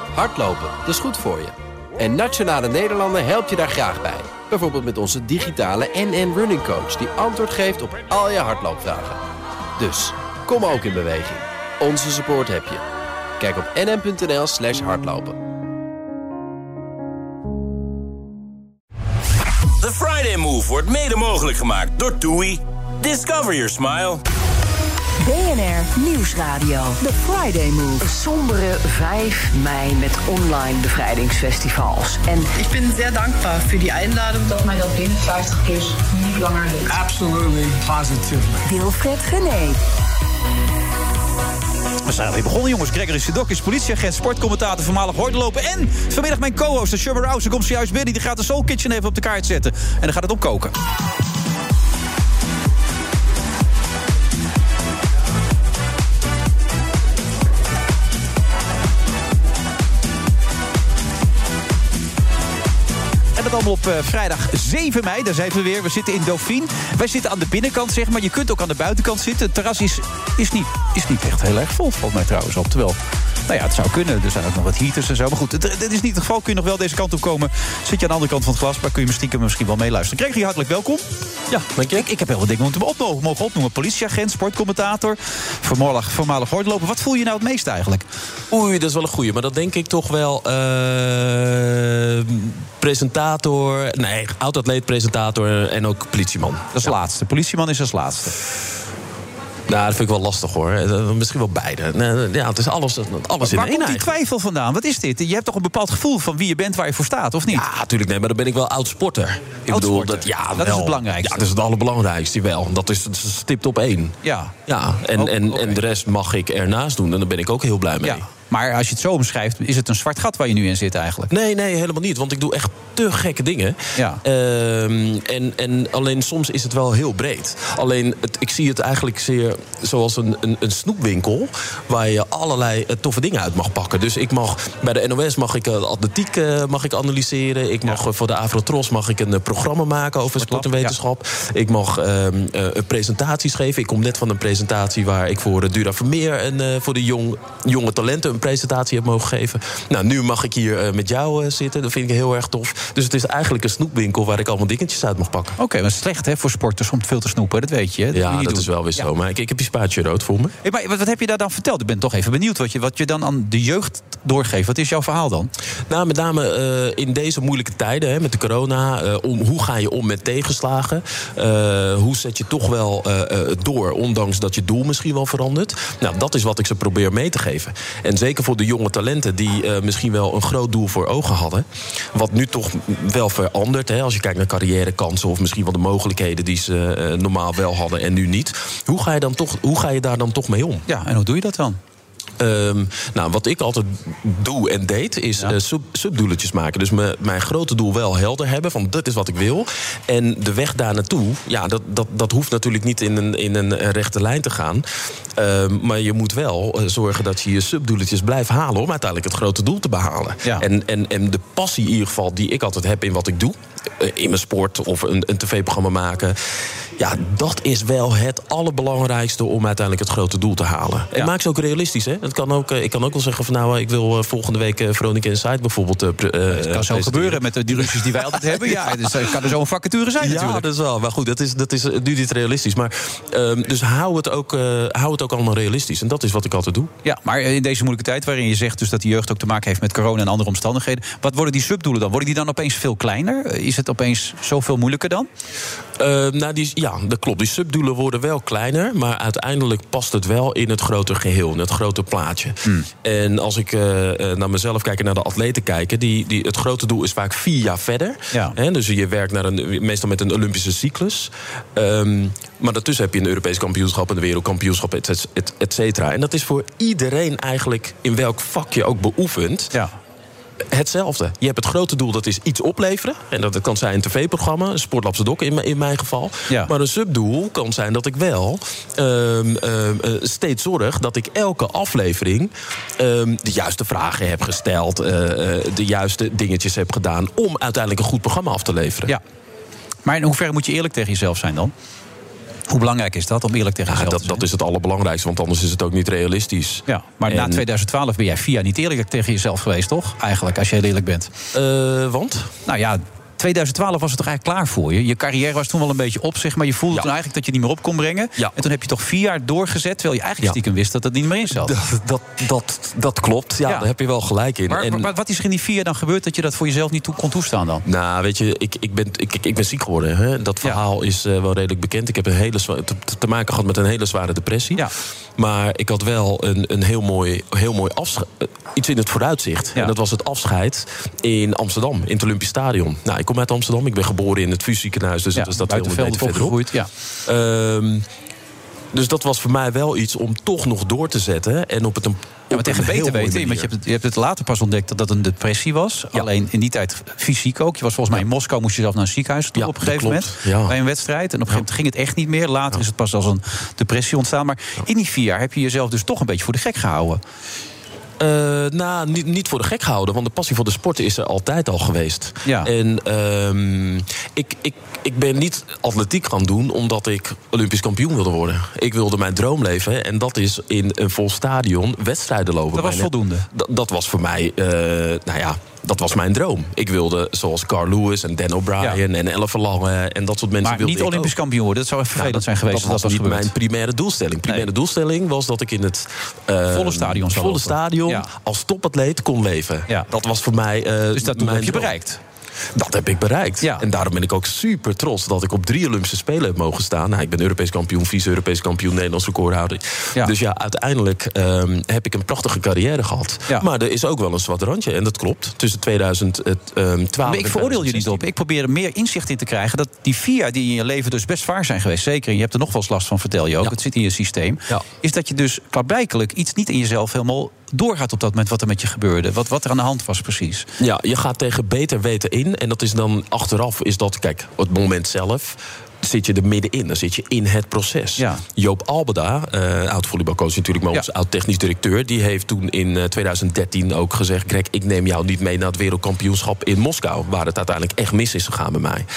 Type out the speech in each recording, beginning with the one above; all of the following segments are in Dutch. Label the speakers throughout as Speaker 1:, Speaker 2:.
Speaker 1: Hardlopen, dat is goed voor je. En Nationale Nederlanden helpt je daar graag bij. Bijvoorbeeld met onze digitale NN Running Coach... die antwoord geeft op al je hardloopvragen. Dus, kom ook in beweging. Onze support heb je. Kijk op nn.nl/hardlopen.
Speaker 2: The Friday Move wordt mede mogelijk gemaakt door TUI. Discover your smile.
Speaker 3: BNR Nieuwsradio. The Friday Move.
Speaker 4: Een sombere 5 mei met online bevrijdingsfestivals. En
Speaker 5: ik ben zeer dankbaar voor die Einladung.
Speaker 6: Dat mij dat binnen 50 plus niet langer lukt.
Speaker 7: Absolutely positively.
Speaker 3: Wilfred Genee.
Speaker 8: We zijn alweer begonnen, jongens. Gregory Sedok is politieagent, sportcommentator, voormalig hordenlopen. En vanmiddag mijn co-host, Summer Rouse, komt zojuist binnen. Die gaat de Soul Kitchen even op de kaart zetten. En dan gaat het opkoken. En dat allemaal op vrijdag 7 mei, daar zijn we weer. We zitten in Dauphine. Wij zitten aan de binnenkant, zeg maar. Je kunt ook aan de buitenkant zitten. Het terras is niet echt heel erg vol, volgens mij trouwens op. Terwijl, nou ja, het zou kunnen. Er zijn ook nog wat heaters en zo. Maar goed, het is niet het geval. Kun je nog wel deze kant op komen. Zit je aan de andere kant van het glas, maar kun je misschien wel meeluisteren. Gregory, hartelijk welkom.
Speaker 1: Ja, dank je.
Speaker 8: Ik heb heel wat dingen mogen opnoemen. Politieagent, sportcommentator, voormalig hordenloper. Wat voel je nou het meest eigenlijk?
Speaker 1: Oei, dat is wel een goeie. Maar dat denk ik toch wel... presentator, oud-atleet, presentator en ook politieman.
Speaker 8: Dat is de laatste. Politieman is als laatste.
Speaker 1: Nou, dat vind ik wel lastig, hoor. Misschien wel beide. Ja, het is alles in één.
Speaker 8: Waar komt die twijfel vandaan? Wat is dit? Je hebt toch een bepaald gevoel van wie je bent, waar je voor staat, of niet?
Speaker 1: Ja, natuurlijk. Nee, maar dan ben ik wel oud-sporter. Ik bedoel, dat is
Speaker 8: het belangrijkste.
Speaker 1: Ja, dat is het allerbelangrijkste, wel. Dat is stipt op 1.
Speaker 8: Ja.
Speaker 1: En de rest mag ik ernaast doen. En daar ben ik ook heel blij mee.
Speaker 8: Ja. Maar als je het zo omschrijft, is het een zwart gat waar je nu in zit eigenlijk?
Speaker 1: Nee, helemaal niet. Want ik doe echt te gekke dingen.
Speaker 8: Ja.
Speaker 1: En alleen soms is het wel heel breed. Alleen, ik zie het eigenlijk zeer zoals een snoepwinkel... waar je allerlei toffe dingen uit mag pakken. Dus bij de NOS mag ik atletiek analyseren. Ik mag voor de Avrotros een programma maken over sport en wetenschap. Ja. Ik mag presentaties geven. Ik kom net van een presentatie waar ik voor Dura Vermeer... en voor de jonge talenten een presentatie heb mogen geven. Nou, nu mag ik hier met jou zitten. Dat vind ik heel erg tof. Dus het is eigenlijk een snoepwinkel waar ik allemaal dingetjes uit mag pakken.
Speaker 8: Oké, maar slecht hè, voor sporters om veel te snoepen. Dat weet je.
Speaker 1: Dat is wel weer zo. Maar ik heb die spaatje rood voor me.
Speaker 8: Hey, maar wat heb je daar dan verteld? Ik ben toch even benieuwd wat je dan aan de jeugd doorgeeft. Wat is jouw verhaal dan?
Speaker 1: Nou, met name in deze moeilijke tijden, met de corona... hoe ga je om met tegenslagen? Hoe zet je toch wel door, ondanks dat je doel misschien wel verandert? Nou, dat is wat ik ze probeer mee te geven. En zeker voor de jonge talenten die misschien wel een groot doel voor ogen hadden. Wat nu toch wel verandert. Hè, als je kijkt naar carrièrekansen of misschien wel de mogelijkheden die ze normaal wel hadden en nu niet. Hoe ga je daar dan toch mee om?
Speaker 8: Ja, en hoe doe je dat dan?
Speaker 1: Wat ik altijd doe en deed, is subdoeletjes maken. Dus mijn grote doel wel helder hebben, van dit is wat ik wil. En de weg daar naartoe, dat hoeft natuurlijk niet in een rechte lijn te gaan. Maar je moet wel zorgen dat je subdoeletjes blijft halen om uiteindelijk het grote doel te behalen. Ja. En de passie in ieder geval die ik altijd heb in wat ik doe, in mijn sport of een tv-programma maken... Ja, dat is wel het allerbelangrijkste om uiteindelijk het grote doel te halen. En maak ze ook realistisch, hè? Ik kan ook wel zeggen van ik wil volgende week Veronica Inside bijvoorbeeld...
Speaker 8: Het kan zo gebeuren met de ruzies die wij altijd hebben. Ja, dus kan er zo een vacature zijn natuurlijk.
Speaker 1: Ja, dat is wel. Maar goed, dat is nu niet realistisch. Maar dus hou het ook allemaal realistisch. En dat is wat ik altijd doe.
Speaker 8: Ja, maar in deze moeilijke tijd waarin je zegt dus dat de jeugd ook te maken heeft met corona en andere omstandigheden. Wat worden die subdoelen dan? Worden die dan opeens veel kleiner? Is het opeens zoveel moeilijker dan?
Speaker 1: Dat klopt. Die subdoelen worden wel kleiner, maar uiteindelijk past het wel in het grote geheel, in het grote plaatje. En als ik naar mezelf kijk en naar de atleten kijken, het grote doel is vaak 4 jaar verder. Ja. Dus je werkt meestal met een Olympische cyclus. Maar daartussen heb je een Europees kampioenschap, een wereldkampioenschap, et cetera. En dat is voor iedereen eigenlijk, in welk vak je ook beoefent, hetzelfde. Je hebt het grote doel, dat is iets opleveren. En dat kan zijn een tv-programma, een Sportlab Sedok in mijn geval. Ja. Maar een subdoel kan zijn dat ik wel steeds zorg dat ik elke aflevering de juiste vragen heb gesteld, de juiste dingetjes heb gedaan om uiteindelijk een goed programma af te leveren.
Speaker 8: Ja. Maar in hoeverre moet je eerlijk tegen jezelf zijn dan? Hoe belangrijk is dat, om eerlijk tegen jezelf te zijn?
Speaker 1: Dat is het allerbelangrijkste, want anders is het ook niet realistisch.
Speaker 8: Ja, maar na 2012 ben jij 4 jaar niet eerlijk tegen jezelf geweest, toch? Eigenlijk, als je heel eerlijk bent.
Speaker 1: Want?
Speaker 8: Nou ja, 2012 was het toch eigenlijk klaar voor je? Je carrière was toen wel een beetje op, zeg maar. Je voelde toen eigenlijk dat je het niet meer op kon brengen. Ja. En toen heb je toch 4 jaar doorgezet, terwijl je eigenlijk stiekem wist dat het niet meer in zat.
Speaker 1: Dat klopt, ja, daar heb je wel gelijk in.
Speaker 8: Maar wat is er in die 4 jaar dan gebeurd dat je dat voor jezelf niet kon toestaan dan?
Speaker 1: Nou, weet je, ik ben ziek geworden. Hè? Dat verhaal is wel redelijk bekend. Ik heb te maken gehad met een hele zware depressie. Ja. Maar ik had wel een heel mooi iets in het vooruitzicht. Ja. En dat was het afscheid in Amsterdam, in het Olympisch Stadion. Nou, ik kom uit Amsterdam. Ik ben geboren in het VU ziekenhuis. Dus dat is dat 200 meter verderop. Ja. Dus dat was voor mij wel iets om toch nog door te zetten. En op het
Speaker 8: maar tegen beter weten, want je hebt het later pas ontdekt dat dat een depressie was. Ja. Alleen in die tijd fysiek ook. Je was volgens mij in Moskou, moest je zelf naar een ziekenhuis toe op een gegeven moment. Ja. Bij een wedstrijd. En op een gegeven moment ging het echt niet meer. Later is het pas als een depressie ontstaan. Maar in die 4 jaar heb je jezelf dus toch een beetje voor de gek gehouden.
Speaker 1: Niet voor de gek gehouden, want de passie voor de sport is er altijd al geweest. Ja. En ik ben niet atletiek gaan doen omdat ik Olympisch kampioen wilde worden. Ik wilde mijn droom leven en dat is in een vol stadion wedstrijden lopen.
Speaker 8: Dat was voldoende?
Speaker 1: Dat was voor mij, dat was mijn droom. Ik wilde, zoals Carl Lewis en Dan O'Brien en Elle Verlangen en dat soort mensen.
Speaker 8: Maar niet Olympisch kampioen worden, dat zou even vervelend zijn geweest.
Speaker 1: Dat was niet mijn primaire doelstelling. Primaire doelstelling was dat ik in het
Speaker 8: volle stadion
Speaker 1: als topatleet kon leven. Ja. Dat was voor mij
Speaker 8: dus dat heb je bereikt?
Speaker 1: Dat heb ik bereikt. Ja. En daarom ben ik ook super trots dat ik op 3 Olympische Spelen heb mogen staan. Nou, ik ben Europees kampioen, vice-Europees kampioen, Nederlands recordhouder. Ja. Dus ja, uiteindelijk heb ik een prachtige carrière gehad. Ja. Maar er is ook wel een zwart randje. En dat klopt. Tussen 2012
Speaker 8: maar ik veroordeel je niet op. Ik probeer er meer inzicht in te krijgen dat die 4 jaar die in je leven dus best zwaar zijn geweest. Zeker, en je hebt er nog wel eens last van, vertel je ook. Het zit in je systeem. Ja. Is dat je dus klaarblijkelijk iets niet in jezelf helemaal doorgaat op dat moment wat er met je gebeurde. Wat er aan de hand was precies. Ja,
Speaker 1: je gaat tegen beter weten in. En dat is dan achteraf, is dat, kijk, het moment zelf zit je er middenin. Dan zit je in het proces. Ja. Joop Albeda, oud-volleybalcoach natuurlijk, maar onze oud-technisch directeur, die heeft toen in 2013 ook gezegd: Greg, ik neem jou niet mee naar het wereldkampioenschap in Moskou, waar het uiteindelijk echt mis is gegaan bij mij.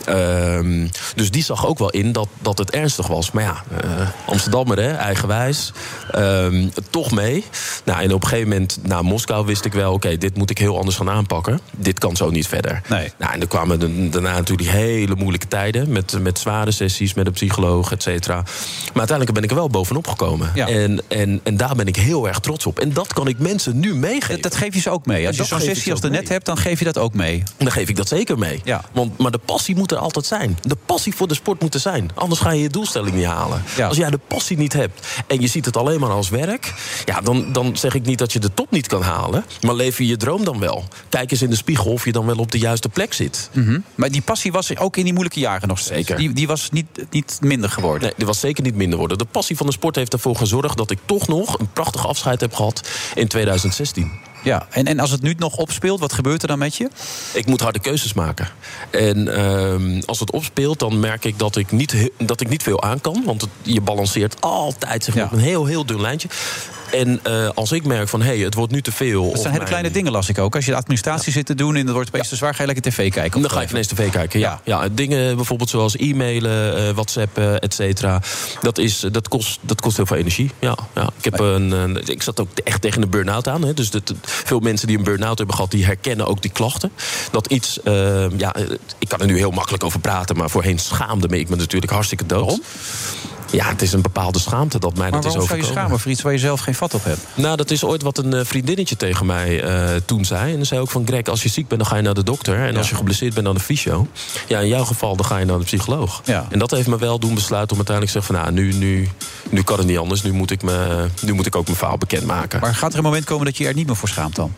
Speaker 1: Dus die zag ook wel in dat het ernstig was. Maar ja, Amsterdammer, hè, eigenwijs. Toch mee. Nou, en op een gegeven moment, na Moskou, wist ik wel: oké, dit moet ik heel anders gaan aanpakken. Dit kan zo niet verder. Nee. Nou, en er kwamen daarna natuurlijk die hele moeilijke tijden met zware sessies, met een psycholoog, et cetera. Maar uiteindelijk ben ik er wel bovenop gekomen. Ja. En daar ben ik heel erg trots op. En dat kan ik mensen nu meegeven.
Speaker 8: Dat geef je ze ook mee. Als je zo'n sessie als de net hebt, dan geef je dat ook mee.
Speaker 1: Dan geef ik dat zeker mee. Ja. Maar de passie moet er altijd zijn. De passie voor de sport moet er zijn. Anders ga je je doelstelling niet halen. Ja. Als jij de passie niet hebt en je ziet het alleen maar als werk, ja, dan zeg ik niet dat je de top niet kan halen, maar leef je droom dan wel. Kijk eens in de spiegel of je dan wel op de juiste plek zit.
Speaker 8: Mm-hmm. Maar die passie was ook in die moeilijke jaren nog steeds.
Speaker 1: Zeker.
Speaker 8: Die was niet minder geworden.
Speaker 1: Nee, die was zeker niet minder geworden. De passie van de sport heeft ervoor gezorgd dat ik toch nog een prachtig afscheid heb gehad in 2016.
Speaker 8: Ja, en als het nu nog opspeelt, wat gebeurt er dan met je?
Speaker 1: Ik moet harde keuzes maken. En als het opspeelt, dan merk ik dat ik niet veel aan kan. Want je balanceert altijd op een heel, heel dun lijntje. En als ik merk van, het wordt nu te veel.
Speaker 8: Dat zijn hele kleine dingen, las ik ook. Als je de administratie zit te doen en het wordt opeens te zwaar, ga je lekker tv kijken.
Speaker 1: Dan ga ik ineens tv kijken, ja. Dingen bijvoorbeeld zoals e-mailen, WhatsApp, et cetera. Dat kost heel veel energie. Ja. Ik zat ook echt tegen een burn-out aan. Hè. Dus veel mensen die een burn-out hebben gehad, die herkennen ook die klachten. Dat iets, ik kan er nu heel makkelijk over praten, maar voorheen schaamde ik me natuurlijk hartstikke dood. Waarom? Ja, het is een bepaalde schaamte dat mij dat is overkomen.
Speaker 8: Maar waarom zou je schamen voor iets waar je zelf geen vat op hebt?
Speaker 1: Nou, dat is ooit wat een vriendinnetje tegen mij toen zei. En ze zei ook van: Greg, als je ziek bent, dan ga je naar de dokter. En als je geblesseerd bent, dan de fysio. Ja, in jouw geval, dan ga je naar de psycholoog. Ja. En dat heeft me wel doen besluiten om uiteindelijk te zeggen van: nu kan het niet anders. Nu moet ik ook mijn verhaal bekendmaken.
Speaker 8: Maar gaat er een moment komen dat je er niet meer voor schaamt dan?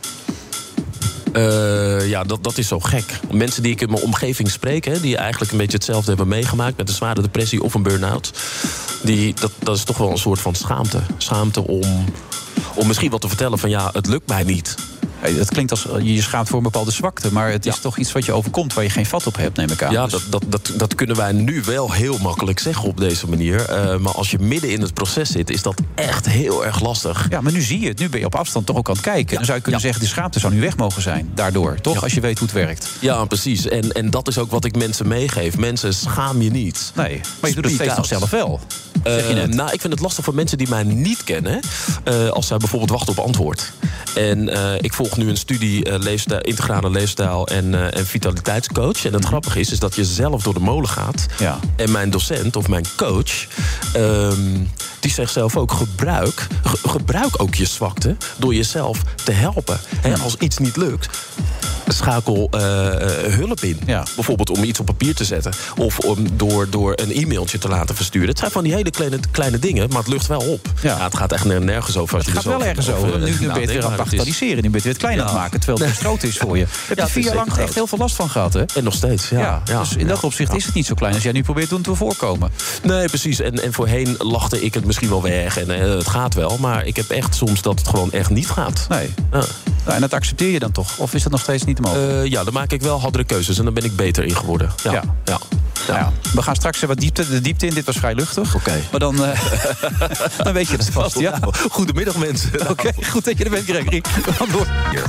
Speaker 1: Dat is zo gek. Mensen die ik in mijn omgeving spreek, die eigenlijk een beetje hetzelfde hebben meegemaakt met een zware depressie of een burn-out, dat is toch wel een soort van schaamte. Schaamte om misschien wat te vertellen van het lukt mij niet.
Speaker 8: Dat klinkt als je schaamt voor een bepaalde zwakte. Maar het is toch iets wat je overkomt waar je geen vat op hebt, neem ik aan.
Speaker 1: Ja, dat kunnen wij nu wel heel makkelijk zeggen op deze manier. Maar als je midden in het proces zit, is dat echt heel erg lastig.
Speaker 8: Ja, maar nu zie je het. Nu ben je op afstand toch ook aan het kijken. Ja. Dan zou je kunnen zeggen, die schaamte zou nu weg mogen zijn. Daardoor, toch? Ja. Als je weet hoe het werkt.
Speaker 1: Ja, precies. En dat is ook wat ik mensen meegeef. Mensen, schaam je niet.
Speaker 8: Nee, maar je doet het steeds nog zelf wel.
Speaker 1: Nou, ik vind het lastig voor mensen die mij niet kennen. Als zij bijvoorbeeld wachten op antwoord. En ik volg nu een studie integrale leefstijl en vitaliteitscoach. En het grappige is dat je zelf door de molen gaat. Ja. En mijn docent of mijn coach, die zegt zelf ook, gebruik ook je zwakte door jezelf te helpen. Hè, als iets niet lukt, schakel hulp in. Ja. Bijvoorbeeld om iets op papier te zetten. Of om door een e-mailtje te laten versturen. Het zijn van die hele kleine dingen, maar het lucht wel op. Ja. Ja, het gaat echt nergens over.
Speaker 8: Het gaat wel ergens over. Nu ben je het weer aan het bagatelliseren. Nu ben je het weer het klein aan het maken. Terwijl het groot is voor je. Heb je 4 jaar lang echt heel veel last van gehad, hè?
Speaker 1: En nog steeds, ja.
Speaker 8: Dus in dat opzicht is het niet zo klein als jij nu probeert te voorkomen.
Speaker 1: Nee, precies. En voorheen lachte ik het misschien wel weg. En het gaat wel. Maar ik heb echt soms dat het gewoon echt niet gaat.
Speaker 8: Nee. Ja. Nou, en dat accepteer je dan toch? Of is dat nog steeds niet mogelijk?
Speaker 1: Ja, dan maak ik wel hardere keuzes. En dan ben ik beter in geworden. Ja.
Speaker 8: We gaan straks wat de diepte in. Dit was vrij luchtig.
Speaker 1: Oké.
Speaker 8: Maar dan weet je het vast. Ja.
Speaker 1: Goedemiddag, mensen.
Speaker 8: Oké, goed dat je er bent, Gregory. We gaan door. Hier.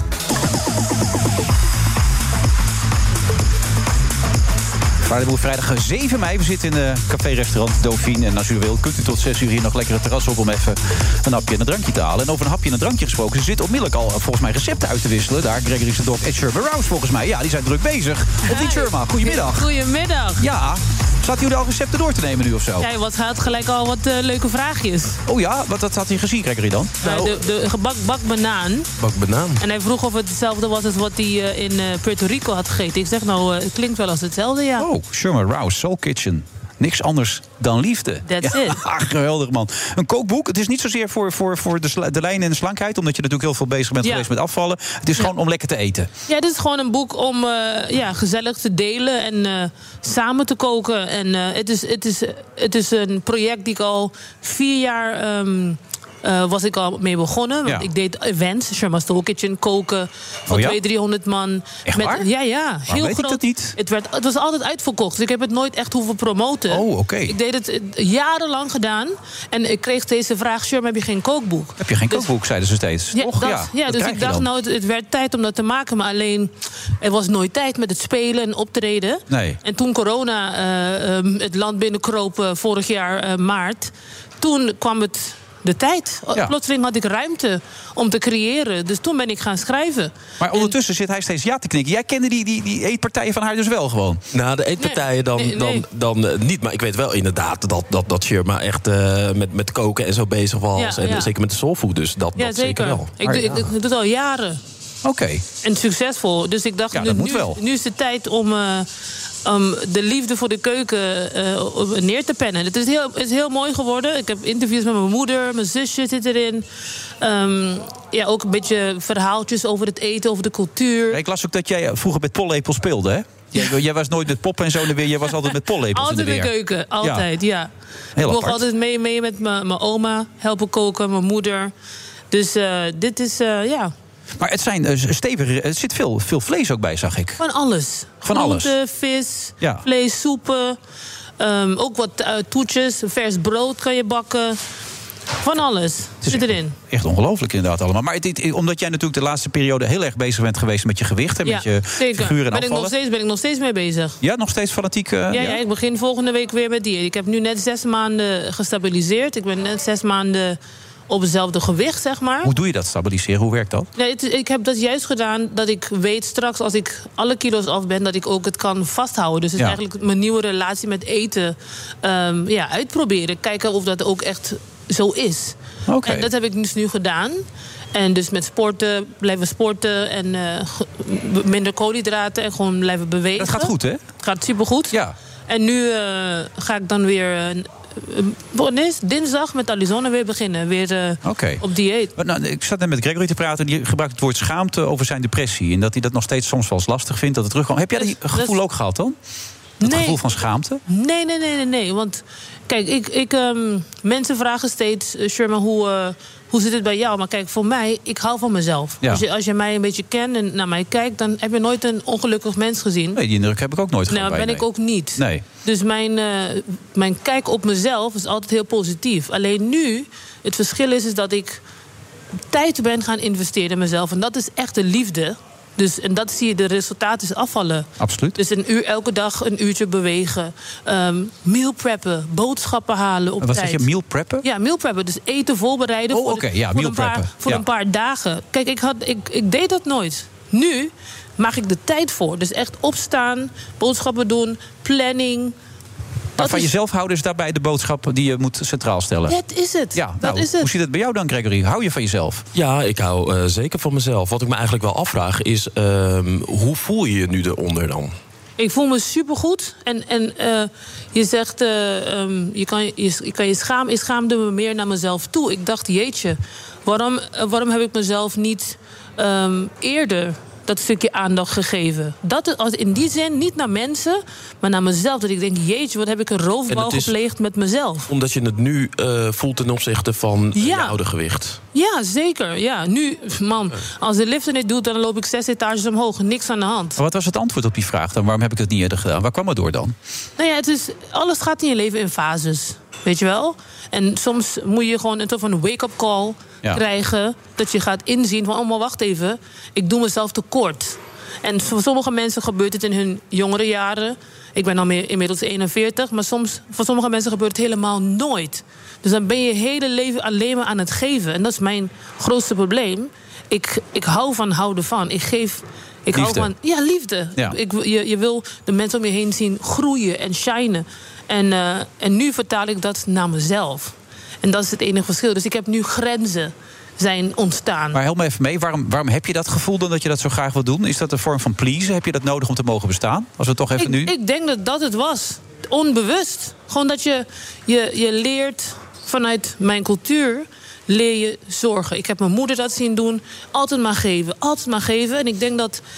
Speaker 8: Vrijdag 7 mei. We zitten in café-restaurant Dauphine. En als u wil, kunt u tot 6 uur hier nog lekker het terras op om even een hapje en een drankje te halen. En over een hapje en een drankje gesproken. Ze zitten onmiddellijk al volgens mij recepten uit te wisselen. Daar, Gregory zijn dog en Sherma Rouse volgens mij. Ja, die zijn druk bezig. Of niet, Sherma? Goedemiddag.
Speaker 9: Goedemiddag.
Speaker 8: Ja. Zaten jullie al recepten door te nemen nu of zo?
Speaker 9: Ja, wat had gelijk al wat leuke vraagjes.
Speaker 8: Oh ja, wat had hij gezien, Gregory dan?
Speaker 9: De gebak banaan.
Speaker 1: Bakbanaan.
Speaker 9: En hij vroeg of het hetzelfde was als wat hij in Puerto Rico had gegeten. Ik zeg het klinkt wel als hetzelfde, ja.
Speaker 8: Oh, Sherma Rouse, Soul Kitchen. Niks anders dan liefde.
Speaker 9: That's it.
Speaker 8: Geweldig, man. Een kookboek. Het is niet zozeer voor de lijn en de slankheid, omdat je natuurlijk heel veel bezig bent geweest met afvallen. Het is gewoon om lekker te eten.
Speaker 9: Ja, dit is gewoon een boek om gezellig te delen en samen te koken. En het is een project die ik al 4 jaar... was ik al mee begonnen. Want ik deed events, Sherma Soul Kitchen, koken voor 200-300 man.
Speaker 8: Echt waar?
Speaker 9: Ja, heel
Speaker 8: weet
Speaker 9: groot.
Speaker 8: Ik dat niet?
Speaker 9: Het was altijd uitverkocht, dus ik heb het nooit echt hoeven promoten.
Speaker 8: Oh, oké.
Speaker 9: Ik deed het jarenlang gedaan. En ik kreeg deze vraag, Sherma, heb je geen kookboek?
Speaker 8: Heb je geen kookboek, zeiden ze steeds.
Speaker 9: Ja, dus ik dacht, het werd tijd om dat te maken. Maar alleen, er was nooit tijd met het spelen en optreden.
Speaker 8: Nee.
Speaker 9: En toen corona het land binnenkroop vorig jaar maart, toen kwam het... de tijd. Ja. Plotseling had ik ruimte om te creëren. Dus toen ben ik gaan schrijven. Maar
Speaker 8: ondertussen zit hij steeds ja te knikken. Jij kende die eetpartijen van haar dus wel gewoon?
Speaker 1: Nou, de eetpartijen dan niet. Maar ik weet wel inderdaad dat Sherma echt met koken en zo bezig was. En zeker met de soulfood. Dus dat zeker wel.
Speaker 9: Ik doe het al jaren.
Speaker 8: Oké.
Speaker 9: En succesvol. Dus ik dacht, nu is de tijd om de liefde voor de keuken neer te pennen. Het is heel mooi geworden. Ik heb interviews met mijn moeder, mijn zusje zit erin. Ook een beetje verhaaltjes over het eten, over de cultuur.
Speaker 8: Ja, ik las ook dat jij vroeger met pollepels speelde, hè? Jij was nooit met poppen en zo in de weer. Jij was altijd met pollepels in de weer.
Speaker 9: Altijd in de keuken, altijd, ja. Ik mocht altijd mee met mijn oma helpen koken, mijn moeder. Dus dit is,
Speaker 8: Maar het zijn stevige. Er zit veel vlees ook bij, zag ik.
Speaker 9: Van alles.
Speaker 8: Van alles.
Speaker 9: Groente, vis, vlees, soepen. Ook wat toetjes. Vers brood kan je bakken. Van alles zit erin.
Speaker 8: Echt ongelooflijk inderdaad allemaal. Maar omdat jij natuurlijk de laatste periode heel erg bezig bent geweest met je gewicht en met je figuur en afvallen.
Speaker 9: Ben ik nog steeds mee bezig.
Speaker 8: Ja, nog steeds fanatiek?
Speaker 9: Ja, ik begin volgende week weer met dieet. Ik heb nu net 6 maanden gestabiliseerd. Ik ben net 6 maanden op hetzelfde gewicht, zeg maar.
Speaker 8: Hoe doe je dat, stabiliseren? Hoe werkt dat?
Speaker 9: Nee, ik heb dat juist gedaan dat ik weet straks, als ik alle kilo's af ben, dat ik ook het kan vasthouden. Dus het is eigenlijk mijn nieuwe relatie met eten uitproberen. Kijken of dat ook echt zo is.
Speaker 8: Okay.
Speaker 9: En dat heb ik dus nu gedaan. En dus met blijven sporten en minder koolhydraten en gewoon blijven bewegen.
Speaker 8: Dat gaat goed, hè?
Speaker 9: Het gaat supergoed.
Speaker 8: Ja.
Speaker 9: En nu ga ik dan weer dinsdag met Alizone weer beginnen. Weer op dieet.
Speaker 8: Nou, ik zat net met Gregory te praten. Die gebruikt het woord schaamte over zijn depressie. En dat hij dat nog steeds soms wel eens lastig vindt. Dat het terugkomt. Heb jij dat gevoel ook gehad dan? Dat gevoel van schaamte?
Speaker 9: Nee. Want kijk, mensen vragen steeds... Sherma, hoe zit het bij jou? Maar kijk, voor mij, ik hou van mezelf. Ja. Als je mij een beetje kent en naar mij kijkt... dan heb je nooit een ongelukkig mens gezien.
Speaker 8: Nee, die indruk heb ik ook nooit gehad.
Speaker 9: Nou, ben ik ook niet.
Speaker 8: Nee.
Speaker 9: Dus mijn kijk op mezelf is altijd heel positief. Alleen nu, het verschil is dat ik tijd ben gaan investeren in mezelf. En dat is echt de liefde. Dus, en dat zie je, de resultaten is afvallen.
Speaker 8: Absoluut.
Speaker 9: Dus elke dag een uurtje bewegen. Meal preppen, boodschappen halen op tijd.
Speaker 8: Wat zeg je, meal preppen?
Speaker 9: Ja, meal preppen. Dus eten voorbereiden voor een paar dagen. Kijk, ik deed dat nooit. Nu maak ik de tijd voor. Dus echt opstaan, boodschappen doen, planning...
Speaker 8: Maar van jezelf houden is daarbij de boodschap die je moet centraal stellen.
Speaker 9: Dat is het.
Speaker 8: Ja, dat is het. Hoe zit het bij jou dan, Gregory? Hou je van jezelf?
Speaker 1: Ja, ik hou zeker van mezelf. Wat ik me eigenlijk wel afvraag is... hoe voel je je nu eronder dan?
Speaker 9: Ik voel me supergoed. En je zegt, je kan je schamen. Ik schaamde me meer naar mezelf toe. Ik dacht, jeetje, waarom heb ik mezelf niet eerder... dat stukje aandacht gegeven. In die zin niet naar mensen, maar naar mezelf. Dat ik denk, jeetje, wat heb ik een roofbouw gepleegd met mezelf.
Speaker 1: Omdat je het nu voelt ten opzichte van je oude gewicht.
Speaker 9: Ja, zeker. Ja. Nu, man, als de lift het niet doet... dan loop ik 6 etages omhoog. Niks aan de hand.
Speaker 8: Maar wat was het antwoord op die vraag dan? Waarom heb ik het niet eerder gedaan? Waar kwam het door dan?
Speaker 9: Nou ja, alles gaat in je leven in fases. Weet je wel? En soms moet je gewoon een soort van wake-up call... krijgen, dat je gaat inzien van... oh, maar wacht even, ik doe mezelf tekort. En voor sommige mensen gebeurt het in hun jongere jaren. Ik ben al inmiddels 41, maar voor sommige mensen gebeurt het helemaal nooit. Dus dan ben je hele leven alleen maar aan het geven. En dat is mijn grootste probleem. Ik hou van houden van. Ik hou van liefde. Ja. Je wil de mensen om je heen zien groeien en shinen. En nu vertaal ik dat naar mezelf. En dat is het enige verschil. Dus ik heb nu grenzen zijn ontstaan.
Speaker 8: Maar help me even mee. Waarom heb je dat gevoel dan dat je dat zo graag wil doen? Is dat een vorm van pleasen? Heb je dat nodig om te mogen bestaan? Als we toch even nu...
Speaker 9: Ik denk dat het was. Onbewust. Gewoon dat je leert vanuit mijn cultuur... leer je zorgen. Ik heb mijn moeder dat zien doen. Altijd maar geven. Altijd maar geven. En ik denk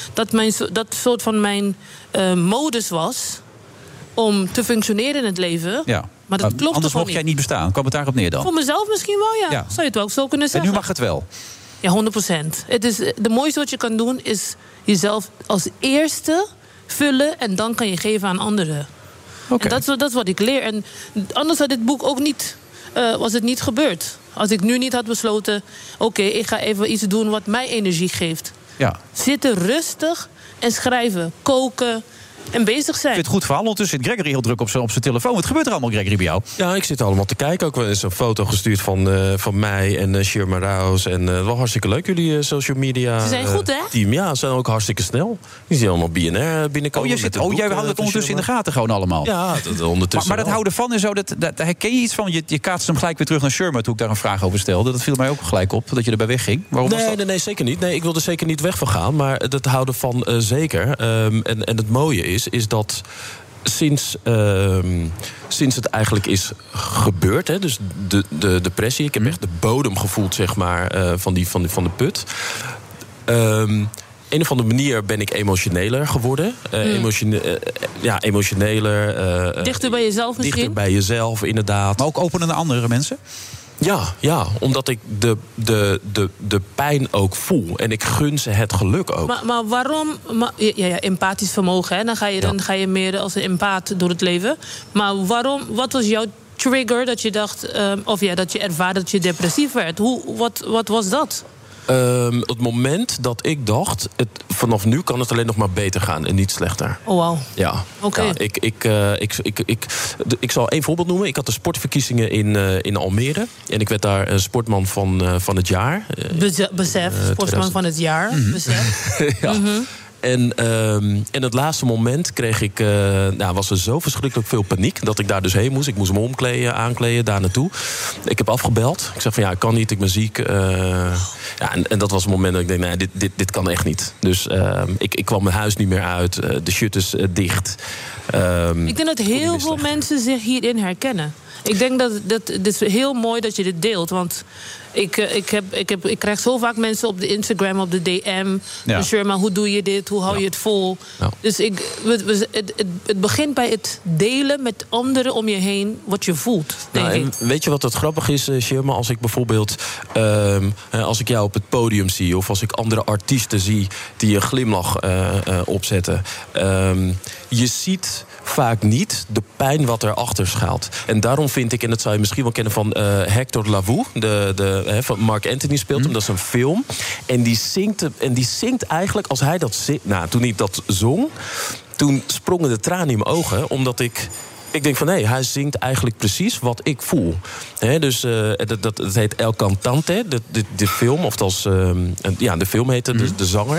Speaker 9: dat soort van mijn modus was... om te functioneren in het leven.
Speaker 8: Ja.
Speaker 9: Maar dat klopt
Speaker 8: anders mocht
Speaker 9: niet.
Speaker 8: jij niet bestaan. Kwam het daarop neer dan?
Speaker 9: Voor mezelf misschien wel, ja. Zou je het ook zo kunnen zeggen.
Speaker 8: En nu mag het wel?
Speaker 9: Ja, 100%. De mooiste wat je kan doen is jezelf als eerste vullen... en dan kan je geven aan anderen. Okay. En dat is wat ik leer. En anders had dit boek ook niet... was het niet gebeurd. Als ik nu niet had besloten... oké, ik ga even iets doen wat mij energie geeft. Ja. Zitten rustig en schrijven, koken... en bezig zijn.
Speaker 8: Ik vind het goed verhaal. Ondertussen zit Gregory heel druk op zijn telefoon. Wat gebeurt er allemaal, Gregory, bij jou?
Speaker 1: Ja, ik zit allemaal te kijken. Ook wel eens een foto gestuurd van mij en Sherma Rouse. En wel hartstikke leuk, jullie social media.
Speaker 9: Ze zijn goed, hè?
Speaker 1: Team. Ja, ze zijn ook hartstikke snel. Die zien allemaal BNR binnenkomen.
Speaker 8: Jij houdt het ondertussen in de gaten gewoon allemaal.
Speaker 1: Ja, ondertussen.
Speaker 8: Maar dat houden van en zo, daar herken je iets van? Je kaatst hem gelijk weer terug naar Sherma toen ik daar een vraag over stelde. Dat viel mij ook gelijk op, dat je erbij wegging. Waarom was dat? Nee,
Speaker 1: zeker niet. Nee, ik wil er zeker niet weg van gaan. Maar dat houden van zeker. En het mooie is dat... Sinds het eigenlijk is gebeurd, hè, dus de depressie... ik heb echt de bodem gevoeld, zeg maar, van de put... een of andere manier ben ik emotioneler geworden. Emotioneler.
Speaker 9: Dichter bij jezelf misschien?
Speaker 1: Dichter bij jezelf, inderdaad.
Speaker 8: Maar ook openen naar andere mensen?
Speaker 1: Ja, omdat ik de pijn ook voel. En ik gun ze het geluk ook.
Speaker 9: Maar waarom... empathisch vermogen, hè? Dan ga je meer als een empaat door het leven. Maar waarom... Wat was jouw trigger dat je dacht... dat je ervaarde dat je depressief werd? Wat was dat?
Speaker 1: Het moment dat ik dacht... vanaf nu kan het alleen nog maar beter gaan en niet slechter.
Speaker 9: Oh, wauw.
Speaker 1: Ja. Oké. Ja, ik zal één voorbeeld noemen. Ik had de sportverkiezingen in Almere. En ik werd daar een sportman van het jaar.
Speaker 9: Besef, sportman van het jaar. Mm-hmm. Besef.
Speaker 1: Ja. Mm-hmm. En het laatste moment kreeg ik... was er zo verschrikkelijk veel paniek... dat ik daar dus heen moest. Ik moest me omkleden, aankleden, daar naartoe. Ik heb afgebeld. Ik zeg van ik kan niet, ik ben ziek. En dat was het moment dat ik denk... dit kan echt niet. Dus ik kwam mijn huis niet meer uit. De shut is dicht.
Speaker 9: Ik denk dat heel veel mensen zich hierin herkennen. Ik denk dat het is heel mooi dat je dit deelt. Want ik krijg zo vaak mensen op de Instagram, op de DM. Ja. Sherma, hoe doe je dit? Hoe hou je het vol? Ja. Dus het begint bij het delen met anderen om je heen wat je voelt, denk ik.
Speaker 1: Weet je wat het grappig is, Sherma? Als ik bijvoorbeeld als ik jou op het podium zie, of als ik andere artiesten zie die een glimlach opzetten. Je ziet vaak niet de pijn wat erachter schuilt. En daarom vind ik, en dat zou je misschien wel kennen van Hector Lavoe, van Mark Anthony speelt hem, dat is een film. En die zingt eigenlijk, als hij dat zingt, toen hij dat zong, toen sprongen de tranen in mijn ogen, omdat ik denk van hij zingt eigenlijk precies wat ik voel. Dus dat heet El Cantante, de film, of de film heette de zanger.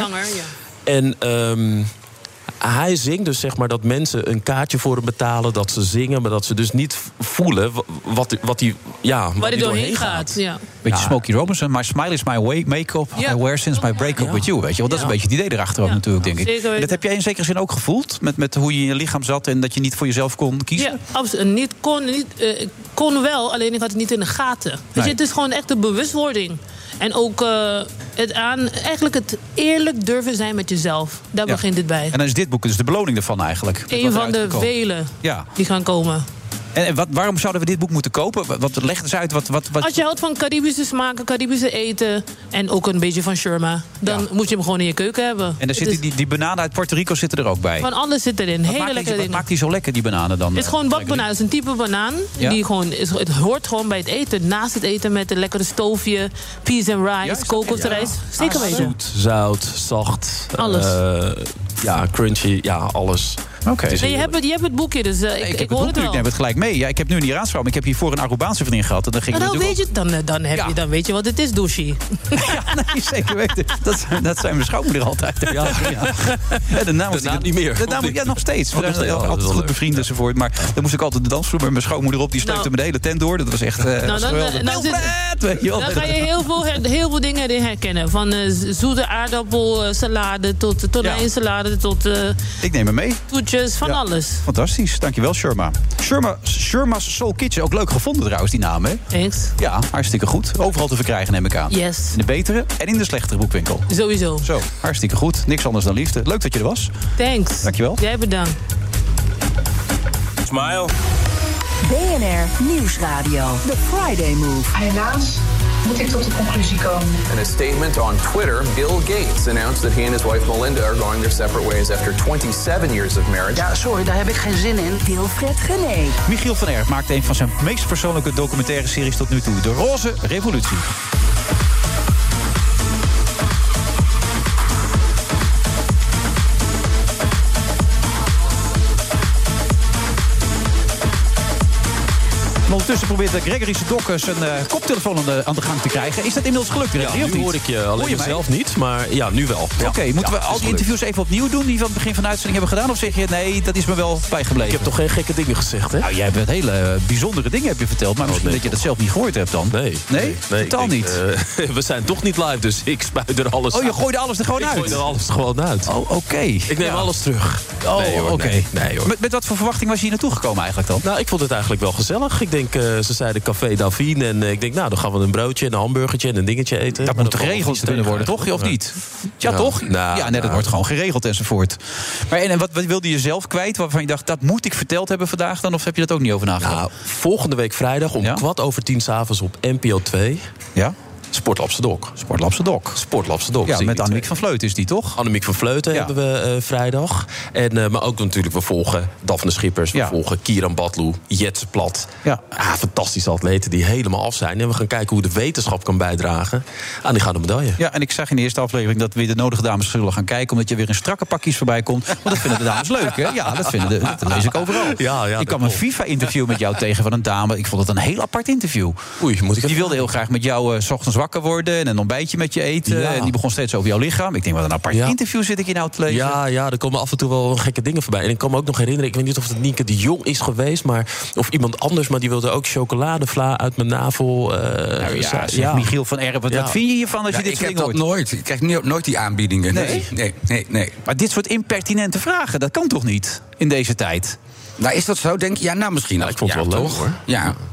Speaker 1: En hij zingt dus zeg maar dat mensen een kaartje voor hem betalen, dat ze zingen, maar dat ze dus niet voelen wat hij doorheen gaat.
Speaker 9: Ja.
Speaker 8: Beetje Smokey Robinson, My Smile is my make-up, I wear since my break-up with you. Weet je, want dat is een beetje het idee erachter ook natuurlijk, denk ik. En dat heb jij in zekere zin ook gevoeld, met hoe je in je lichaam zat en dat je niet voor jezelf kon kiezen?
Speaker 9: Ja, absoluut. Kon wel, alleen ik had het niet in de gaten. Dus het is gewoon echt een bewustwording. En ook eigenlijk het eerlijk durven zijn met jezelf. Daar begint het bij.
Speaker 8: En dan is dit boek dus de beloning ervan eigenlijk.
Speaker 9: Een van de vele die gaan komen.
Speaker 8: En waarom zouden we dit boek moeten kopen? Leg eens uit.
Speaker 9: Als je houdt van Caribische smaken, Caribische eten en ook een beetje van Sherma, dan moet je hem gewoon in je keuken hebben.
Speaker 8: En die bananen uit Puerto Rico zitten er ook bij.
Speaker 9: Van alles zit erin. Hele lekkere dingen.
Speaker 8: Wat maakt die zo lekker, die bananen dan?
Speaker 9: Het is gewoon bakbanaan. Het is een type banaan. Die het hoort gewoon bij het eten. Naast het eten met een lekkere stoofje, peas and rice, kokosrijst. Zeker weten.
Speaker 1: Zoet, zout, zacht.
Speaker 9: Alles.
Speaker 1: Crunchy, alles.
Speaker 8: Oké.
Speaker 9: Nee, je hebt het boekje, dus ik hoor het wel.
Speaker 8: Ik neem het gelijk mee. Ja, ik heb nu niet raadsvrouw, maar ik heb hiervoor een Arubaanse vriendin gehad. En dan ging
Speaker 9: dan weet je wat het is, douchie.
Speaker 8: Ja, nee, zeker weten. Dat zijn mijn schoonmoeder altijd. Ja, de naam
Speaker 1: niet meer.
Speaker 8: Nog steeds. We zijn altijd goed bevriend enzovoort. Maar dan moest ik altijd de dansvloer met mijn schoonmoeder op. Die sleepte me de hele tent door. Dat was echt geweldig.
Speaker 9: Dan ga je heel veel dingen erin herkennen. Van zoete aardappelsalade tot tonijnsalade tot...
Speaker 8: Ik neem hem mee.
Speaker 9: Toetjes, van alles.
Speaker 8: Fantastisch, dankjewel Sherma. Sherma's Soul Kitchen, ook leuk gevonden trouwens, die naam, hè?
Speaker 9: Thanks.
Speaker 8: Ja, hartstikke goed. Overal te verkrijgen, neem ik aan.
Speaker 9: Yes.
Speaker 8: In de betere en in de slechtere boekwinkel.
Speaker 9: Sowieso.
Speaker 8: Zo, hartstikke goed. Niks anders dan liefde. Leuk dat je er was.
Speaker 9: Thanks.
Speaker 8: Dankjewel.
Speaker 9: Jij bedankt.
Speaker 2: Smile.
Speaker 3: BNR Nieuwsradio. The Friday Move.
Speaker 6: Helaas moet ik tot de conclusie komen.
Speaker 10: In a statement on Twitter, Bill Gates announced that he and his wife Melinda are going their separate ways after 27 years of marriage.
Speaker 4: Ja, sorry, daar heb ik geen zin in.
Speaker 3: Wilfred Genee.
Speaker 8: Michiel van Erp maakt een van zijn meest persoonlijke documentaire series tot nu toe. De Roze Revolutie. Ondertussen probeert Gregory Sedok zijn koptelefoon aan de gang te krijgen. Is dat inmiddels gelukt?
Speaker 1: Nu hoor ik je alleen zelf niet, maar ja, nu wel. Ja.
Speaker 8: Oké, moeten we al die interviews even opnieuw doen die we aan het begin van de uitzending hebben gedaan? Of zeg je, nee, dat is me wel bijgebleven?
Speaker 1: Ik heb toch geen gekke dingen gezegd, hè?
Speaker 8: Nou, jij hebt hele bijzondere dingen heb je verteld, maar misschien dat je dat zelf niet gehoord hebt dan.
Speaker 1: Nee,
Speaker 8: totaal niet.
Speaker 1: We zijn toch niet live, dus ik spuit er alles uit.
Speaker 8: Je gooide alles er gewoon uit?
Speaker 1: Ik gooi er alles gewoon uit.
Speaker 8: Oh, oké.
Speaker 1: Ik neem alles terug.
Speaker 8: Oké.
Speaker 1: Nee, hoor.
Speaker 8: Met wat voor verwachting was je hier naartoe gekomen eigenlijk dan?
Speaker 1: Nou, ik vond het eigenlijk wel gezellig. Ik denk, ze zeiden Café Davine. En ik denk, dan gaan we een broodje en een hamburgertje en een dingetje eten.
Speaker 8: Dat moet geregeld kunnen worden, toch? Of niet? Ja, toch? Dat wordt gewoon geregeld enzovoort. Maar en wat wilde je zelf kwijt? Waarvan je dacht, dat moet ik verteld hebben vandaag dan? Of heb je dat ook niet over nagedacht?
Speaker 1: Nou, volgende week vrijdag om 10:15 s'avonds op NPO 2.
Speaker 8: Ja?
Speaker 1: Sportlabse Dok.
Speaker 8: Sportlabse Dok. Ja, met Annemiek van Vleuten is die, toch?
Speaker 1: Annemiek van Vleuten hebben we vrijdag. Maar ook natuurlijk, we volgen Daphne Schippers. We volgen Kieran Badloe, Jetse Plat. Ja. Fantastische atleten die helemaal af zijn. En we gaan kijken hoe de wetenschap kan bijdragen aan die gouden medaille.
Speaker 8: Ja, en ik zag in de eerste aflevering dat we de nodige dames zullen gaan kijken, omdat je weer in strakke pakjes voorbij komt. Want dat vinden de dames leuk, hè? Ja, dat lees ik overal.
Speaker 1: Ja,
Speaker 8: ik kwam een FIFA-interview met jou tegen van een dame. Ik vond het een heel apart interview. Die wilde heel graag met jou 's ochtends wakker worden en een ontbijtje met je eten. Ja. En die begon steeds over jouw lichaam. Ik denk, wat een apart interview zit ik hier nou te lezen.
Speaker 1: Ja, er komen af en toe wel gekke dingen voorbij. En ik kan me ook nog herinneren, ik weet niet of het Nienke de Jong is geweest, of iemand anders, maar die wilde ook chocoladevla uit mijn navel.
Speaker 8: Michiel van Erp, wat vind je hiervan als je dit
Speaker 11: soort dingen hoort? Ik heb dat nooit. Ik krijg nooit die aanbiedingen. Nee.
Speaker 8: Maar dit soort impertinente vragen, dat kan toch niet in deze tijd?
Speaker 11: Nou, is dat zo? Denk je? Ja, nou misschien.
Speaker 1: Ik vond het wel leuk, hoor.
Speaker 11: Ja.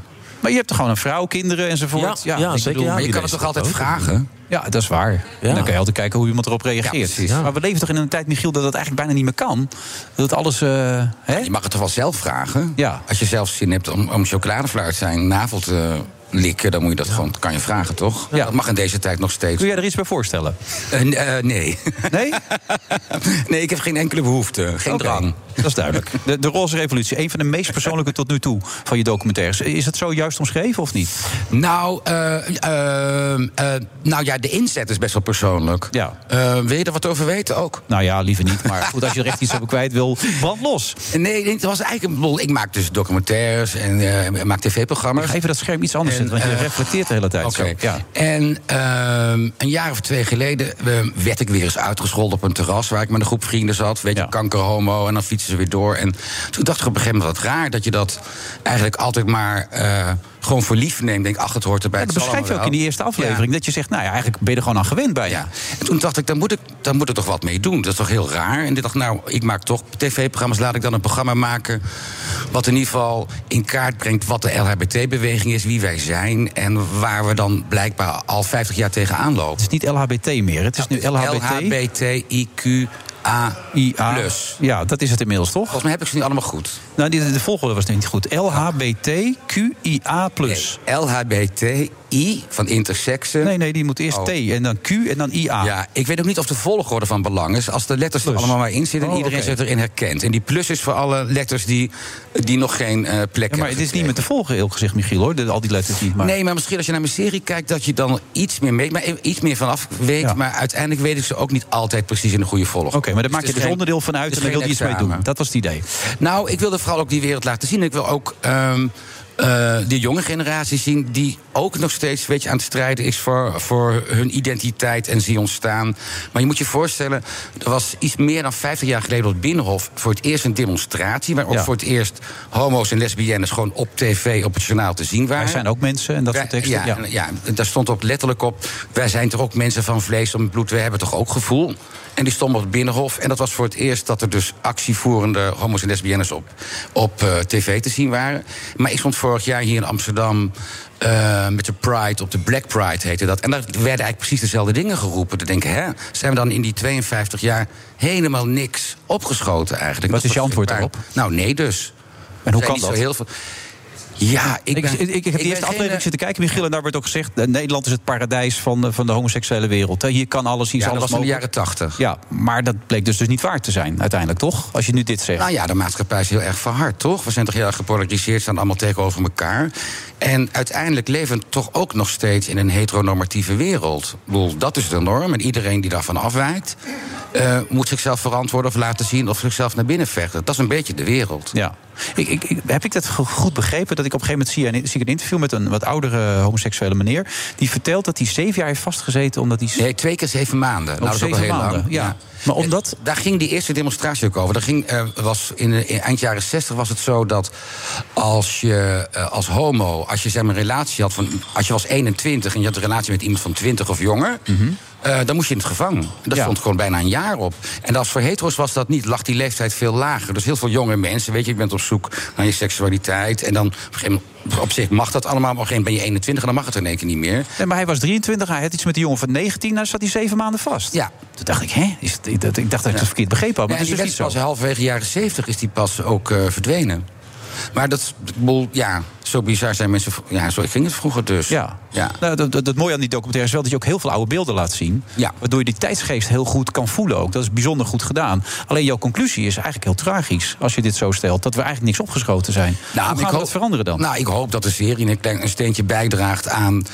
Speaker 8: Maar je hebt toch gewoon een vrouw, kinderen enzovoort?
Speaker 1: Ja, zeker.
Speaker 11: Maar je kan het toch altijd vragen?
Speaker 8: Ja, dat is waar. Ja. En dan kan je altijd kijken hoe iemand erop reageert.
Speaker 11: Ja,
Speaker 8: maar we leven toch in een tijd, Michiel, dat het eigenlijk bijna niet meer kan? Dat alles... Hè?
Speaker 11: Je mag het toch wel zelf vragen?
Speaker 8: Ja.
Speaker 11: Als je zelf zin hebt om chocoladeflauw uit zijn navel te likken, dan moet je dat gewoon, kan je vragen, toch? Ja. Dat mag in deze tijd nog steeds.
Speaker 8: Kun jij er iets bij voorstellen?
Speaker 11: Nee.
Speaker 8: Nee?
Speaker 11: Nee, ik heb geen enkele behoefte. Geen drang.
Speaker 8: Dat is duidelijk. De roze revolutie, een van de meest persoonlijke tot nu toe van je documentaires. Is het zo juist omschreven of niet?
Speaker 11: Nou ja, de inzet is best wel persoonlijk.
Speaker 8: Ja.
Speaker 11: Wil je er wat over weten ook?
Speaker 8: Nou ja, liever niet. Maar goed, als je er echt iets over kwijt wil, brand los.
Speaker 11: Nee, het was eigenlijk... Ik maak dus documentaires en maak tv-programma's.
Speaker 8: Even dat scherm iets anders zetten, want je reflecteert de hele tijd.
Speaker 11: Okay.
Speaker 8: Zo. Ja.
Speaker 11: En een jaar of 2 geleden werd ik weer eens uitgescholden op een terras waar ik met een groep vrienden zat. Weet je, kankerhomo, en dan fietsen ze weer door. En toen dacht ik op een gegeven moment, wat raar dat je dat eigenlijk altijd maar gewoon voor lief neemt. Denk, ach, het hoort erbij.
Speaker 8: Ja, dat beschrijf je ook in die eerste aflevering. Dat je zegt, nou ja, eigenlijk ben je er gewoon aan gewend bij.
Speaker 11: Ja. En toen dacht ik, daar moet ik toch wat mee doen. Dat is toch heel raar. En ik dacht, nou, ik maak toch tv-programma's. Laat ik dan een programma maken wat in ieder geval in kaart brengt wat de LHBT-beweging is, wie wij zijn en waar we dan blijkbaar al 50 jaar tegenaan lopen.
Speaker 8: Het is niet LHBT meer, het is nu
Speaker 11: LHBTIQ. A+.
Speaker 8: Ja, dat is het inmiddels, toch?
Speaker 11: Volgens mij heb ik ze niet allemaal goed.
Speaker 8: Nou, de volgorde was niet goed. LHBTQIA+.
Speaker 11: Nee, LHBTI van interseksen.
Speaker 8: Nee, die moet eerst T en dan Q en dan IA.
Speaker 11: Ja, ik weet ook niet of de volgorde van belang is. Als de letters er allemaal maar in zitten en iedereen zich erin herkent. En die plus is voor alle letters die nog geen plek hebben.
Speaker 8: Maar het is niet met de volgorde, heel gezegd, Michiel, hoor. Al die letters niet. Maar...
Speaker 11: Nee, maar misschien als je naar mijn serie kijkt, dat je dan iets meer vanaf weet. Ja. Maar uiteindelijk weet ik ze ook niet altijd precies in de goede volgorde.
Speaker 8: Oké, maar daar maak je dus onderdeel van uit en daar wil je iets mee doen. Dat was het idee.
Speaker 11: Nou, ik wilde vooral ook die wereld laten zien. Ik wil ook de jonge generatie zien die ook nog steeds aan het strijden is voor hun identiteit en zie ontstaan. Maar je moet je voorstellen, er was iets meer dan 50 jaar geleden op het Binnenhof voor het eerst een demonstratie, waar ook voor het eerst homo's en lesbiennes gewoon op tv, op het journaal te zien waren.
Speaker 8: Wij zijn ook mensen en dat soort teksten.
Speaker 11: Ja, daar stond ook letterlijk op, wij zijn toch ook mensen van vlees en bloed, we hebben toch ook gevoel. En die stonden op het Binnenhof. En dat was voor het eerst dat er dus actievoerende homo's en lesbiennes op tv te zien waren. Maar ik stond vorig jaar hier in Amsterdam met de Pride, op de Black Pride heette dat. En daar werden eigenlijk precies dezelfde dingen geroepen. Te denken, zijn we dan in die 52 jaar helemaal niks opgeschoten eigenlijk?
Speaker 8: Wat is je antwoord daarop?
Speaker 11: Nou, nee dus.
Speaker 8: En hoe kan dat?
Speaker 11: Heel veel. Ja, ik heb
Speaker 8: de eerste aflevering zitten kijken, Michiel, en daar werd ook gezegd, Nederland is het paradijs van de homoseksuele wereld. Hier kan alles, hier is alles
Speaker 11: mogelijk. Dat was in de jaren 80.
Speaker 8: Ja, maar dat bleek dus niet waar te zijn, uiteindelijk, toch? Als je nu dit zegt.
Speaker 11: Nou ja, de maatschappij is heel erg verhard, toch? We zijn toch heel erg gepolariseerd, staan allemaal tegenover elkaar. En uiteindelijk leven we toch ook nog steeds in een heteronormatieve wereld. Ik bedoel, dat is de norm. En iedereen die daarvan afwijkt, moet zichzelf verantwoorden of laten zien of zichzelf naar binnen vechten. Dat is een beetje de wereld.
Speaker 8: Ja. Heb ik dat goed begrepen? Dat ik op een gegeven moment zie ik een interview met een wat oudere homoseksuele meneer. Die vertelt dat hij 7 jaar heeft vastgezeten omdat hij...
Speaker 11: Nee, 2 keer 7 maanden. Nou, dat is ook al heel lang.
Speaker 8: Ja. Maar omdat...
Speaker 11: Daar ging die eerste demonstratie ook over. In eind jaren 60 was het zo dat als je als homo, als je zeg maar een relatie had van, als je was 21 en je had een relatie met iemand van 20 of jonger, dan moest je in het gevangen. Dat stond gewoon bijna een jaar op. En als voor hetero's was dat niet, lag die leeftijd veel lager. Dus heel veel jonge mensen, weet je, je bent op zoek naar je seksualiteit. En dan op zich mag dat allemaal, maar op een gegeven moment ben je 21 en dan mag het er in één keer niet meer.
Speaker 8: Nee, maar hij was 23, hij had iets met die jongen van 19, nou zat hij 7 maanden vast.
Speaker 11: Ja.
Speaker 8: Toen dacht ik, ik dacht dat ik het verkeerd begrepen had. Maar
Speaker 11: en die
Speaker 8: dus
Speaker 11: pas halverwege jaren 70 is die pas ook verdwenen. Maar dat, ja, zo bizar zijn mensen. Ja, zo ging het vroeger dus.
Speaker 8: Ja. Nou, het mooie aan die documentaire is wel dat je ook heel veel oude beelden laat zien. Ja. Waardoor je die tijdsgeest heel goed kan voelen ook. Dat is bijzonder goed gedaan. Alleen jouw conclusie is eigenlijk heel tragisch, als je dit zo stelt, dat we eigenlijk niks opgeschoten zijn.
Speaker 11: Nou,
Speaker 8: hoe gaan we dat veranderen dan?
Speaker 11: Nou, ik hoop dat de serie een steentje bijdraagt aan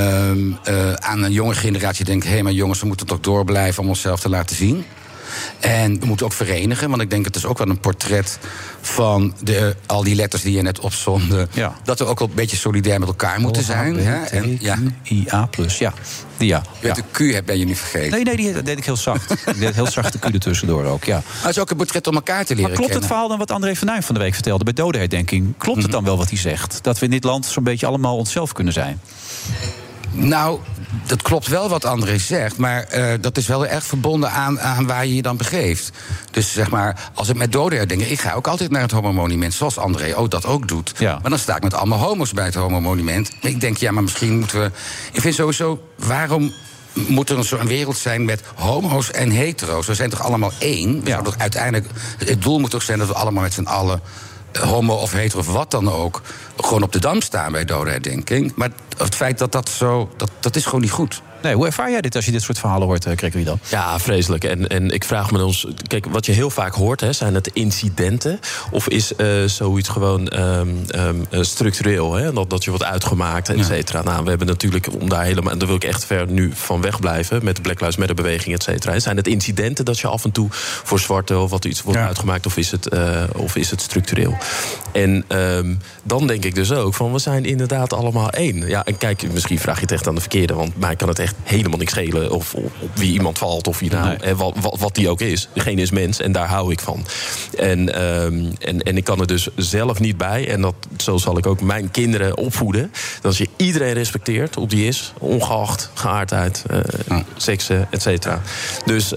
Speaker 11: een jonge generatie. Die denkt, maar jongens, we moeten toch door blijven om onszelf te laten zien. En we moeten ook verenigen, want ik denk het is ook wel een portret van al die letters die je net opzonde. Ja. Dat we ook wel een beetje solidair met elkaar moeten zijn.
Speaker 8: IA+, ja.
Speaker 11: De Q ben je nu vergeten.
Speaker 8: Nee, die deed ik heel zacht. Ik deed heel zacht de Q ertussendoor ook, ja.
Speaker 11: Maar het is ook een portret om elkaar te leren
Speaker 8: kennen. Maar klopt
Speaker 11: kennen.
Speaker 8: het verhaal dan wat André van Duin van de week vertelde bij dodenherdenking? Klopt het dan wel wat hij zegt? Dat we in dit land zo'n beetje allemaal onszelf kunnen zijn?
Speaker 11: Nou, dat klopt wel wat André zegt, maar dat is wel erg verbonden aan waar je je dan begeeft. Dus zeg maar, als ik met doden herdenk, ik ga ook altijd naar het homomonument, zoals André dat ook doet. Ja. Maar dan sta ik met allemaal homo's bij het homomonument. Ik denk, ja, maar misschien moeten we... Ik vind sowieso, waarom moet er een soort wereld zijn met homo's en hetero's? We zijn toch allemaal één? Ja. Toch uiteindelijk, het doel moet toch zijn dat we allemaal met z'n allen, homo of hetero of wat dan ook, gewoon op de Dam staan bij dodenherdenking. Maar het feit dat is gewoon niet goed.
Speaker 8: Nee, hoe ervaar jij dit als je dit soort verhalen hoort, Gregory, dan?
Speaker 1: Ja, vreselijk. En ik vraag me ons... Kijk, wat je heel vaak hoort, zijn het incidenten? Of is zoiets gewoon structureel? Hè? Dat je wordt uitgemaakt, et cetera. Nou, we hebben natuurlijk, om daar helemaal... En daar wil ik echt ver nu van wegblijven, met de Black Lives Matter beweging, et cetera. Zijn het incidenten dat je af en toe voor zwarte of wat iets wordt uitgemaakt? Of is het structureel? En dan denk ik dus ook van, we zijn inderdaad allemaal één. Ja, en kijk, misschien vraag je het echt aan de verkeerde, want mij kan het echt helemaal niks schelen of op wie iemand valt of wie nou, wat die ook is. Degene is mens en daar hou ik van. En ik kan er dus zelf niet bij. En zo zal ik ook mijn kinderen opvoeden. Dat als je iedereen respecteert op die is, ongeacht geaardheid, seksen, et cetera. Dus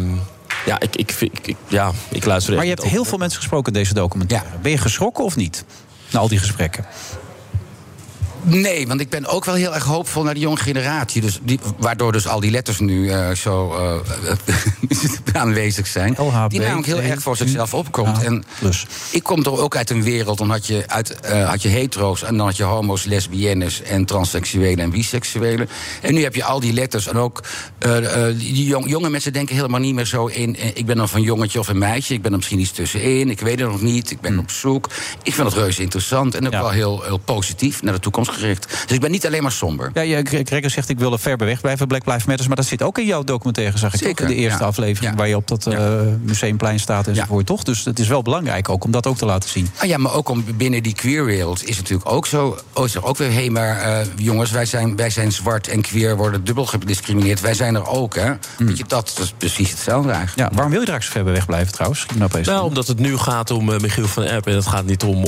Speaker 1: ik luister.
Speaker 8: Maar je hebt heel veel mensen gesproken in deze documentaire. Ja. Ben je geschrokken of niet? Na al die gesprekken.
Speaker 11: Nee, want ik ben ook wel heel erg hoopvol naar de jonge generatie. Dus waardoor dus al die letters nu zo aanwezig zijn. LHB, die namelijk heel erg voor zichzelf opkomt. Ja, en ik kom toch ook uit een wereld, dan had je hetero's en dan had je homo's, lesbiennes en transseksuelen en biseksuelen. En nu heb je al die letters. En ook die jonge mensen denken helemaal niet meer zo in, ik ben dan van jongetje of een meisje, ik ben er misschien iets tussenin, ik weet het nog niet, ik ben op zoek. Ik vind het reuze interessant en ook wel heel positief naar de toekomst gericht. Dus ik ben niet alleen maar somber.
Speaker 8: Ja, Gregor zegt, ik wil er ver bij weg blijven, Black Lives Matter, maar dat zit ook in jouw documentaire, zag ik. Zeker, ook in de eerste aflevering, waar je op dat Museumplein staat enzovoort, toch? Dus het is wel belangrijk ook om dat ook te laten zien.
Speaker 11: Ja, maar ook om binnen die queerwereld is het natuurlijk ook zo, is er ook weer, maar jongens, wij zijn zwart en queer, worden dubbel gediscrimineerd. Wij zijn er ook, hè? Weet je, dat is precies hetzelfde eigenlijk.
Speaker 8: Ja, waarom wil je er zo ver bij weg blijven trouwens?
Speaker 1: Omdat het nu gaat om Michiel van Erp en het gaat niet om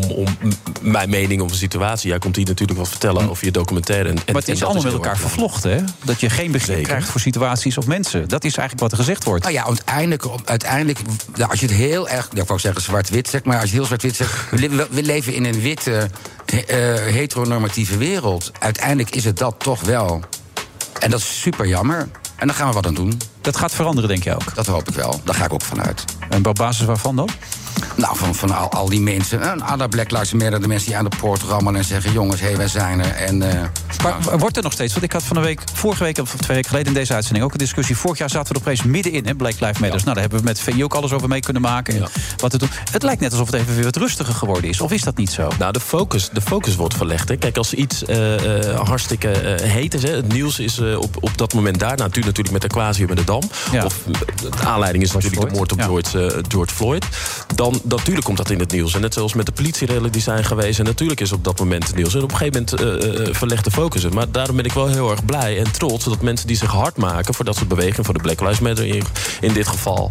Speaker 1: mijn mening over de situatie. Jij komt hier natuurlijk wat vertellen over je documentaire. Maar
Speaker 8: het is allemaal met elkaar vervlochten, hè? Dat je geen begrip krijgt voor situaties of mensen. Dat is eigenlijk wat er gezegd wordt.
Speaker 11: Nou ja, uiteindelijk als je het heel erg, ik wou zeggen zwart-wit zeg, maar als je heel zwart-wit zegt, we leven in een witte, heteronormatieve wereld. Uiteindelijk is het dat toch wel. En dat is super jammer. En daar gaan we wat aan doen.
Speaker 8: Dat gaat veranderen, denk je ook?
Speaker 11: Dat hoop ik wel. Daar ga ik ook vanuit.
Speaker 8: En op basis waarvan dan?
Speaker 11: Nou, van al die mensen. Alle Black Lives Matter, de mensen die aan de poort rammelen en zeggen, jongens, wij zijn er. En,
Speaker 8: maar wordt er nog steeds? Want ik had vorige week of 2 weken geleden in deze uitzending ook een discussie. Vorig jaar zaten we er opeens middenin, hè, Black Lives Matter. Ja. Nou, daar hebben we met VI ook alles over mee kunnen maken. Ja. Wat te doen. Het lijkt net alsof het even weer wat rustiger geworden is. Of is dat niet zo?
Speaker 1: Nou, de focus wordt verlegd. Hè. Kijk, als iets hartstikke heet is, hè, het nieuws is op dat moment daar. Nou, natuurlijk met Aquasium en de Dam. Ja. Of de aanleiding is natuurlijk de moord op George Floyd. Dan natuurlijk komt dat in het nieuws. En net zoals met de politierellen die zijn geweest. En natuurlijk is op dat moment het nieuws. En op een gegeven moment verlegt de focus het. Maar daarom ben ik wel heel erg blij en trots dat mensen die zich hard maken voor dat soort bewegingen, voor de Black Lives Matter in dit geval.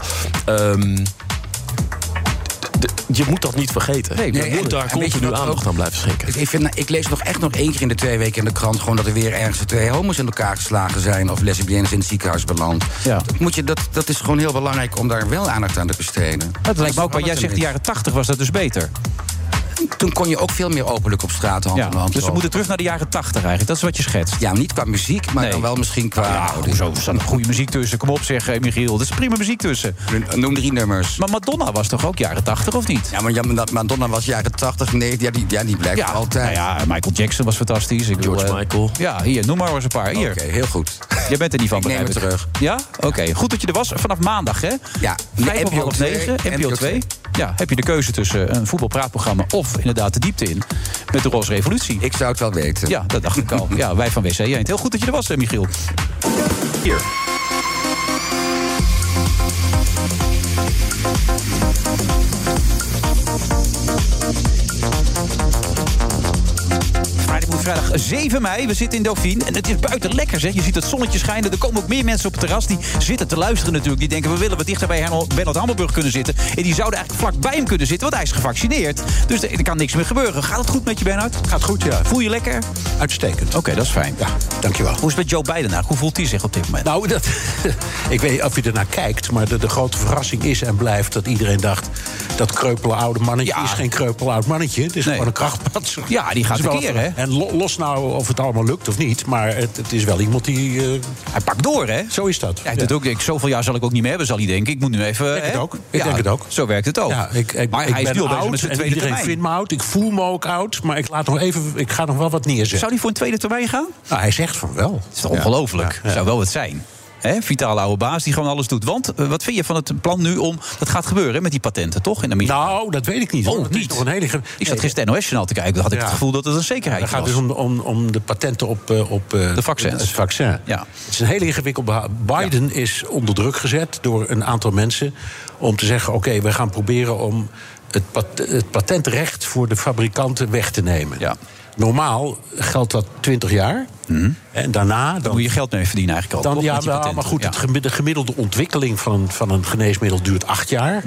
Speaker 1: Je moet dat niet vergeten. Je moet daar continu aandacht aan blijven schenken.
Speaker 11: Ik lees nog 1 keer in de 2 weken in de krant gewoon dat er weer ergens 2 homo's in elkaar geslagen zijn of lesbiennes in het ziekenhuis beland. Ja. Dat is gewoon heel belangrijk om daar wel aandacht aan te besteden.
Speaker 8: Dat lijkt me ook, maar jij zegt de jaren 80 was dat dus beter.
Speaker 11: Toen kon je ook veel meer openlijk op straat hand in hand.
Speaker 8: Dus we moeten terug naar de jaren 80 eigenlijk. Dat is wat je schetst.
Speaker 11: Ja, niet qua muziek, maar dan wel misschien qua...
Speaker 8: Hoezo? Er staat goede muziek tussen. Kom op zeg, Michiel. Er is prima muziek tussen.
Speaker 11: Noem 3 nummers.
Speaker 8: Maar Madonna was toch ook jaren 80, of niet?
Speaker 11: Ja, maar Madonna was jaren 80, 90. Die blijft altijd.
Speaker 8: Nou ja, Michael Jackson was fantastisch.
Speaker 1: George Michael.
Speaker 8: Ja, hier, noem maar eens een paar. Hier.
Speaker 11: Oké, heel goed.
Speaker 8: Jij bent er niet van,
Speaker 11: ik neem het terug.
Speaker 8: Ja? Oké, goed dat je er was. Vanaf maandag, hè?
Speaker 11: Ja.
Speaker 8: 5:30, NPO 2. Ja, heb je de keuze tussen een voetbalpraatprogramma of inderdaad de diepte in met de Roze Revolutie.
Speaker 11: Ik zou het wel weten.
Speaker 8: Ja, dat dacht ik al. Ja, wij van WC Eend. Heel goed dat je er was, Michiel. Hier. Vrijdag 7 mei, we zitten in Dauphine. En het is buiten lekker, zeg. Je ziet het zonnetje schijnen. Er komen ook meer mensen op het terras. Die zitten te luisteren natuurlijk. Die denken, we willen wat dichter bij Bernard Hammelburg kunnen zitten. En die zouden eigenlijk vlak bij hem kunnen zitten, want hij is gevaccineerd. Dus er kan niks meer gebeuren. Gaat het goed met je, Bernard?
Speaker 12: Gaat goed, ja.
Speaker 8: Voel je lekker?
Speaker 12: Uitstekend.
Speaker 8: Oké, dat is fijn.
Speaker 12: Ja, dankjewel.
Speaker 8: Hoe is het met Joe Biden nou? Hoe voelt hij zich op dit moment?
Speaker 12: Nou, ik weet niet of je ernaar kijkt, maar de grote verrassing is en blijft dat iedereen dacht, dat kreupele oude mannetje is geen kreupel oud mannetje. Het is gewoon een krachtpatser.
Speaker 8: Ja, die gaat tekeer, hè?
Speaker 12: En los nou of het allemaal lukt of niet, maar het is wel iemand die...
Speaker 8: Hij pakt door, hè?
Speaker 12: Zo is dat.
Speaker 8: Ja, hij doet ook, zoveel jaar zal ik ook niet meer hebben, zal hij denken. Ik moet nu even...
Speaker 12: Ik denk het ook.
Speaker 8: Zo werkt het ook.
Speaker 12: Ja, maar
Speaker 8: hij
Speaker 12: is
Speaker 8: nu al
Speaker 12: oud
Speaker 8: met zijn
Speaker 12: en
Speaker 8: tweede
Speaker 12: iedereen
Speaker 8: termijn.
Speaker 12: vindt me oud. Ik voel me ook oud, maar ik ga nog wel wat neerzetten.
Speaker 8: Zou hij voor een tweede termijn gaan?
Speaker 12: Nou, hij zegt van wel.
Speaker 8: Het is toch ongelooflijk?
Speaker 12: Ja.
Speaker 8: Zou wel wat zijn. Vitale oude baas die gewoon alles doet. Want wat vind je van het plan nu om... Dat gaat gebeuren met die patenten, toch? In Amerika?
Speaker 12: Nou, dat weet ik niet.
Speaker 8: Oh,
Speaker 12: het is nog een hele...
Speaker 8: Ik zat gisteren NOS-journaal te kijken. Dan had ik het gevoel dat het een zekerheid was.
Speaker 12: Het gaat dus om de patenten op
Speaker 8: de vaccins.
Speaker 12: Het vaccin.
Speaker 8: Ja.
Speaker 12: Het is een hele ingewikkelde... Biden is onder druk gezet door een aantal mensen... om te zeggen, oké, we gaan proberen om het patentrecht voor de fabrikanten weg te nemen.
Speaker 8: Ja.
Speaker 12: Normaal geldt dat 20 jaar. En daarna...
Speaker 8: Dan moet je geld mee verdienen eigenlijk al.
Speaker 12: Maar goed, de gemiddelde ontwikkeling van een geneesmiddel duurt 8 jaar.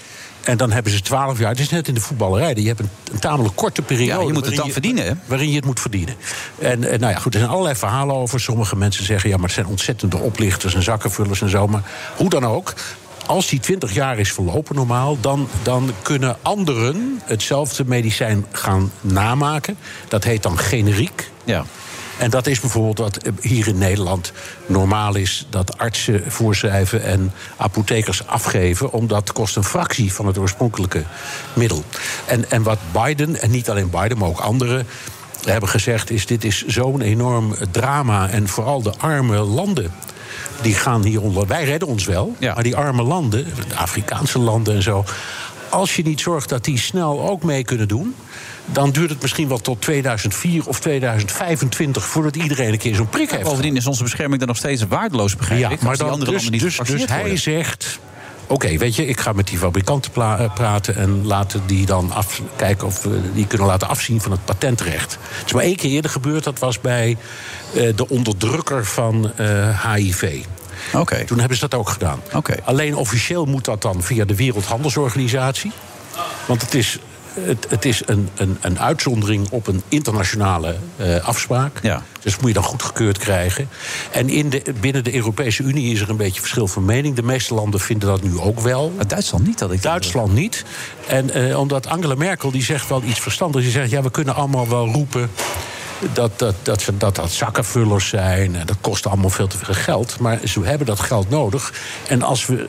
Speaker 12: En dan hebben ze 12 jaar. Het is net in de voetballerij. Je hebt een tamelijk korte periode.
Speaker 8: Ja, je moet het dan verdienen, hè?
Speaker 12: Waarin je het moet verdienen. En nou ja, goed, er zijn allerlei verhalen over. Sommige mensen zeggen, ja, maar het zijn ontzettende oplichters en zakkenvullers en zo. Maar hoe dan ook... Als die 20 jaar is verlopen normaal, dan kunnen anderen hetzelfde medicijn gaan namaken. Dat heet dan generiek.
Speaker 8: Ja.
Speaker 12: En dat is bijvoorbeeld wat hier in Nederland normaal is... dat artsen voorschrijven en apothekers afgeven... omdat het kost een fractie van het oorspronkelijke middel. En wat Biden, en niet alleen Biden, maar ook anderen... hebben gezegd is, dit is zo'n enorm drama. En vooral de arme landen... die gaan hieronder. Wij redden ons wel, maar die arme landen, de Afrikaanse landen en zo... als je niet zorgt dat die snel ook mee kunnen doen... dan duurt het misschien wel tot 2004 of 2025... voordat iedereen een keer zo'n prik heeft.
Speaker 8: Bovendien is onze bescherming dan nog steeds waardeloos, begrijp ik.
Speaker 12: Maar dan,
Speaker 8: andere landen niet
Speaker 12: dus hij zegt... Oké, weet je, ik ga met die fabrikanten praten... en laten die dan kijken of we die kunnen laten afzien van het patentrecht. Het is maar 1 keer eerder gebeurd. Dat was bij de onderdrukker van HIV.
Speaker 8: Okay.
Speaker 12: Toen hebben ze dat ook gedaan.
Speaker 8: Okay.
Speaker 12: Alleen officieel moet dat dan via de Wereldhandelsorganisatie. Want het is een uitzondering op een internationale afspraak.
Speaker 8: Ja.
Speaker 12: Dus moet je dan goedgekeurd krijgen. En binnen de Europese Unie is er een beetje verschil van mening. De meeste landen vinden dat nu ook wel.
Speaker 8: Maar Duitsland niet, had ik
Speaker 12: Duitsland niet. En omdat Angela Merkel, die zegt wel iets verstandigs. Die zegt, ja, we kunnen allemaal wel roepen... Dat zakkenvullers zijn. En dat kost allemaal veel te veel geld. Maar ze hebben dat geld nodig. En als we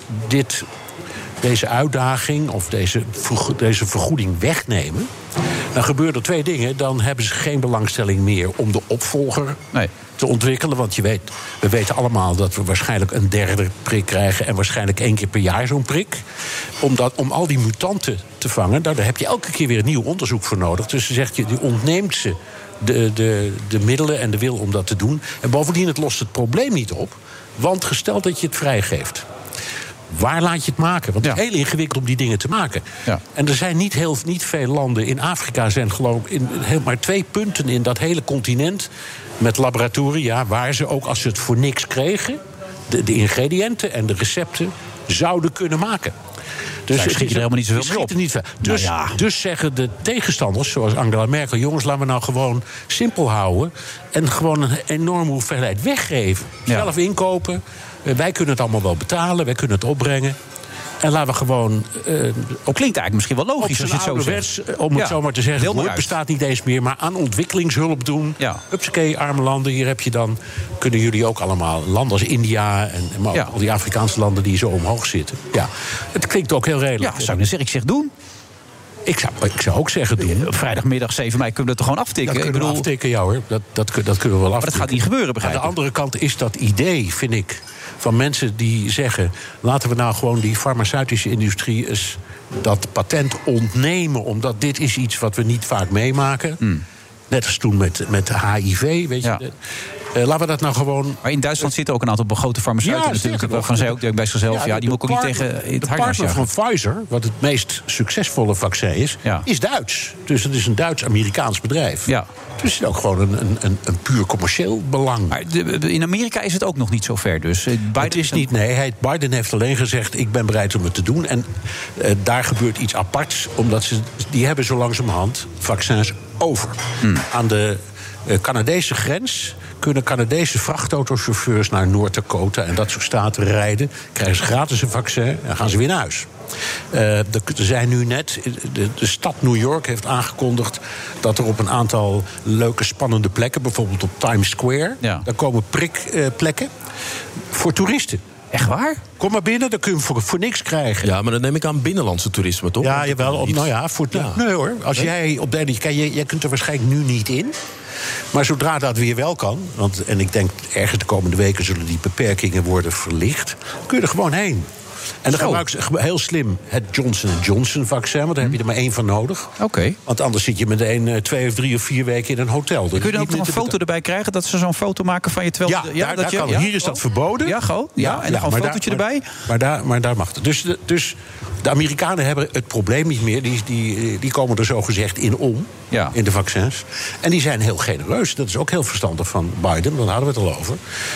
Speaker 12: deze uitdaging of deze vergoeding wegnemen... dan gebeuren er 2 dingen. Dan hebben ze geen belangstelling meer om de opvolger te ontwikkelen. Want we weten allemaal dat we waarschijnlijk een 3e prik krijgen... en waarschijnlijk 1 keer per jaar zo'n prik. Om al die mutanten te vangen, daar heb je elke keer weer een nieuw onderzoek voor nodig. Dus ze zegt, je ontneemt ze de middelen en de wil om dat te doen. En bovendien, het lost het probleem niet op. Want gesteld dat je het vrijgeeft... waar laat je het maken? Want het is heel ingewikkeld om die dingen te maken. Ja. En er zijn niet veel landen. In Afrika zijn geloof ik maar 2 punten in dat hele continent... met laboratoria, waar ze ook als ze het voor niks kregen... de ingrediënten en de recepten zouden kunnen maken. Dus
Speaker 8: schiet je er helemaal niet zoveel mee op.
Speaker 12: Dus zeggen de tegenstanders, zoals Angela Merkel... jongens, laten we nou gewoon simpel houden... en gewoon een enorme hoeveelheid weggeven. Zelf inkopen, wij kunnen het allemaal wel betalen... wij kunnen het opbrengen. En laten we gewoon...
Speaker 8: klinkt eigenlijk misschien wel logisch als je het zo zegt.
Speaker 12: Om het zo maar te zeggen, het bestaat niet eens meer... maar aan ontwikkelingshulp doen. Ja. Hupsakee, arme landen, hier heb je dan... kunnen jullie ook allemaal, landen als India... en al die Afrikaanse landen die zo omhoog zitten. Ja, het klinkt ook heel redelijk.
Speaker 8: Ja, zou ik zeggen, ik zeg doen.
Speaker 12: Ik zou ook zeggen doen.
Speaker 8: Vrijdagmiddag 7 mei kunnen we het toch gewoon aftikken?
Speaker 12: Dat kunnen we aftikken, ja hoor. Dat kunnen we wel aftikken.
Speaker 8: Maar dat gaat niet gebeuren, begrijp ik.
Speaker 12: Aan de andere kant is dat idee, vind ik... van mensen die zeggen... laten we nou gewoon die farmaceutische industrie... eens dat patent ontnemen... omdat dit is iets wat we niet vaak meemaken. Net als toen met HIV, weet je. Laten we dat nou gewoon...
Speaker 8: Maar in Duitsland zitten ook een aantal grote farmaceuten natuurlijk. Waarvan zij ook bij zichzelf... die moet ik ook niet tegen het hart
Speaker 12: partner van Pfizer, wat het meest succesvolle vaccin is Duits. Dus het is een Duits-Amerikaans bedrijf. Ja. Dus het is ook gewoon een puur commercieel belang.
Speaker 8: Maar in Amerika is het ook nog niet zo ver. Dus
Speaker 12: Biden heeft alleen gezegd, ik ben bereid om het te doen. En daar gebeurt iets aparts, omdat die hebben zo langzamerhand vaccins over. Aan de Canadese grens kunnen Canadese vrachtautochauffeurs naar Noord-Dakota en dat soort staten rijden. Krijgen ze gratis een vaccin en gaan ze weer naar huis. Er zijn nu net, de stad New York heeft aangekondigd dat er op een aantal leuke, spannende plekken, bijvoorbeeld op Times Square, daar komen prikplekken voor toeristen.
Speaker 8: Echt waar?
Speaker 12: Kom maar binnen, dan kun je hem voor niks krijgen.
Speaker 1: Ja, maar dan neem ik aan binnenlandse toerisme, toch?
Speaker 12: Ja, jawel. Nee hoor. Als jij op jij kunt er waarschijnlijk nu niet in. Maar zodra dat weer wel kan, en ik denk ergens de komende weken zullen die beperkingen worden verlicht, kun je er gewoon heen. En dan gebruiken ze heel slim het Johnson & Johnson vaccin, want daar heb je er maar 1 van nodig.
Speaker 8: Oké.
Speaker 12: Want anders zit je meteen 2 of 3 of 4 weken in een hotel.
Speaker 8: Kun je dan ook nog een foto erbij krijgen, dat ze zo'n foto maken van je...
Speaker 12: Hier is dat verboden.
Speaker 8: Ja, gewoon. En dan een fotootje erbij.
Speaker 12: Maar daar mag het. Dus de Amerikanen hebben het probleem niet meer. Die komen er zogezegd in om, in de vaccins. En die zijn heel genereus. Dat is ook heel verstandig van Biden, daar hadden we het al over.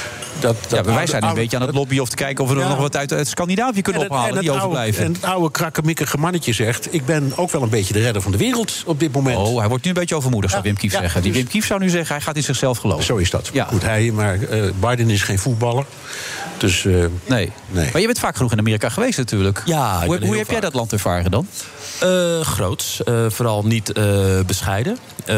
Speaker 8: Wij zijn een beetje aan het lobbyen of te kijken of we er nog wat uit Scandinavië kunnen ophalen die overblijven.
Speaker 12: En het oude krakkemikkige mannetje zegt, ik ben ook wel een beetje de redder van de wereld op dit moment.
Speaker 8: Oh, hij wordt nu een beetje overmoedig, zou Wim Kief zeggen. Die Wim Kief zou nu zeggen, hij gaat in zichzelf geloven.
Speaker 12: Zo is dat. Ja. Goed, maar Biden is geen voetballer. Dus,
Speaker 8: nee. Maar je bent vaak genoeg in Amerika geweest natuurlijk.
Speaker 1: Ja,
Speaker 8: hoe heb jij dat land ervaren dan?
Speaker 1: Groots. Vooral niet bescheiden.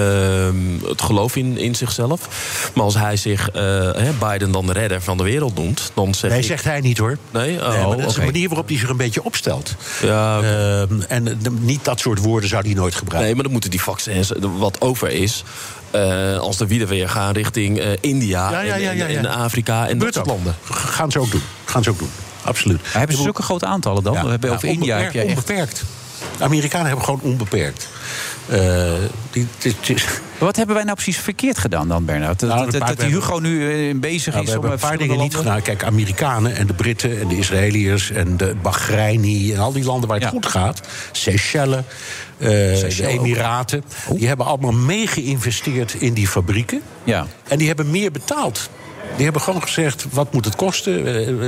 Speaker 1: Het geloof in zichzelf. Maar als hij zich Biden dan de redder van de wereld noemt, dan zeg
Speaker 12: zegt hij niet hoor.
Speaker 1: Nee?
Speaker 12: Maar dat is een manier waarop hij zich een beetje opstelt. Ja, en niet dat soort woorden zou hij nooit gebruiken.
Speaker 1: Nee, maar dan moeten die vaccins wat over is. Als de wielen weer gaan richting India en Afrika en dat soort landen.
Speaker 12: Gaan ze ook doen. Absoluut.
Speaker 8: Maar hebben ze zulke grote aantallen dan? We hebben over India heb je
Speaker 12: onbeperkt. De Amerikanen hebben gewoon onbeperkt.
Speaker 8: Wat hebben wij nou precies verkeerd gedaan dan, Bernard? Dat die Hugo nu bezig is om
Speaker 12: een paar dingen niet gedaan. Kijk, Amerikanen en de Britten en de Israëliërs en de Bahreini en al die landen waar het goed gaat, Seychelles, de Emiraten, die hebben allemaal mee geïnvesteerd in die fabrieken. Ja. En die hebben meer betaald. Die hebben gewoon gezegd, wat moet het kosten?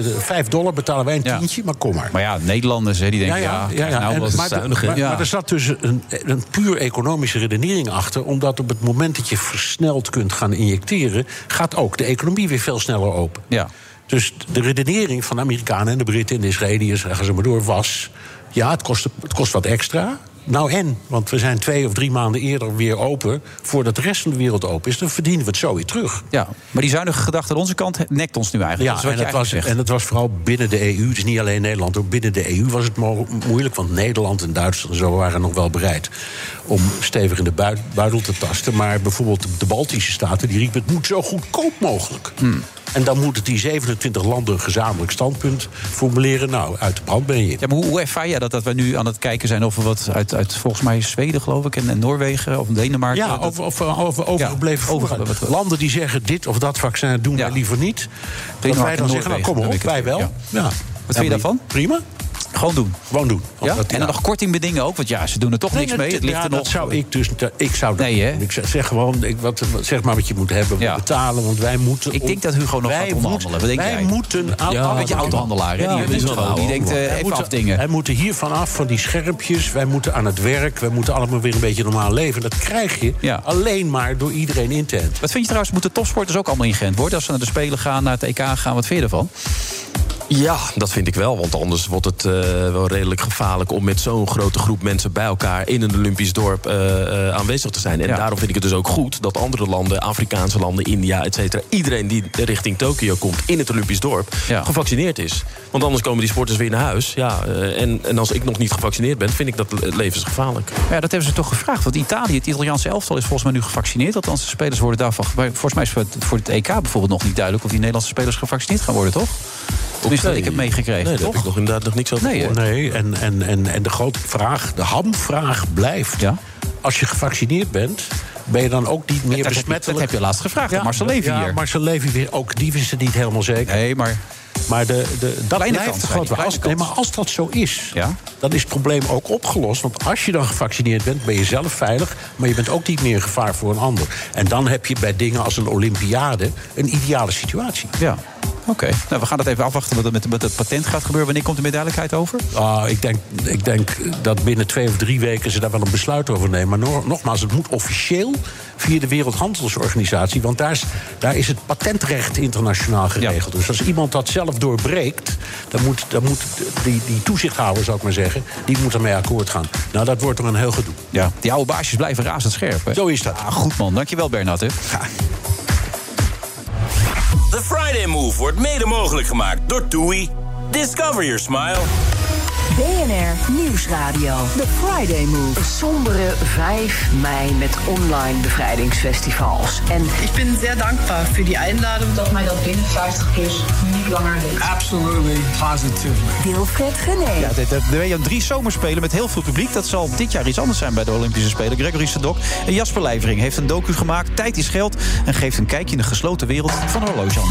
Speaker 12: $5 betalen wij een tientje, maar kom maar.
Speaker 8: Maar ja, Nederlanders, die denken,
Speaker 12: maar er zat dus een puur economische redenering achter, omdat op het moment dat je versneld kunt gaan injecteren, gaat ook de economie weer veel sneller open. Ja. Dus de redenering van de Amerikanen en de Britten en de Israëliërs, gaan ze maar door, was, het kost wat extra. Nou want we zijn 2 of 3 maanden eerder weer open, voordat de rest van de wereld open is, dan verdienen we het zo weer terug.
Speaker 8: Ja, maar die zuinige gedachte aan onze kant nekt ons nu eigenlijk.
Speaker 12: Ja, en het was vooral binnen de EU, dus niet alleen Nederland, ook binnen de EU was het moeilijk, want Nederland en Duitsland en zo waren nog wel bereid om stevig in de buidel te tasten. Maar bijvoorbeeld de Baltische staten, die riepen, het moet zo goedkoop mogelijk. En dan moeten die 27 landen een gezamenlijk standpunt formuleren. Nou, uit de brand ben je.
Speaker 8: Ja, maar hoe ervaar jij dat we nu aan het kijken zijn of we wat uit volgens mij Zweden, geloof ik, en Noorwegen of Denemarken?
Speaker 12: Ja, over overgebleven landen die zeggen, dit of dat vaccin doen wij liever niet. Dat wij dan zeggen, nou kom op, wij wel. Ja.
Speaker 8: Wat vind je daarvan?
Speaker 12: Prima.
Speaker 8: Gewoon doen.
Speaker 12: Ja?
Speaker 8: En dan nog korting bedingen ook, want ze doen er toch niks mee. Het ligt er nog.
Speaker 12: Dat zou ik dus. Ik zou dat doen. Ik zeg gewoon, zeg maar wat je moet hebben, betalen, want wij moeten.
Speaker 8: Ik denk dat Hugo nog gaat onderhandelen. Wat denk jij?
Speaker 12: Wij moeten.
Speaker 8: Een beetje autohandelaar, die denkt even afdingen.
Speaker 12: Wij moeten hier vanaf van die schermpjes. Wij moeten aan het werk. Wij moeten allemaal weer een beetje normaal leven. Dat krijg je alleen maar door iedereen in te enten.
Speaker 8: Wat vind je trouwens? Moeten topsporters ook allemaal ingeënt worden als ze naar de Spelen gaan, naar het EK gaan? Wat vind je ervan?
Speaker 1: Ja, dat vind ik wel. Want anders wordt het wel redelijk gevaarlijk om met zo'n grote groep mensen bij elkaar in een Olympisch dorp aanwezig te zijn. En daarom vind ik het dus ook goed dat andere landen, Afrikaanse landen, India, et cetera, iedereen die richting Tokio komt in het Olympisch dorp, gevaccineerd is. Want anders komen die sporters weer naar huis. Ja, en als ik nog niet gevaccineerd ben, vind ik dat levensgevaarlijk.
Speaker 8: Ja, dat hebben ze toch gevraagd. Want Italië, het Italiaanse elftal, is volgens mij nu gevaccineerd. Althans, de spelers worden daarvan. Volgens mij is het voor het EK bijvoorbeeld nog niet duidelijk of die Nederlandse spelers gevaccineerd gaan worden, toch? Tenminste, dat ik heb meegekregen.
Speaker 1: Nee, daar heb ik inderdaad nog niks over gehoord.
Speaker 12: Nee, en de grote vraag, de hamvraag blijft. Ja? Als je gevaccineerd bent, ben je dan ook niet meer besmettelijk?
Speaker 8: Dat heb je laatst gevraagd, Marcel Levy hier.
Speaker 12: Ja, Marcel Levy weer, ook die wist het niet helemaal zeker.
Speaker 8: Nee, maar
Speaker 12: dat blijft groot. Maar als dat zo is, dan is het probleem ook opgelost. Want als je dan gevaccineerd bent, ben je zelf veilig, maar je bent ook niet meer een gevaar voor een ander. En dan heb je bij dingen als een Olympiade een ideale situatie.
Speaker 8: Ja. Oké. Nou, we gaan dat even afwachten wat met het patent gaat gebeuren. Wanneer komt er meer duidelijkheid over?
Speaker 12: Ik denk dat binnen 2 of 3 weken ze daar wel een besluit over nemen. Maar nogmaals, het moet officieel via de Wereldhandelsorganisatie. Want daar is het patentrecht internationaal geregeld. Ja. Dus als iemand dat zelf doorbreekt, dan moet die toezichthouder, zou ik maar zeggen, die moet ermee akkoord gaan. Nou, dat wordt er een heel gedoe.
Speaker 8: Ja, die oude baasjes blijven razendscherp. Hè?
Speaker 12: Zo is dat.
Speaker 8: Goed man, dankjewel Bernhard. Hè? Ja.
Speaker 2: The Friday Move wordt mede mogelijk gemaakt door TUI. Discover your smile.
Speaker 3: BNR Nieuwsradio. The Friday Move.
Speaker 4: Een sombere 5 mei met online bevrijdingsfestivals.
Speaker 5: En ik ben zeer dankbaar voor die Einladung.
Speaker 6: Dat mij dat binnen 50 plus niet langer leeft.
Speaker 7: Absolutely positively.
Speaker 3: Wilfred Genee.
Speaker 8: Ja, de WM 3 zomerspelen met heel veel publiek. Dat zal dit jaar iets anders zijn bij de Olympische Spelen. Gregory Sedok en Jasper Leijvering heeft een docu gemaakt. Tijd is geld. En geeft een kijkje in de gesloten wereld van de horlogehandel.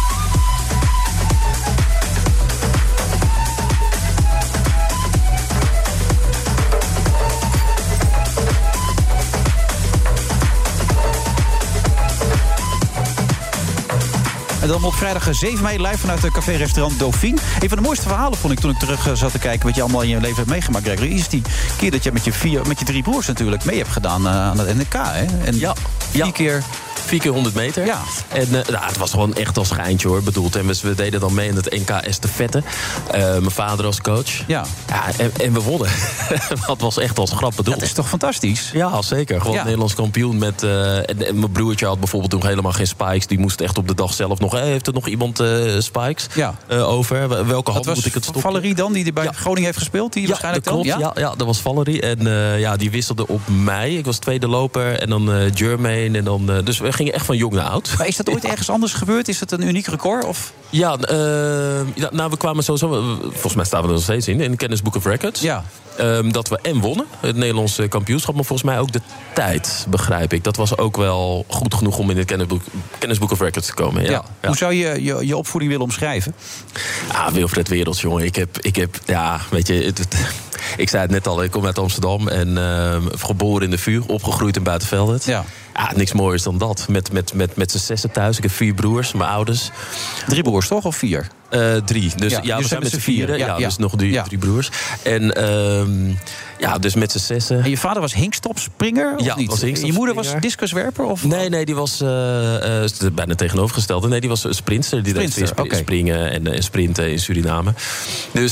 Speaker 8: En dan op vrijdag 7 mei live vanuit het café-restaurant Dauphine. Een van de mooiste verhalen vond ik toen ik terug zat te kijken wat je allemaal in je leven hebt meegemaakt, Gregory. Is die keer dat je met je 3 broers natuurlijk mee hebt gedaan aan het NK. Hè? En 4 keer
Speaker 1: 100 meter. Ja. En het was gewoon echt als schijntje hoor, bedoeld. En we deden dan mee in het NK estafette. Mijn vader als coach.
Speaker 8: Ja.
Speaker 1: En we wonnen. Dat was echt als grap bedoeld.
Speaker 8: Dat is toch fantastisch?
Speaker 1: Ja, zeker. Gewoon Nederlands kampioen met... en mijn broertje had bijvoorbeeld nog helemaal geen spikes. Die moest echt op de dag zelf nog... heeft er nog iemand spikes over? Welke hand moet ik het stoppen?
Speaker 8: Valerie dan, die bij Groningen heeft gespeeld? Die waarschijnlijk
Speaker 1: dat klopt. Ja, dat was Valerie. En die wisselde op mij. Ik was tweede loper. En dan Jermaine. En dan, dus we gingen echt van jong naar oud.
Speaker 8: Maar is dat ooit ergens anders gebeurd? Is het een uniek record? Of?
Speaker 1: Ja, we kwamen sowieso... Volgens mij staan we er nog steeds in de Guinness Book of Records.
Speaker 8: Ja.
Speaker 1: Dat we wonnen, het Nederlandse kampioenschap. Maar volgens mij ook de tijd, begrijp ik. Dat was ook wel goed genoeg om in het Guinness Book of Records te komen. Ja.
Speaker 8: Hoe zou je je opvoeding willen omschrijven?
Speaker 1: Wilfred Werelds, jongen. Ik heb weet je... Ik zei het net al, ik kom uit Amsterdam. En geboren in de Vuur, opgegroeid in Buitenveldert. Ja, niks mooiers dan dat. Met z'n zessen thuis. Ik heb 4 broers, mijn ouders.
Speaker 8: 3 broers, toch? Of 4?
Speaker 1: 3. Dus we zijn met z'n 4. Ja, dus nog 3 broers. En dus met z'n 6.
Speaker 8: En je vader was hinkstopspringer? Of niet?
Speaker 1: Was hinkstopspringer.
Speaker 8: Je moeder was discuswerper? Of?
Speaker 1: Nee, die was bijna tegenovergestelde. Nee, die was een sprinter. Die deed springen en sprinten in Suriname. Dus...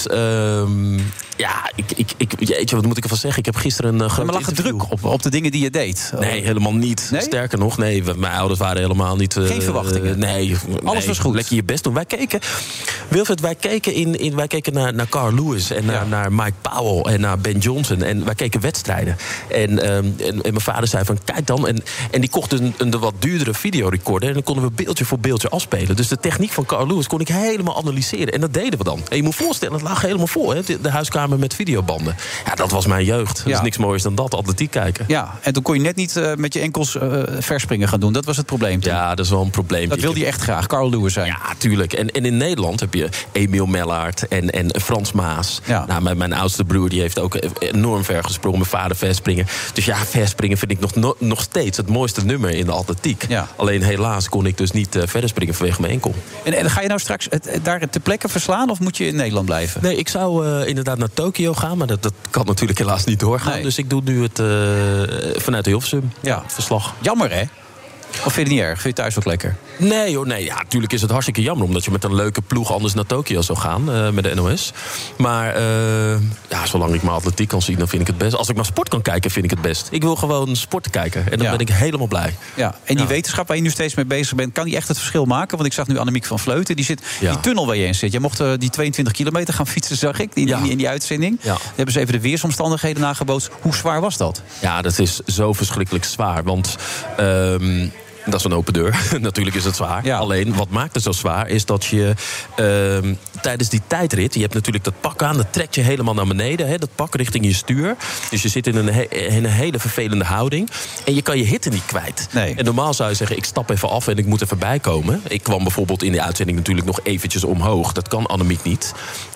Speaker 1: jeetje, wat moet ik ervan zeggen? Ik heb gisteren een groot
Speaker 8: Maar lag het druk op de dingen die je deed?
Speaker 1: Nee, helemaal niet. Nee? Sterker nog, mijn ouders waren helemaal niet...
Speaker 8: Geen verwachtingen?
Speaker 1: Nee.
Speaker 8: Alles was goed?
Speaker 1: Lekker je best doen. Wilfred, wij keken naar Carl Lewis en naar Mike Powell en naar Ben Johnson. En wij keken wedstrijden. En mijn vader zei van, kijk dan. En die kocht een wat duurdere videorecorder. En dan konden we beeldje voor beeldje afspelen. Dus de techniek van Carl Lewis kon ik helemaal analyseren. En dat deden we dan. En je moet voorstellen, het lag helemaal vol. Hè? De huiskamer met videobanden. Ja, dat was mijn jeugd. Er is niks moois dan dat, atletiek kijken.
Speaker 8: Ja, en toen kon je net niet met je enkels verspringen gaan doen. Dat was het probleem toen.
Speaker 1: Ja, dat is wel een probleem.
Speaker 8: Dat wilde je echt graag, Carl Lewis zijn.
Speaker 1: Ja, tuurlijk. En in Nederland heb je Emiel Mellaert en Frans Maas. Ja. Nou, mijn oudste broer die heeft ook enorm ver gesprongen. Mijn vader verspringen. Dus ja, verspringen vind ik nog steeds het mooiste nummer in de atletiek. Ja. Alleen helaas kon ik dus niet verder springen vanwege mijn enkel.
Speaker 8: En ga je nou straks daar ter plekke verslaan of moet je in Nederland blijven?
Speaker 1: Nee, ik zou inderdaad naar Tokio gaan, maar dat kan natuurlijk helaas niet doorgaan. Nee. Dus ik doe nu het vanuit Hilversum. Ja. Verslag.
Speaker 8: Jammer, hè? Of vind je het niet erg? Vind je het thuis ook lekker?
Speaker 1: Nee hoor, nee. Ja, natuurlijk is het hartstikke jammer, omdat je met een leuke ploeg anders naar Tokio zou gaan met de NOS. Maar zolang ik mijn atletiek kan zien, dan vind ik het best. Als ik naar sport kan kijken, vind ik het best. Ik wil gewoon sport kijken en dan ben ik helemaal blij.
Speaker 8: Ja. En die wetenschap waar je nu steeds mee bezig bent, kan die echt het verschil maken? Want ik zag nu Annemiek van Vleuten, die tunnel waar je in zit. Je mocht die 22 kilometer gaan fietsen, zag ik, in die uitzending. Ja. Daar hebben ze even de weersomstandigheden nagebootst. Hoe zwaar was dat?
Speaker 1: Ja, dat is zo verschrikkelijk zwaar, want... Dat is een open deur. Natuurlijk is het zwaar. Ja. Alleen, wat maakt het zo zwaar, is dat je tijdens die tijdrit... je hebt natuurlijk dat pak aan, dat trekt je helemaal naar beneden. Hè, dat pak richting je stuur. Dus je zit in een hele vervelende houding. En je kan je hitte niet kwijt. Nee. En normaal zou je zeggen, ik stap even af en ik moet even bijkomen. Ik kwam bijvoorbeeld in die uitzending natuurlijk nog eventjes omhoog. Dat kan Annemiek niet.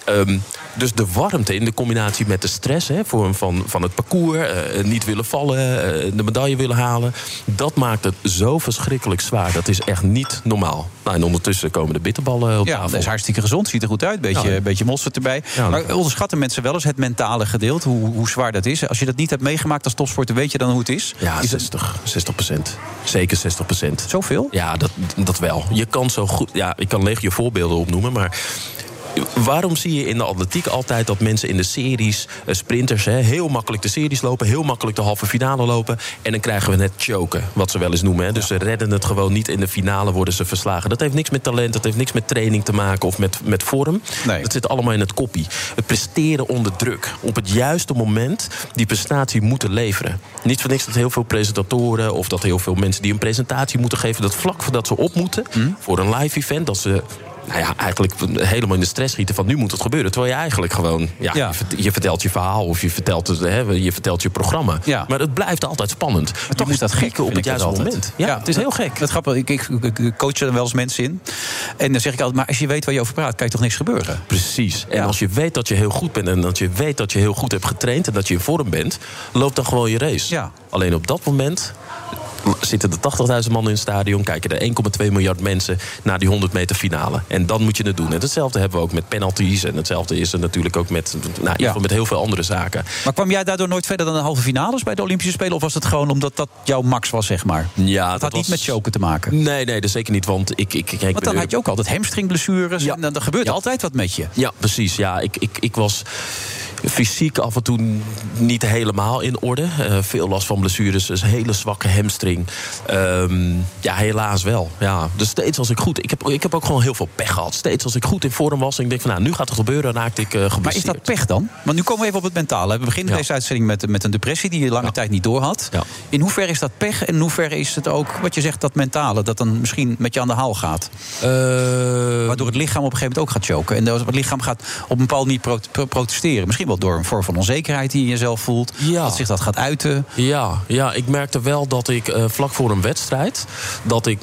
Speaker 1: Dus de warmte in de combinatie met de stress... van het parcours, niet willen vallen, de medaille willen halen... dat maakt het zo verschrikkelijk zwaar. Dat is echt niet normaal. Nou, en ondertussen komen de bitterballen op tafel.
Speaker 8: Ja, dat is hartstikke gezond, ziet er goed uit. Beetje mosterd erbij. Ja, maar onderschatten mensen wel eens het mentale gedeelte, hoe zwaar dat is? Als je dat niet hebt meegemaakt als topsporter, weet je dan hoe het is?
Speaker 1: Ja, 60%. Zeker 60%.
Speaker 8: Zoveel?
Speaker 1: Ja, dat wel. Je kan zo goed... Ja, ik kan legio voorbeelden opnoemen, maar... Waarom zie je in de atletiek altijd dat mensen in de series, sprinters... heel makkelijk de series lopen, heel makkelijk de halve finale lopen... en dan krijgen we net choken, wat ze wel eens noemen. Hè. Dus ze redden het gewoon niet, in de finale worden ze verslagen. Dat heeft niks met talent, dat heeft niks met training te maken... of met vorm. Nee. Dat zit allemaal in het koppie. Het presteren onder druk. Op het juiste moment die prestatie moeten leveren. Niet voor niks dat heel veel presentatoren... of dat heel veel mensen die een presentatie moeten geven... dat vlak voordat ze op moeten voor een live event... dat ze... Nou ja, eigenlijk helemaal in de stress schieten van nu moet het gebeuren. Terwijl je eigenlijk gewoon, je vertelt je verhaal of je vertelt je programma. Ja. Maar het blijft altijd spannend.
Speaker 8: Maar toch is dat gek
Speaker 1: op het juiste moment. Ja, het is heel gek.
Speaker 8: Dat grappig. Ik coach er wel eens mensen in. En dan zeg ik altijd, maar als je weet waar je over praat, kan je toch niks gebeuren?
Speaker 1: Precies. En als je weet dat je heel goed bent en dat je weet dat je heel goed hebt getraind en dat je in vorm bent, loopt dan gewoon je race. Ja. Alleen op dat moment zitten er 80.000 man in het stadion, kijken er 1,2 miljard mensen naar die 100 meter finale. En dan moet je het doen. En hetzelfde hebben we ook met penalties. En hetzelfde is er natuurlijk ook met heel veel andere zaken.
Speaker 8: Maar kwam jij daardoor nooit verder dan de halve finales bij de Olympische Spelen? Of was het gewoon omdat dat jouw max was, zeg maar?
Speaker 1: Ja,
Speaker 8: dat had niet met choken te maken?
Speaker 1: Nee, dat zeker niet. Want
Speaker 8: want dan had je ook altijd hamstringblessures. Ja. En dan gebeurt altijd wat met je.
Speaker 1: Ja, precies. Ja, ik was fysiek af en toe niet helemaal in orde. Veel last van blessures, dus hele zwakke hamstring. Ja, helaas wel. Ja. Dus steeds als ik goed... Ik heb ook gewoon heel veel pech gehad. Steeds als ik goed in vorm was en ik denk van nu gaat het gebeuren, dan raakte ik geblesseerd.
Speaker 8: Maar is dat pech dan? Want nu komen we even op het mentale. We beginnen deze uitzending met een depressie die je lange tijd niet door had. Ja. In hoeverre is dat pech en in hoeverre is het ook, wat je zegt, dat mentale, dat dan misschien met je aan de haal gaat? Waardoor het lichaam op een gegeven moment ook gaat choken. En het lichaam gaat op een bepaald manier protesteren. Misschien wel door een vorm van onzekerheid die je jezelf voelt. Ja. Dat zich dat gaat uiten.
Speaker 1: Ja, ik merkte wel dat ik vlak voor een wedstrijd, dat ik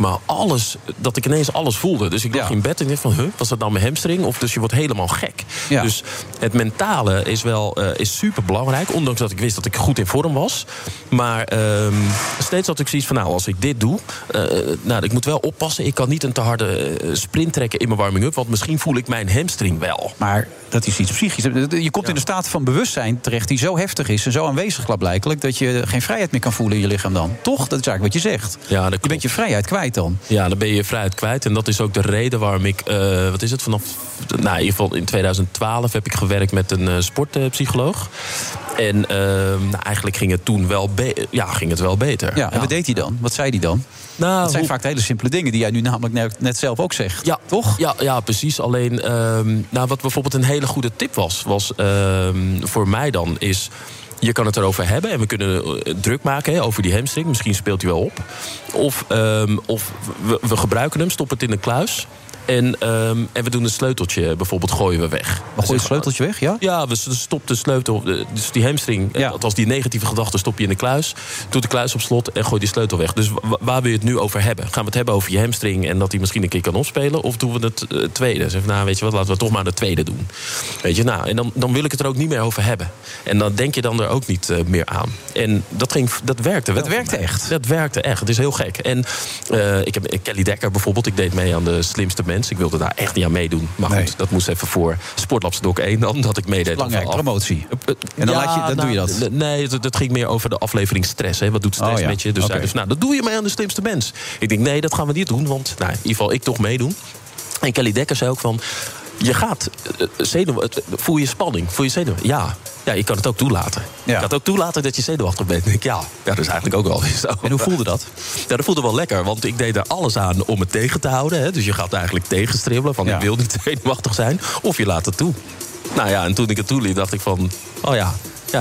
Speaker 1: ineens alles voelde. Dus ik lag in bed en dacht van, was dat nou mijn hamstring? Of dus je wordt helemaal gek. Ja. Dus het mentale is super belangrijk. Ondanks dat ik wist dat ik goed in vorm was. Maar steeds had ik zoiets van, als ik dit doe, ik moet wel oppassen. Ik kan niet een te harde sprint trekken in mijn warming-up, want misschien voel ik mijn hamstring wel.
Speaker 8: Maar dat is iets psychisch. Je komt in een staat van bewustzijn terecht die zo heftig is en zo aanwezig klaarblijkelijk dat je geen vrijheid meer kan voelen in je lichaam dan. Toch? Dat is eigenlijk wat je zegt. Ja, je bent je vrijheid kwijt dan.
Speaker 1: Ja, dan ben je je vrijheid kwijt. En dat is ook de reden waarom ik, in ieder geval in 2012 heb ik gewerkt met een sportpsycholoog. En eigenlijk ging het toen wel beter.
Speaker 8: Ja, en wat deed hij dan? Wat zei hij dan? Dat zijn vaak de hele simpele dingen die jij nu namelijk net zelf ook zegt. Ja, toch?
Speaker 1: Ja, precies. Alleen, wat bijvoorbeeld een hele goede tip was voor mij dan is, je kan het erover hebben en we kunnen druk maken over die hamstring. Misschien speelt hij wel op. Of we gebruiken hem, stoppen het in een kluis. En we doen een sleuteltje, bijvoorbeeld gooien we weg.
Speaker 8: Maar gooi je het sleuteltje weg, ja?
Speaker 1: Ja, we stoppen de sleutel. Dus die hamstring, als die negatieve gedachten stop je in de kluis. Doe de kluis op slot en gooi die sleutel weg. Dus waar wil je het nu over hebben? Gaan we het hebben over je hamstring en dat hij misschien een keer kan opspelen? Of doen we het tweede? Zeg, weet je wat, laten we toch maar de tweede doen. Weet je, en dan wil ik het er ook niet meer over hebben. En dan denk je dan er ook niet meer aan. En dat werkte wel.
Speaker 8: Dat werkte echt?
Speaker 1: Dat werkte echt. Het is heel gek. En ik heb Kelly Dekker bijvoorbeeld, ik deed mee aan de slimste mensen. Ik wilde daar echt niet aan meedoen. Maar goed, dat moest even voor Sportlabs Doc 1 dan, dat ik meedeed.
Speaker 8: Belangrijk, promotie. En dan doe je dat?
Speaker 1: Nee, dat ging meer over de aflevering stress. Hè. Wat doet stress met je? Dus dat doe je mee aan de slimste mens. Ik denk, nee, dat gaan we niet doen. Want in ieder geval, ik toch meedoen. En Kelly Dekker zei ook van, je gaat voel je spanning, voel je zenuwen? Ja, je kan het ook toelaten. Ja. Je kan het ook toelaten dat je zenuwachtig bent. Ik denk, dat is eigenlijk ook wel zo.
Speaker 8: En hoe voelde dat?
Speaker 1: Ja, dat voelde wel lekker, want ik deed er alles aan om het tegen te houden. Hè. Dus je gaat eigenlijk tegenstribbelen van ik wil niet zenuwachtig zijn. Of je laat het toe. En toen ik het toeliet, dacht ik van,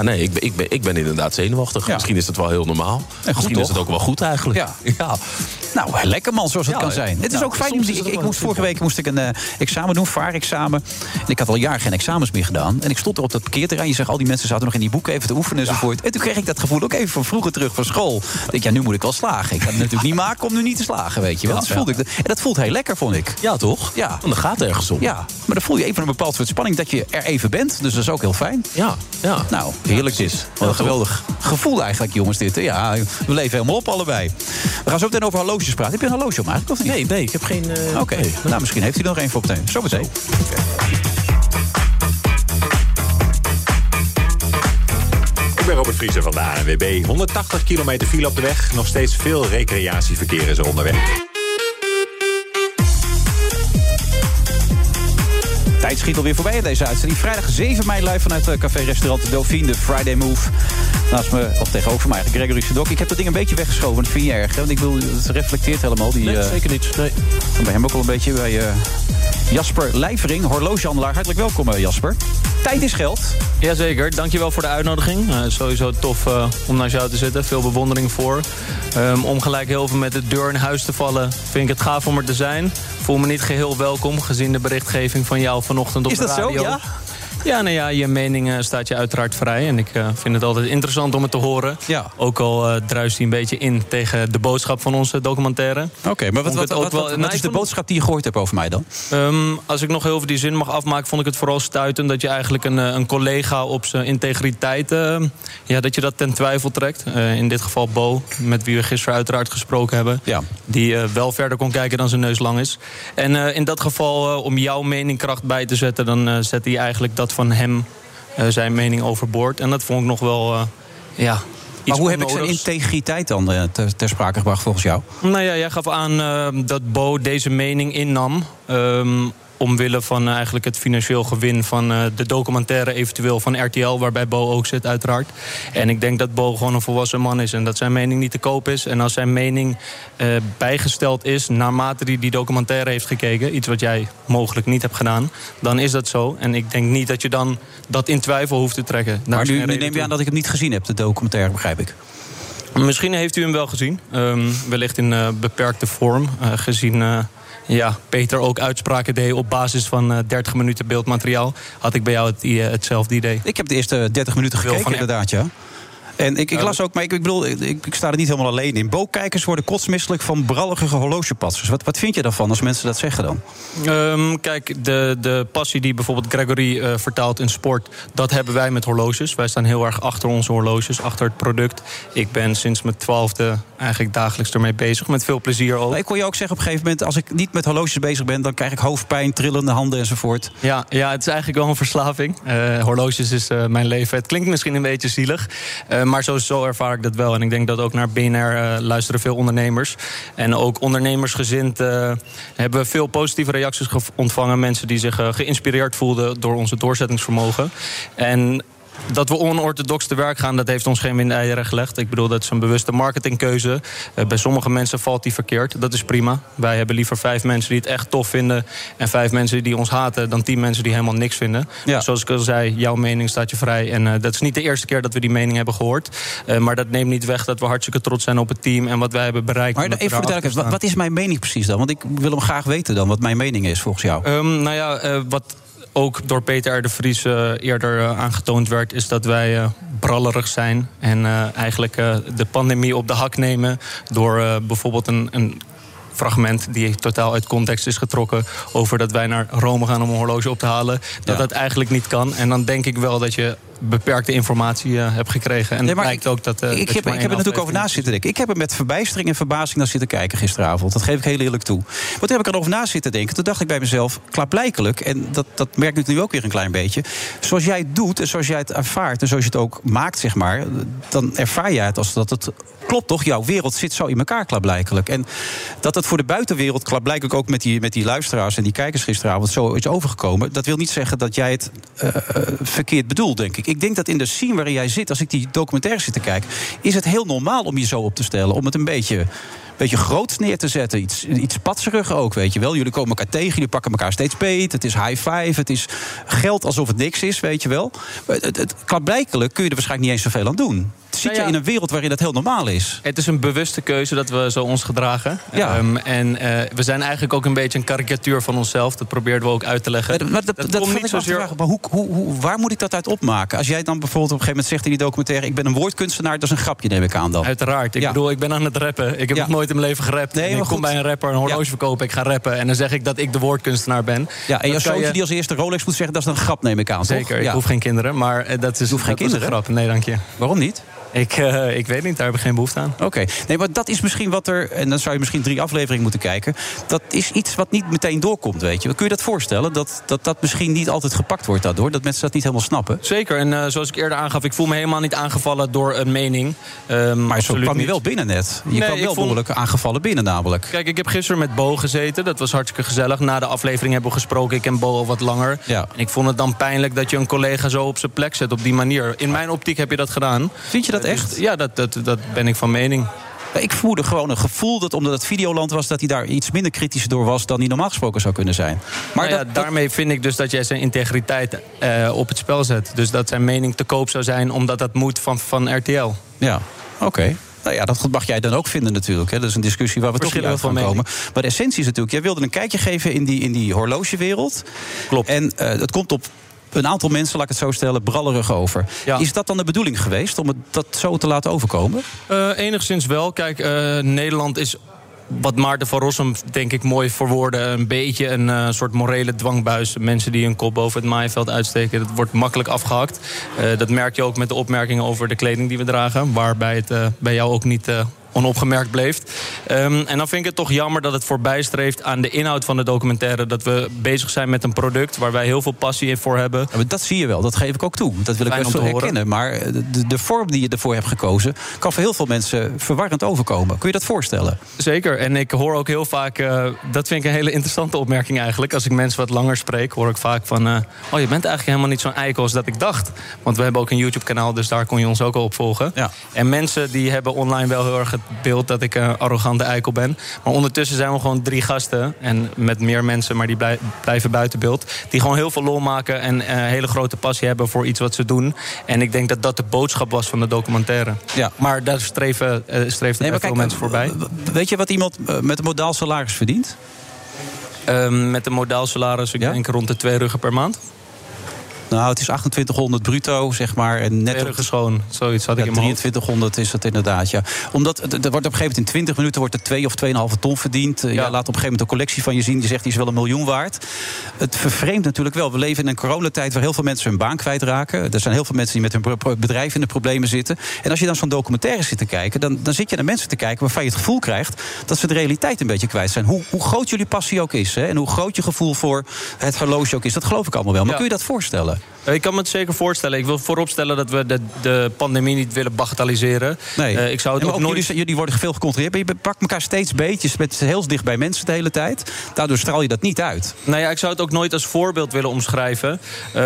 Speaker 1: ik ben inderdaad zenuwachtig. Ja. Misschien is het wel heel normaal. Misschien is het ook wel goed eigenlijk. Ja.
Speaker 8: Nou, lekker man, zoals het kan zijn. Het is ook fijn. Vorige week moest ik een examen doen, vaarexamen. En ik had al jaren geen examens meer gedaan. En ik stond er op dat parkeerterrein. Je zegt, al die mensen zaten nog in die boeken even te oefenen enzovoort. En toen kreeg ik dat gevoel ook even van vroeger terug van school. Ik denk, nu moet ik wel slagen. Ik kan het natuurlijk niet maken om nu niet te slagen, weet je wel. En dat voelt heel lekker, vond ik.
Speaker 1: Ja, toch?
Speaker 8: Ja.
Speaker 1: Want dan gaat het ergens om.
Speaker 8: Ja, maar dan voel je even een bepaald soort spanning dat je er even bent. Dus dat is ook heel fijn.
Speaker 1: Ja.
Speaker 8: Nou, heerlijk dit. Wat een geweldig gevoel eigenlijk, jongens, dit. Ja, we leven helemaal op allebei. We gaan zo meteen over horloges praten. Heb je een horloge om eigenlijk, of niet?
Speaker 1: Nee, ik heb geen...
Speaker 8: Oké, nou, misschien heeft hij er nog één voor op meteen. Zo meteen.
Speaker 13: Ik ben Robert Vriezer van de ANWB. 180 kilometer file op de weg. Nog steeds veel recreatieverkeer is er onderweg.
Speaker 8: Tijd schiet alweer voorbij in deze uitzending. Vrijdag 7 mei live vanuit café-restaurant Dauphine, de Friday Move. Naast me, of tegenover mij, Gregory Sedok. Ik heb dat ding een beetje weggeschoven, dat vind je erg. Hè? Want ik wil, het reflecteert helemaal.
Speaker 1: Nee, zeker niet. Nee.
Speaker 8: Bij hem ook al een beetje, bij Jasper Lijvering, horlogehandelaar. Hartelijk welkom, Jasper. Tijd is geld.
Speaker 14: Jazeker, dankjewel voor de uitnodiging. Sowieso tof om naast jou te zitten. Veel bewondering voor. Om gelijk heel veel met de deur in huis te vallen, vind ik het gaaf om er te zijn. Voel me niet geheel welkom, gezien de berichtgeving van jou vanochtend op de radio.
Speaker 8: Is dat zo, ja?
Speaker 14: Ja, nou ja, je mening staat je uiteraard vrij. En ik vind het altijd interessant om het te horen.
Speaker 8: Ja.
Speaker 14: Ook al druist hij een beetje in tegen de boodschap van onze documentaire.
Speaker 8: Oké, maar wat is de boodschap die je gehoord hebt over mij dan?
Speaker 14: Als ik nog heel veel die zin mag afmaken, vond ik het vooral stuitend dat je eigenlijk een collega op zijn integriteit, dat je dat ten twijfel trekt. In dit geval Bo, met wie we gisteren uiteraard gesproken hebben. Ja. Die wel verder kon kijken dan zijn neus lang is. En in dat geval, om jouw mening kracht bij te zetten, dan zet hij eigenlijk dat van hem, zijn mening overboord. En dat vond ik nog wel, iets
Speaker 8: maar hoe heb ik
Speaker 14: onnodigs.
Speaker 8: zijn integriteit dan ter sprake gebracht volgens jou?
Speaker 14: Nou ja, jij gaf aan dat Bo deze mening innam, omwille van eigenlijk het financieel gewin van de documentaire eventueel van RTL, waarbij Bo ook zit uiteraard. En ik denk dat Bo gewoon een volwassen man is en dat zijn mening niet te koop is. En als zijn mening bijgesteld is naarmate hij die documentaire heeft gekeken, iets wat jij mogelijk niet hebt gedaan, dan is dat zo. En ik denk niet dat je dan dat in twijfel hoeft te trekken.
Speaker 8: Maar nu neem je aan dat ik hem niet gezien heb, de documentaire, begrijp ik.
Speaker 14: Misschien heeft u hem wel gezien. Wellicht in beperkte vorm, gezien... Peter ook uitspraken deed op basis van 30 minuten beeldmateriaal. Had ik bij jou hetzelfde idee.
Speaker 8: Ik heb de eerste 30 minuten gekeken, inderdaad, ja. En ik las ook, maar ik bedoel, ik sta er niet helemaal alleen in. Bookijkers worden kotsmisselijk van brallige horlogepatsers. Wat vind je daarvan als mensen dat zeggen dan?
Speaker 14: Kijk, de passie die bijvoorbeeld Gregory vertaalt in sport, dat hebben wij met horloges. Wij staan heel erg achter onze horloges, achter het product. Ik ben sinds mijn 12e eigenlijk dagelijks ermee bezig, met veel plezier ook.
Speaker 8: Ik kon je ook zeggen op een gegeven moment, als ik niet met horloges bezig ben, dan krijg ik hoofdpijn, trillende handen enzovoort.
Speaker 14: Ja, het is eigenlijk wel een verslaving. Horloges is mijn leven. Het klinkt misschien een beetje zielig, maar zo ervaar ik dat wel. En ik denk dat ook naar BNR luisteren veel ondernemers. En ook ondernemersgezind hebben we veel positieve reacties ontvangen. Mensen die zich geïnspireerd voelden door onze doorzettingsvermogen. En dat we onorthodox te werk gaan, dat heeft ons geen windeieren gelegd. Ik bedoel, dat is een bewuste marketingkeuze. Bij sommige mensen valt die verkeerd. Dat is prima. Wij hebben liever 5 mensen die het echt tof vinden en 5 mensen die ons haten dan 10 mensen die helemaal niks vinden. Ja. Zoals ik al zei, jouw mening staat je vrij. En dat is niet de eerste keer dat we die mening hebben gehoord. Maar dat neemt niet weg dat we hartstikke trots zijn op het team en wat wij hebben bereikt.
Speaker 8: Maar even voor de duidelijkheid, wat is mijn mening precies dan? Want ik wil hem graag weten dan, wat mijn mening is volgens jou.
Speaker 14: Wat ook door Peter R. de Vries eerder aangetoond werd, is dat wij brallerig zijn en eigenlijk de pandemie op de hak nemen door bijvoorbeeld een fragment die totaal uit context is getrokken over dat wij naar Rome gaan om een horloge op te halen, dat eigenlijk niet kan. En dan denk ik wel dat je beperkte informatie hebt gekregen. En het blijkt ook dat...
Speaker 8: Ik heb er natuurlijk over na zitten denken. Ik heb er met verbijstering en verbazing naar zitten kijken gisteravond. Dat geef ik heel eerlijk toe. Wat heb ik erover na zitten denken? Toen dacht ik bij mezelf, klaarblijkelijk, en dat merk ik nu ook weer een klein beetje, zoals jij het doet en zoals jij het ervaart en zoals je het ook maakt, zeg maar, dan ervaar jij het als dat het klopt, toch? Jouw wereld zit zo in elkaar, klaarblijkelijk. En dat het voor de buitenwereld, klaarblijkelijk ook met die luisteraars en die kijkers gisteravond zo is overgekomen, dat wil niet zeggen dat jij het verkeerd bedoelt, denk ik. Ik denk dat in de scene waarin jij zit, als ik die documentaire zit te kijken, is het heel normaal om je zo op te stellen, om het een beetje groots neer te zetten. Iets patserig ook, weet je wel. Jullie komen elkaar tegen, jullie pakken elkaar steeds beet. Het is high five, het is geld alsof het niks is, weet je wel. Klaarblijkelijk kun je er waarschijnlijk niet eens zoveel aan doen. zit je in een wereld waarin dat heel normaal is.
Speaker 14: Het is een bewuste keuze dat we zo ons gedragen.
Speaker 8: Ja.
Speaker 14: We zijn eigenlijk ook een beetje een karikatuur van onszelf. Dat probeerden we ook uit te leggen.
Speaker 8: Maar dat komt niet zozeer... vragen, maar waar moet ik dat uit opmaken? Als jij dan bijvoorbeeld op een gegeven moment zegt in die documentaire... ik ben een woordkunstenaar, dat is een grapje, neem ik aan dan.
Speaker 14: Uiteraard. Ik bedoel, ik ben aan het rappen. Ik heb nog nooit in mijn leven gerapt. Nee, ik kom bij een rapper een horloge verkopen, ik ga rappen. En dan zeg ik dat ik de woordkunstenaar ben. Ja, en jouw zoontje die als eerste Rolex moet zeggen... dat is een grap, neem ik aan, toch? Zeker, ik hoef geen kinderen, maar dat is, een grap. Nee, dank je.
Speaker 8: Waarom niet?
Speaker 14: Ik weet niet, daar heb ik geen behoefte aan.
Speaker 8: Oké. Nee, maar dat is misschien wat er... en dan zou je misschien 3 afleveringen moeten kijken. Dat is iets wat niet meteen doorkomt, weet je. Kun je dat voorstellen? Dat misschien niet altijd gepakt wordt daardoor? Dat mensen dat niet helemaal snappen?
Speaker 14: Zeker. En zoals ik eerder aangaf... ik voel me helemaal niet aangevallen door een mening.
Speaker 8: Maar zo kwam je wel binnen net. Je kwam wel behoorlijk aangevallen binnen namelijk.
Speaker 14: Kijk, ik heb gisteren met Bo gezeten. Dat was hartstikke gezellig. Na de aflevering hebben we gesproken. Ik en Bo al wat langer. Ja. En ik vond het dan pijnlijk dat je een collega zo op zijn plek zet. Op die manier. In mijn optiek heb je dat gedaan.
Speaker 8: Vind je dat echt?
Speaker 14: Ja, dat ben ik van mening.
Speaker 8: Ik voelde gewoon een gevoel dat omdat het Videoland was... dat hij daar iets minder kritisch door was dan hij normaal gesproken zou kunnen zijn. Maar
Speaker 14: daarmee vind ik dus dat jij zijn integriteit op het spel zet. Dus dat zijn mening te koop zou zijn omdat dat moet van RTL.
Speaker 8: Ja, oké. Nou ja, dat mag jij dan ook vinden natuurlijk. Hè. Dat is een discussie waar we toch niet uit gaan komen. Maar de essentie is natuurlijk... jij wilde een kijkje geven in die horlogewereld.
Speaker 14: Klopt.
Speaker 8: En dat komt op... een aantal mensen, laat ik het zo stellen, brallerig over. Ja. Is dat dan de bedoeling geweest om het dat zo te laten overkomen?
Speaker 14: Enigszins wel. Kijk, Nederland is... wat Maarten van Rossum, denk ik, mooi verwoordde... een beetje een soort morele dwangbuis. Mensen die hun kop boven het maaiveld uitsteken... dat wordt makkelijk afgehakt. Dat merk je ook met de opmerkingen over de kleding die we dragen... waarbij het bij jou ook niet... onopgemerkt bleef. En dan vind ik het toch jammer dat het voorbijstreeft aan de inhoud van de documentaire. Dat we bezig zijn met een product waar wij heel veel passie voor hebben.
Speaker 8: Ja, maar dat zie je wel, dat geef ik ook toe. Dat wil ik best wel herkennen. Maar de vorm die je ervoor hebt gekozen... kan voor heel veel mensen verwarrend overkomen. Kun je dat voorstellen?
Speaker 14: Zeker. En ik hoor ook heel vaak... dat vind ik een hele interessante opmerking eigenlijk. Als ik mensen wat langer spreek, hoor ik vaak van... je bent eigenlijk helemaal niet zo'n eikel als dat ik dacht. Want we hebben ook een YouTube-kanaal, dus daar kon je ons ook al op volgen. Ja. En mensen die hebben online wel heel erg... het beeld dat ik een arrogante eikel ben. Maar ondertussen zijn we gewoon 3 gasten. En met meer mensen, maar die blijven buiten beeld. Die gewoon heel veel lol maken en hele grote passie hebben voor iets wat ze doen. En ik denk dat dat de boodschap was van de documentaire. Ja. Maar daar streeft veel mensen voorbij.
Speaker 8: Weet je wat iemand met een modaal salaris verdient?
Speaker 14: Met een modaal salaris, ik denk rond de 2 ruggen per maand.
Speaker 8: Nou, het is 2800 bruto, zeg maar. En netto
Speaker 14: schoon, zoiets had ik in mijn
Speaker 8: 2300 is dat inderdaad, ja. Omdat er wordt op een gegeven moment in 20 minuten... wordt er 2 of 2,5 ton verdiend. Ja. Je laat op een gegeven moment een collectie van je zien. Je zegt, die is wel $1 miljoen waard. Het vervreemdt natuurlijk wel. We leven in een coronatijd waar heel veel mensen hun baan kwijtraken. Er zijn heel veel mensen die met hun bedrijf in de problemen zitten. En als je dan zo'n documentaire zit te kijken... dan zit je naar mensen te kijken waarvan je het gevoel krijgt... dat ze de realiteit een beetje kwijt zijn. Hoe groot jullie passie ook is, hè, en hoe groot je gevoel voor het horloge ook is... dat geloof ik allemaal wel. Maar kun je dat voorstellen?
Speaker 14: Ik kan me het zeker voorstellen. Ik wil vooropstellen dat we de pandemie niet willen bagatelliseren.
Speaker 8: Nee.
Speaker 14: Ik zou het ook nooit...
Speaker 8: jullie worden veel gecontroleerd. Je pakt elkaar steeds beetjes met heel dicht bij mensen de hele tijd. Daardoor straal je dat niet uit.
Speaker 14: Nou ja, ik zou het ook nooit als voorbeeld willen omschrijven.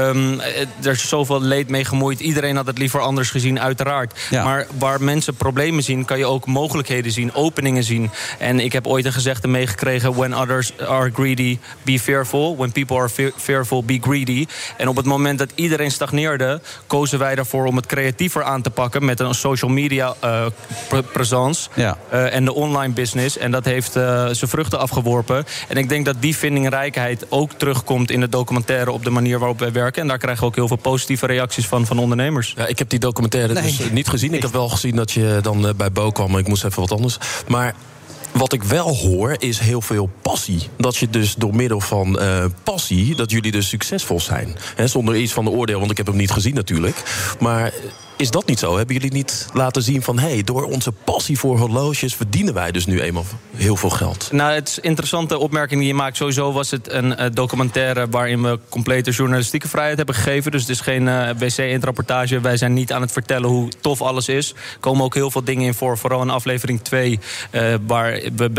Speaker 14: Er is zoveel leed mee gemoeid. Iedereen had het liever anders gezien, uiteraard. Ja. Maar waar mensen problemen zien, kan je ook mogelijkheden zien, openingen zien. En ik heb ooit een gezegde meegekregen: when others are greedy, be fearful. When people are fearful, be greedy. En op het moment dat iedereen stagneerde, kozen wij daarvoor om het creatiever aan te pakken met een social media presence en de online business. En dat heeft zijn vruchten afgeworpen. En ik denk dat die vindingrijkheid ook terugkomt in de documentaire op de manier waarop wij werken. En daar krijgen we ook heel veel positieve reacties van ondernemers.
Speaker 1: Ja, ik heb die documentaire dus niet gezien. Ik heb wel gezien dat je dan bij Bo kwam, maar ik moest even wat anders. Maar wat ik wel hoor is heel veel passie. Dat je dus door middel van passie, dat jullie dus succesvol zijn. He, zonder iets van de oordeel, want ik heb hem niet gezien natuurlijk. Maar is dat niet zo? Hebben jullie niet laten zien van... door onze passie voor horloges verdienen wij dus nu eenmaal heel veel geld?
Speaker 14: Nou, het is een interessante opmerking die je maakt. Sowieso was het een documentaire waarin we complete journalistieke vrijheid hebben gegeven. Dus het is geen wc-intrapportage. Wij zijn niet aan het vertellen hoe tof alles is. Er komen ook heel veel dingen in voor. Vooral in aflevering 2, waar we best wel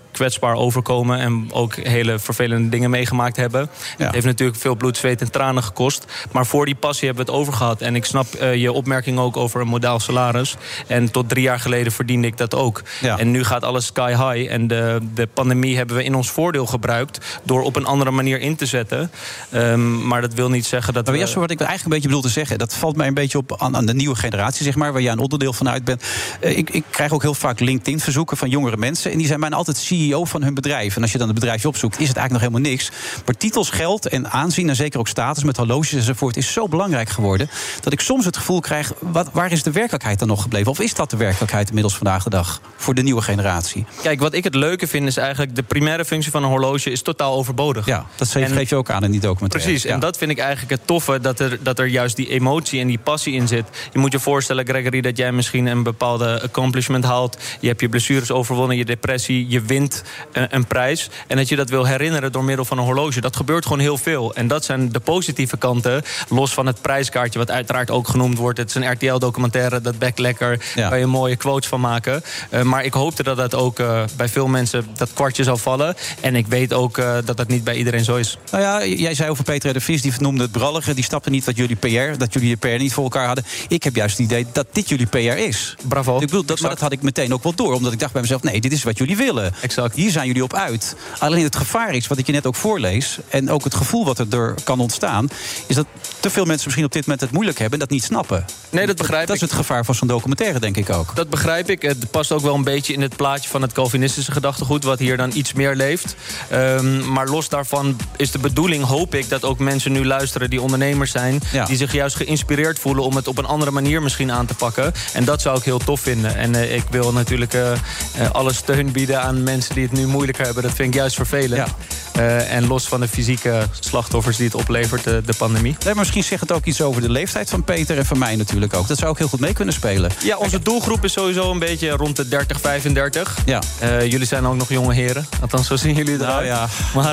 Speaker 14: kwetsbaar overkomen en ook hele vervelende dingen meegemaakt hebben. Ja. Het heeft natuurlijk veel bloed, zweet en tranen gekost. Maar voor die passie hebben we het over gehad. En ik snap je opmerking ook over een modaal salaris. En tot 3 jaar geleden verdiende ik dat ook. Ja. En nu gaat alles sky high. En de pandemie hebben we in ons voordeel gebruikt door op een andere manier in te zetten. Maar dat wil niet zeggen dat.
Speaker 8: Maar Jasper, wat ik eigenlijk een beetje bedoel te zeggen, dat valt mij een beetje op aan de nieuwe generatie, zeg maar, waar jij een onderdeel van uit bent. Ik krijg ook heel vaak LinkedIn-verzoeken van jongere mensen. En die zijn bijna altijd CEO van hun bedrijf. En als je dan het bedrijfje opzoekt, is het eigenlijk nog helemaal niks. Maar titels, geld en aanzien, en zeker ook status met horloges enzovoort, is zo belangrijk geworden dat ik soms het gevoel krijg, waar is de werkelijkheid dan nog gebleven? Of is dat de werkelijkheid inmiddels vandaag de dag voor de nieuwe generatie?
Speaker 14: Kijk, wat ik het leuke vind is eigenlijk de primaire functie van een horloge is totaal overbodig.
Speaker 8: Ja, dat geef je ook aan in die documentaire.
Speaker 14: Precies, en dat vind ik eigenlijk het toffe, dat er juist die emotie en die passie in zit. Je moet je voorstellen, Gregory, dat jij misschien een bepaalde accomplishment haalt. Je hebt je blessures overwonnen, je depressie, je wint een prijs. En dat je dat wil herinneren door middel van een horloge. Dat gebeurt gewoon heel veel. En dat zijn de positieve kanten, los van het prijskaartje, wat uiteraard ook genoemd wordt. Het is een RTL-documentaire, dat bek lekker, waar je mooie quotes van maken. Maar ik hoopte dat dat ook bij veel mensen dat kwartje zou vallen. En ik weet ook dat dat niet bij iedereen zo is.
Speaker 8: Nou ja, jij zei over Peter R. de Vries, die noemde het brallige. Die snapte niet dat jullie de PR niet voor elkaar hadden. Ik heb juist het idee dat dit jullie PR is.
Speaker 14: Bravo.
Speaker 8: Ik bedoel, maar dat had ik meteen ook wel door. Omdat ik dacht bij mezelf, nee, dit is wat jullie willen.
Speaker 14: Exact.
Speaker 8: Hier zijn jullie op uit. Alleen het gevaar is, wat ik je net ook voorlees, en ook het gevoel wat er kan ontstaan, is dat te veel mensen misschien op dit moment het moeilijk hebben en dat niet snappen. Nee, dat begrijp ik. Dat is het gevaar van zo'n documentaire, denk ik ook.
Speaker 14: Dat begrijp ik. Het past ook wel een beetje in het plaatje van het Calvinistische gedachtegoed, wat hier dan iets meer leeft. Maar los daarvan is de bedoeling, hoop ik, dat ook mensen nu luisteren die ondernemers zijn, die zich juist geïnspireerd voelen om het op een andere manier misschien aan te pakken. En dat zou ik heel tof vinden. En ik wil natuurlijk alle steun bieden aan mensen die het nu moeilijker hebben. Dat vind ik juist vervelend. Ja. En los van de fysieke slachtoffers die het oplevert, de pandemie.
Speaker 8: Nee, maar misschien zegt het ook iets over de leeftijd van Peter en van mij natuurlijk ook. Dat zou ook heel goed mee kunnen spelen.
Speaker 14: Ja, onze doelgroep is sowieso een beetje rond de 30, 35. Ja. Jullie zijn ook nog jonge heren. Althans, zo zien jullie eruit. Ja. Maar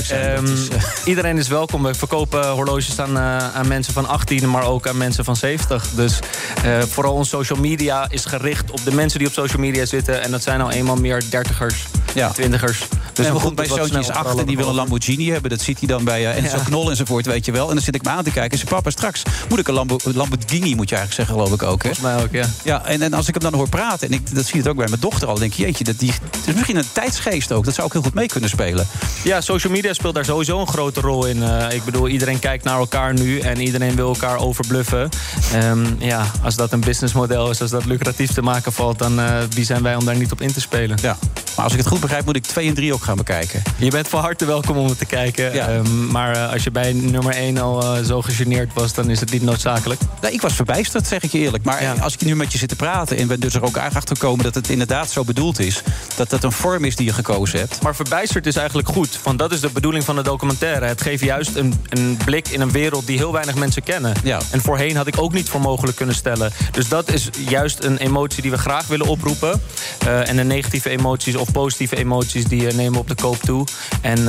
Speaker 14: iedereen is welkom. We verkopen horloges aan mensen van 18, maar ook aan mensen van 70. Dus vooral onze social media is gericht op de mensen die op social media zitten. En dat zijn nou eenmaal meer 30ers, 20ers. Dus
Speaker 8: goed, bij zoontje is 8 en die wil een Lamborghini hebben. Dat ziet hij dan bij Enzo Knol enzovoort, weet je wel. En dan zit ik me aan te kijken en zei, papa, straks moet ik een Lamborghini, moet je eigenlijk zeggen, geloof ik ook. Hè?
Speaker 14: Volgens mij ook, ja.
Speaker 8: Ja, en als ik hem dan hoor praten, en dat zie je het ook bij mijn dochter al, denk je, jeetje, het is misschien een tijdsgeest ook. Dat zou ook heel goed mee kunnen spelen.
Speaker 14: Ja, social media speelt daar sowieso een grote rol in. Ik bedoel, iedereen kijkt naar elkaar nu en iedereen wil elkaar overbluffen. Als dat een businessmodel is, als dat lucratief te maken valt, dan wie zijn wij om daar niet op in te spelen?
Speaker 8: Ja. Maar als ik het goed begrijp, moet ik 2 en 3 ook gaan bekijken.
Speaker 14: Je bent van harte welkom om het te kijken. Ja. Maar als je bij nummer 1 al zo gegeneerd was, dan is het niet noodzakelijk.
Speaker 8: Nee, ik was verbijsterd, zeg ik je eerlijk. Maar als ik nu met je zit te praten en ben dus er ook achter gekomen dat het inderdaad zo bedoeld is, dat het een vorm is die je gekozen hebt.
Speaker 14: Maar verbijsterd is eigenlijk goed, want dat is de bedoeling van de documentaire. Het geeft juist een blik in een wereld die heel weinig mensen kennen. Ja. En voorheen had ik ook niet voor mogelijk kunnen stellen. Dus dat is juist een emotie die we graag willen oproepen. En de negatieve emoties of positieve emoties, die nemen we op de koop toe. En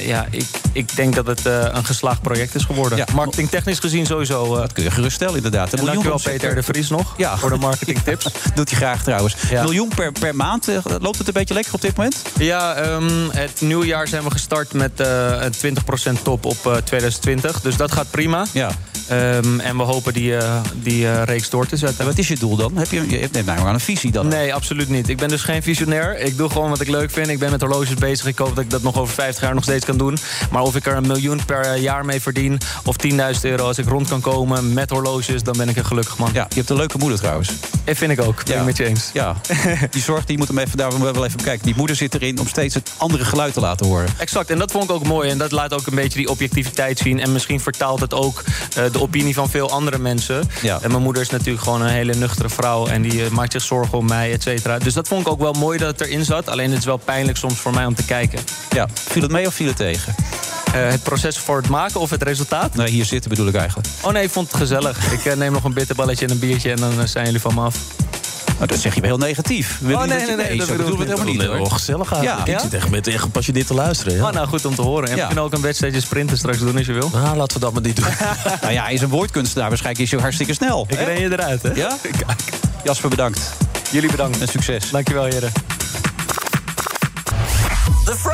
Speaker 14: ik denk dat het een geslaagd project is geworden. Ja. Marketingtechnisch gezien sowieso.
Speaker 8: Dat kun je geruststellen, inderdaad.
Speaker 14: En dankjewel Peter de Vries nog voor de marketingtips.
Speaker 8: Doet hij graag trouwens. Ja. 1 miljoen per maand. Loopt het een beetje lekker op dit moment?
Speaker 14: Ja, het nieuwjaar zijn we gestart met een 20% top op 2020. Dus dat gaat prima. Ja. En we hopen die reeks door te zetten.
Speaker 8: En wat is je doel dan? Je hebt nou aan een visie dan?
Speaker 14: Nee, absoluut niet. Ik ben dus geen visionair. Ik doe gewoon wat ik leuk vind. Ik ben met horloges bezig. Ik hoop dat ik dat nog over 50 jaar nog steeds kan doen. Maar of ik er 1 miljoen per jaar mee verdien, of 10.000 euro als ik rond kan komen met horloges, dan ben ik een gelukkig man.
Speaker 8: Ja, je hebt een leuke moeder trouwens.
Speaker 14: Dat vind ik ook. Ben ik met je eens.
Speaker 8: Ja. Die zorg, die moet hem even daar wel even bekijken. Die moeder zit erin om steeds het andere geluid te laten horen.
Speaker 14: Exact. En dat vond ik ook mooi. En dat laat ook een beetje die objectiviteit zien. En misschien vertaalt het ook de opinie van veel andere mensen. Ja. En mijn moeder is natuurlijk gewoon een hele nuchtere vrouw. En die maakt zich zorgen om mij, et cetera. Dus dat vond ik ook wel mooi dat het erin zat. Alleen het is wel pijnlijk soms voor mij om te kijken.
Speaker 8: Ja. Viel het mee of viel het tegen?
Speaker 14: Het proces voor het maken of het resultaat?
Speaker 8: Nee, hier zitten bedoel ik eigenlijk.
Speaker 14: Oh nee, ik vond het gezellig. Ik neem nog een bitterballetje en een biertje en dan zijn jullie van me af.
Speaker 8: Nou, dat zeg je wel heel negatief.
Speaker 14: Nee, dat
Speaker 8: bedoelen we helemaal niet.
Speaker 1: Hoor. Gezellig aan. Ja. Ik zit echt met gepassioneerd te luisteren. Ja.
Speaker 14: Oh, nou, goed om te horen. En we kunnen ook een wedstrijdje sprinten straks doen als je wil.
Speaker 1: Nou, laten we dat maar niet doen.
Speaker 8: Nou ja, hij is een woordkunstenaar. Waarschijnlijk is hij hartstikke snel.
Speaker 14: Ik ren je eruit, hè?
Speaker 8: Ja? Jasper, bedankt.
Speaker 14: Jullie bedankt.
Speaker 8: En succes.
Speaker 14: Dankjewel, heren.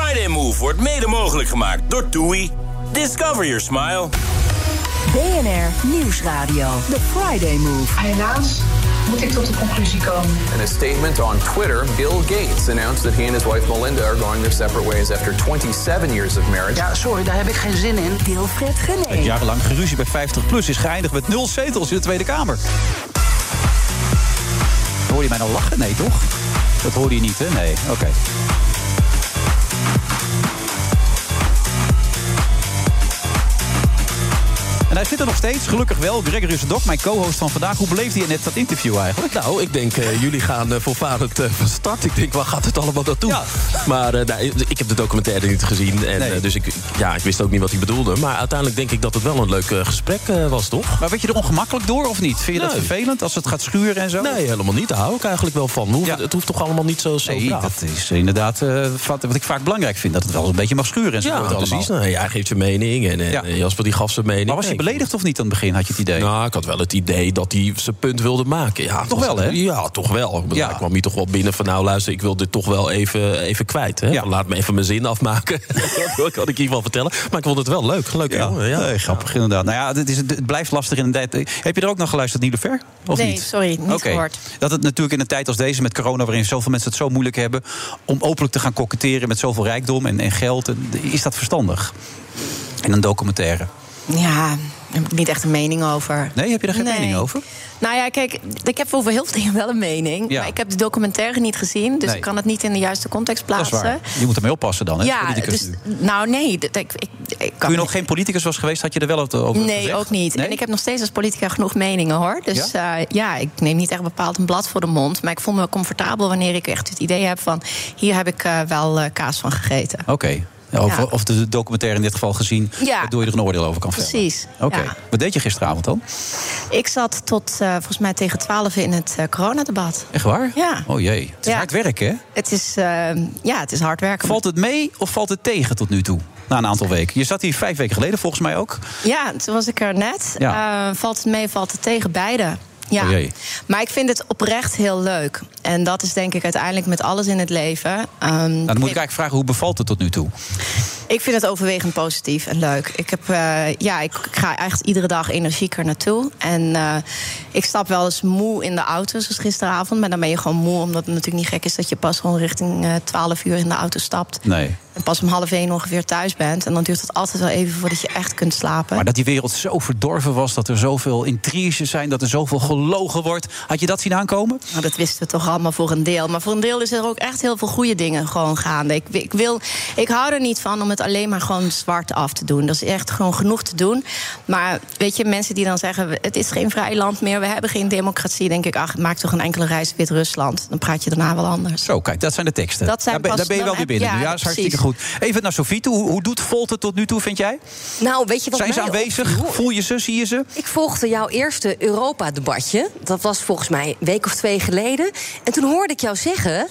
Speaker 2: Friday Move wordt mede mogelijk gemaakt door TUI. Discover your smile.
Speaker 3: BNR Nieuwsradio. The Friday Move.
Speaker 6: Helaas moet ik tot de conclusie komen.
Speaker 10: In a statement on Twitter, Bill Gates announced that he and his wife Melinda are going their separate ways after 27 years of marriage.
Speaker 15: Ja, sorry, daar heb ik geen zin in.
Speaker 3: Wilfred Genee.
Speaker 8: Het jarenlang geruzie bij 50PLUS is geëindigd met 0 zetels in de Tweede Kamer. Hoor je mij nou lachen? Nee, toch? Dat hoorde je niet, hè? Nee, oké. En hij zit er nog steeds, gelukkig wel. Gregory Sedok, mijn co-host van vandaag. Hoe beleefde je net dat interview eigenlijk?
Speaker 1: Nou, ik denk, jullie gaan voorvarend van start. Ik denk, waar gaat het allemaal naartoe? Ja. Maar ik heb de documentaire niet gezien. En, dus ik wist ook niet wat hij bedoelde. Maar uiteindelijk denk ik dat het wel een leuk gesprek was, toch?
Speaker 8: Maar werd je er ongemakkelijk door of niet? Vind je dat vervelend als het gaat schuren en zo?
Speaker 1: Nee, helemaal niet. Daar hou ik eigenlijk wel van. Het hoeft toch allemaal niet zo braaf?
Speaker 8: Dat is inderdaad wat ik vaak belangrijk vind. Dat het wel een beetje mag schuren en zo.
Speaker 1: Ja, precies. Nou, jij geeft je mening en Jasper die gaf zijn mening.
Speaker 8: Maar was je beledigd of niet aan het begin, had je het idee?
Speaker 1: Nou, ik had wel het idee dat hij zijn punt wilde maken. Ja,
Speaker 8: toch wel, hè?
Speaker 1: Ja, toch wel. Ik kwam hier toch wel binnen van, nou luister, ik wil dit toch wel even kwijt. Hè? Ja. Laat me even mijn zin afmaken. Dat kan ik hier wel vertellen. Maar ik vond het wel leuk. Leuk, jongen. Ja.
Speaker 8: Nee, grappig inderdaad. Nou ja, het blijft lastig in een tijd. Heb je er ook nog geluisterd, Nilofer?
Speaker 16: Nee, niet? Sorry, niet gehoord.
Speaker 8: Dat het natuurlijk in een tijd als deze met corona, waarin zoveel mensen het zo moeilijk hebben, om openlijk te gaan koketteren met zoveel rijkdom en geld. Is dat verstandig? In een documentaire?
Speaker 16: Ja, daar heb ik niet echt een mening over.
Speaker 8: Nee, heb je daar geen mening over?
Speaker 16: Nou ja, kijk, ik heb over heel veel dingen wel een mening. Ja. Maar ik heb de documentaire niet gezien, dus ik kan het niet in de juiste context plaatsen.
Speaker 8: Dat is waar. Je moet ermee oppassen dan, hè?
Speaker 16: Ja, dus, nou nee.
Speaker 8: Toen je nog geen politicus was geweest, had je er wel over gezegd?
Speaker 16: Nee, ook niet. Nee? En ik heb nog steeds als politica genoeg meningen, hoor. Dus ik neem niet echt bepaald een blad voor de mond. Maar ik voel me comfortabel wanneer ik echt het idee heb van, hier heb ik wel kaas van gegeten.
Speaker 8: Oké. Ja, of de documentaire in dit geval gezien, waardoor je er een oordeel over kan vellen.
Speaker 16: Precies.
Speaker 8: Oké. Wat deed je gisteravond dan?
Speaker 16: Ik zat tot volgens mij tegen 12 in het coronadebat.
Speaker 8: Echt waar?
Speaker 16: Ja.
Speaker 8: Oh jee. Het is hard werken, hè?
Speaker 16: Het is hard werken.
Speaker 8: Valt het mee of valt het tegen tot nu toe? Na een aantal weken. Je zat hier 5 weken geleden volgens mij ook.
Speaker 16: Ja, toen was ik er net. Ja. Valt het mee, valt het tegen? Beide. Ja, maar ik vind het oprecht heel leuk. En dat is denk ik uiteindelijk met alles in het leven.
Speaker 8: Dan moet ik eigenlijk vragen, hoe bevalt het tot nu toe?
Speaker 16: Ik vind het overwegend positief en leuk. Ik ga echt iedere dag energieker naartoe. En ik stap wel eens moe in de auto, zoals gisteravond. Maar dan ben je gewoon moe, omdat het natuurlijk niet gek is dat je pas gewoon richting 12 uur in de auto stapt.
Speaker 8: Nee.
Speaker 16: En pas om 12:30 ongeveer thuis bent. En dan duurt het altijd wel even voordat je echt kunt slapen.
Speaker 8: Maar dat die wereld zo verdorven was, dat er zoveel intriges zijn, dat er zoveel gelogen wordt. Had je dat zien aankomen?
Speaker 16: Nou, dat wisten we toch allemaal voor een deel. Maar voor een deel is er ook echt heel veel goede dingen gewoon gaande. Ik hou er niet van om het alleen maar gewoon zwart af te doen. Dat is echt gewoon genoeg te doen. Maar weet je, mensen die dan zeggen, het is geen vrij land meer, we hebben geen democratie, denk ik, maak toch een enkele reis Wit-Rusland. Dan praat je daarna wel anders.
Speaker 8: Zo, kijk, dat zijn de teksten. Daar ben je wel weer binnen. Ja, dat is hartstikke goed. Even naar Sophie toe. Hoe doet Volt het tot nu toe, vind jij?
Speaker 17: Nou, weet je wat
Speaker 8: zijn ze aanwezig? Voel je ze? Zie je ze?
Speaker 17: Ik volgde jouw eerste Europa-debatje. Dat was volgens mij een week of 2 geleden. En toen hoorde ik jou zeggen,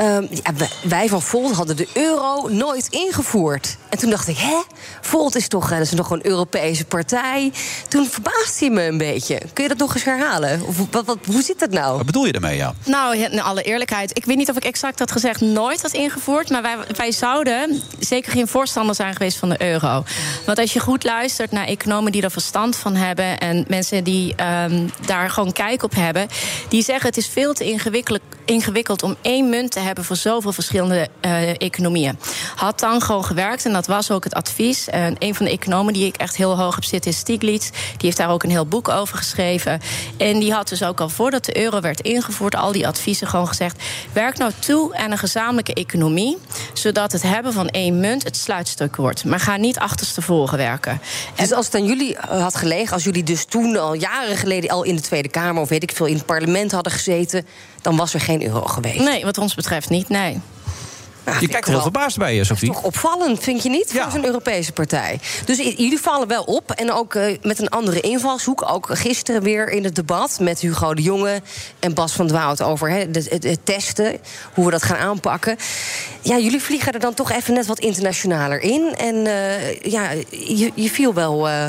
Speaker 17: wij van Volt hadden de euro nooit ingevoerd. En toen dacht ik, Volt is toch dat is nog een Europese partij. Toen verbaasde je me een beetje. Kun je dat nog eens herhalen? Of hoe zit dat nou?
Speaker 8: Wat bedoel je ermee, ja?
Speaker 16: Nou, in alle eerlijkheid, ik weet niet of ik exact had gezegd nooit had ingevoerd. Maar wij zouden zeker geen voorstander zijn geweest van de euro. Want als je goed luistert naar economen die er verstand van hebben en mensen die daar gewoon kijk op hebben, die zeggen het is veel te ingewikkeld om 1 munt te hebben voor zoveel verschillende economieën. Had dan gewoon gewerkt en dat was ook het advies. En een van de economen die ik echt heel hoog heb zitten is Stiglitz. Die heeft daar ook een heel boek over geschreven. En die had dus ook al voordat de euro werd ingevoerd al die adviezen gewoon gezegd, werk nou toe aan een gezamenlijke economie, zodat het hebben van 1 munt het sluitstuk wordt. Maar ga niet achterstevoren werken.
Speaker 17: Dus als het aan jullie had gelegen, als jullie dus toen al jaren geleden al in de Tweede Kamer of weet ik veel in het parlement hadden gezeten, dan was er geen euro geweest.
Speaker 16: Nee, wat ons betreft niet, nee.
Speaker 8: Je kijkt er heel verbaasd bij je, Sophie.
Speaker 17: Dat is toch opvallend, vind je niet? Voor zo'n Europese partij. Dus jullie vallen wel op. En ook met een andere invalshoek. Ook gisteren weer in het debat met Hugo de Jonge en Bas van Dwaalt over het testen. Hoe we dat gaan aanpakken. Ja, jullie vliegen er dan toch even net wat internationaler in. En je viel wel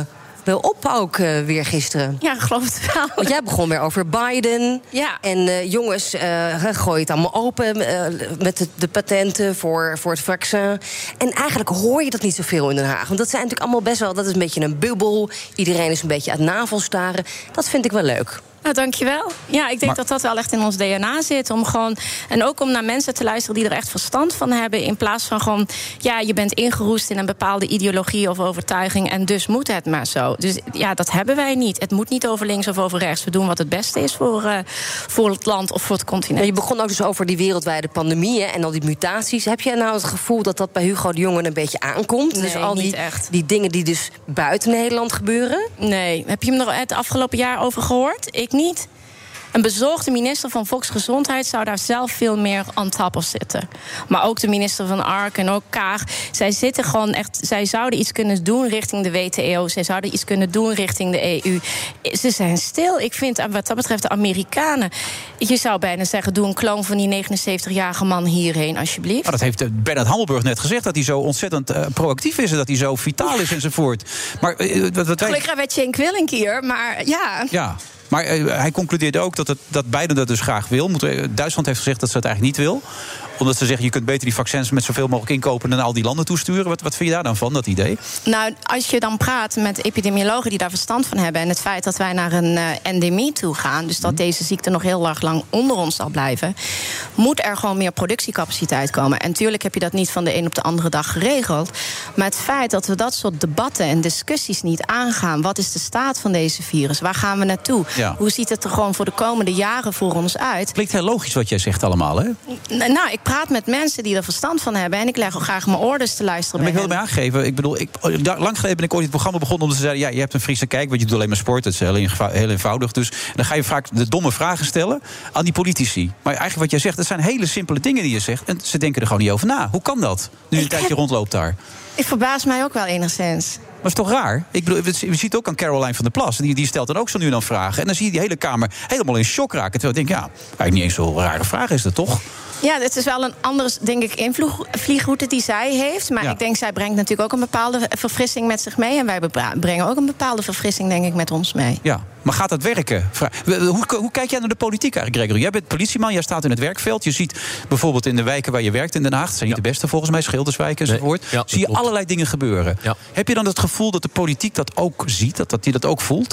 Speaker 17: wel op ook weer gisteren.
Speaker 16: Ja, ik geloof het wel.
Speaker 17: Want jij begon weer over Biden.
Speaker 16: Ja.
Speaker 17: En jongens, gooi het allemaal open met de patenten voor het vaccin. En eigenlijk hoor je dat niet zoveel in Den Haag. Want dat zijn natuurlijk allemaal best wel, dat is een beetje een bubbel. Iedereen is een beetje aan het navelstaren. Dat vind ik wel leuk.
Speaker 16: Nou, dankjewel. Ja, ik denk dat dat wel echt in ons DNA zit. Om gewoon, en ook om naar mensen te luisteren die er echt verstand van hebben. In plaats van gewoon, ja, je bent ingeroest in een bepaalde ideologie of overtuiging. En dus moet het maar zo. Dus ja, dat hebben wij niet. Het moet niet over links of over rechts. We doen wat het beste is voor het land of voor het continent.
Speaker 17: Je begon ook dus over die wereldwijde pandemieën en al die mutaties. Heb jij nou het gevoel dat dat bij Hugo de Jonge een beetje aankomt?
Speaker 16: Nee,
Speaker 17: dus al
Speaker 16: niet echt.
Speaker 17: Die dingen die dus buiten Nederland gebeuren?
Speaker 16: Nee. Heb je hem er het afgelopen jaar over gehoord? Ik niet. Een bezorgde minister van Volksgezondheid zou daar zelf veel meer on top of zitten. Maar ook de minister van Ark en ook Kaag. Zij zitten gewoon echt. Zij zouden iets kunnen doen richting de WTO. Zij zouden iets kunnen doen richting de EU. Ze zijn stil. Ik vind wat dat betreft de Amerikanen. Je zou bijna zeggen, doe een kloon van die 79-jarige man hierheen, alsjeblieft.
Speaker 8: Maar dat heeft Bernard Hammelburg net gezegd, dat hij zo ontzettend proactief is en dat hij zo vitaal is enzovoort. Maar
Speaker 16: gelukkig werd Cenk Willink hier, maar ja.
Speaker 8: Ja. Maar hij concludeerde ook dat Biden dat dus graag wil. Duitsland heeft gezegd dat ze het eigenlijk niet wil. Omdat ze zeggen, je kunt beter die vaccins met zoveel mogelijk inkopen en naar al die landen toesturen. Wat vind je daar dan van, dat idee?
Speaker 16: Nou, als je dan praat met epidemiologen die daar verstand van hebben, en het feit dat wij naar een endemie toe gaan, dus dat deze ziekte nog heel erg lang onder ons zal blijven, moet er gewoon meer productiecapaciteit komen. En natuurlijk heb je dat niet van de een op de andere dag geregeld. Maar het feit dat we dat soort debatten en discussies niet aangaan. Wat is de staat van deze virus? Waar gaan we naartoe? Ja. Hoe ziet het er gewoon voor de komende jaren voor ons uit?
Speaker 8: Klinkt heel logisch wat jij zegt allemaal, hè?
Speaker 16: Nou, ik praat met mensen die er verstand van hebben en ik leg ook graag mijn orders te luisteren.
Speaker 8: Maar ik wil het mij aangeven. Ik bedoel, lang geleden ben ik ooit het programma begonnen omdat ze zeiden, ja, je hebt een Friese kijk, want je doet alleen maar sport. Dat is heel eenvoudig. Dus dan ga je vaak de domme vragen stellen aan die politici. Maar eigenlijk wat jij zegt, dat zijn hele simpele dingen die je zegt. En ze denken er gewoon niet over na. Hoe kan dat? Nu je een tijdje rondloopt daar.
Speaker 16: Ik verbaas mij ook wel enigszins.
Speaker 8: Maar het is toch raar? Ik bedoel, we zien het ook aan Caroline van der Plas. Die stelt dan ook zo nu en dan vragen. En dan zie je die hele Kamer helemaal in shock raken. Terwijl ik denk, ja, eigenlijk niet eens zo'n rare vraag is dat toch?
Speaker 16: Ja, het is wel een andere, denk ik, invliegroute die zij heeft. Maar ik denk, zij brengt natuurlijk ook een bepaalde verfrissing met zich mee. En wij brengen ook een bepaalde verfrissing, denk ik, met ons mee.
Speaker 8: Ja, maar gaat dat werken? Hoe kijk jij naar de politiek eigenlijk, Gregory? Jij bent politieman, jij staat in het werkveld. Je ziet bijvoorbeeld in de wijken waar je werkt in Den Haag, dat zijn niet de beste volgens mij, Schilderswijk enzovoort. Nee, zie je allerlei dingen gebeuren. Ja. Heb je dan het gevoel dat de politiek dat ook ziet, dat die dat ook voelt?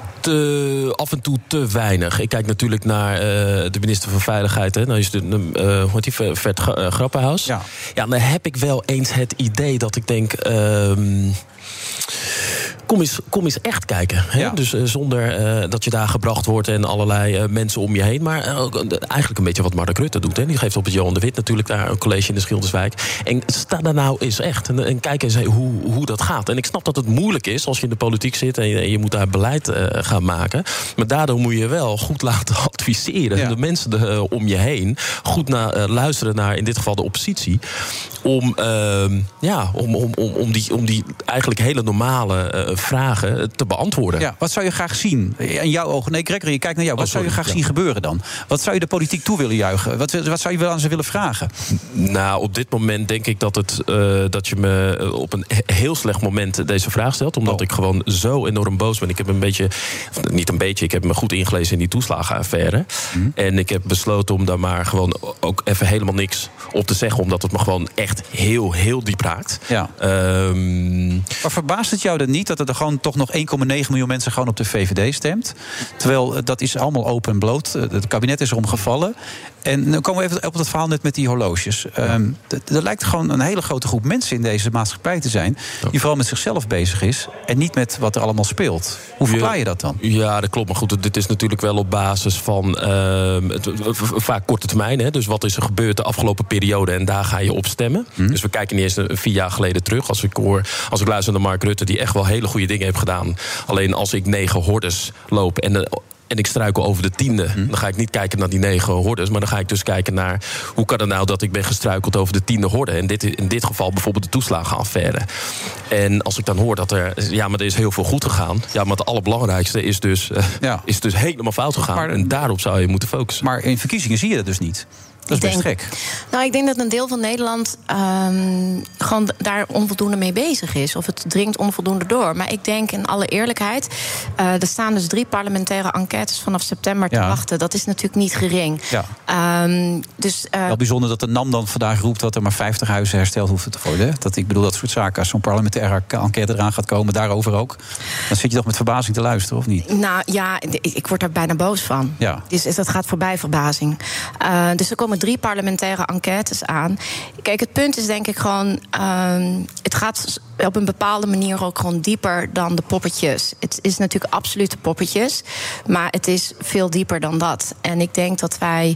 Speaker 1: Af en toe te weinig. Ik kijk natuurlijk naar de minister van Veiligheid. Hè. Nou is Vert Grapperhaus. Ja, dan heb ik wel eens het idee dat ik denk, kom eens echt kijken. Hè? Ja. Dus zonder dat je daar gebracht wordt en allerlei mensen om je heen. Maar eigenlijk een beetje wat Mark Rutte doet. Hè? Die geeft op het Johan de Wit natuurlijk daar een college in de Schilderswijk. En sta daar nou eens echt. En kijk eens hoe dat gaat. En ik snap dat het moeilijk is als je in de politiek zit en je moet daar beleid gaan maken. Maar daardoor moet je wel goed laten adviseren. Ja. De mensen om je heen goed luisteren naar in dit geval de oppositie. Om die eigenlijk hele normale vragen te beantwoorden.
Speaker 8: Ja, wat zou je graag zien? In jouw ogen, nee, Gregory, je kijkt naar jou. Wat zou je graag zien gebeuren dan? Wat zou je de politiek toe willen juichen? Wat zou je wel aan ze willen vragen?
Speaker 1: Nou, op dit moment denk ik dat je me op een heel slecht moment deze vraag stelt. Omdat ik gewoon zo enorm boos ben. Ik heb ik heb me goed ingelezen in die toeslagenaffaire. En ik heb besloten om daar maar gewoon ook even helemaal niks op te zeggen. Omdat het me gewoon echt heel, heel diep raakt. Ja.
Speaker 8: Maar verbaast het jou dan niet dat er gewoon toch nog 1,9 miljoen mensen gewoon op de VVD stemt? Terwijl dat is allemaal open en bloot. Het kabinet is erom gevallen. En dan komen we even op dat verhaal net met die horloges. Er lijkt gewoon een hele grote groep mensen in deze maatschappij te zijn die vooral met zichzelf bezig is en niet met wat er allemaal speelt. Hoe verklaar je dat dan?
Speaker 1: Ja, dat klopt. Maar goed, dit is natuurlijk wel op basis van vaak korte termijn. Hè? Dus wat is er gebeurd de afgelopen periode en daar ga je op stemmen. Dus we kijken niet eens 4 jaar geleden terug. Als ik luister naar Mark Rutte, die echt wel hele goede dingen heeft gedaan. Alleen als ik 9 hordes loop en ik struikel over de 10e... dan ga ik niet kijken naar die 9 hordes... maar dan ga ik dus kijken naar hoe kan het nou dat ik ben gestruikeld over de 10e horde. En in dit geval bijvoorbeeld de toeslagenaffaire. En als ik dan hoor dat er is heel veel goed gegaan. Ja, maar het allerbelangrijkste is dus helemaal fout gegaan. En daarop zou je moeten focussen.
Speaker 8: Maar in verkiezingen zie je dat dus niet. Dat is best gek.
Speaker 16: Nou, ik denk dat een deel van Nederland gewoon daar onvoldoende mee bezig is. Of het dringt onvoldoende door. Maar ik denk in alle eerlijkheid, er staan dus 3 parlementaire enquêtes vanaf september te wachten. Dat is natuurlijk niet gering.
Speaker 8: Ja. Wel bijzonder dat de NAM dan vandaag roept dat er maar 50 huizen hersteld hoeven te worden. Hè? Ik bedoel, dat soort zaken. Als zo'n parlementaire enquête eraan gaat komen, daarover ook. Dan zit je toch met verbazing te luisteren, of niet?
Speaker 16: Nou ja, ik word daar bijna boos van.
Speaker 8: Ja.
Speaker 16: Dus dat gaat voorbij verbazing. Dus er komen 3 parlementaire enquêtes aan. Kijk, het punt is denk ik gewoon, het gaat op een bepaalde manier ook gewoon dieper dan de poppetjes. Het is natuurlijk absolute poppetjes, maar het is veel dieper dan dat. En ik denk dat wij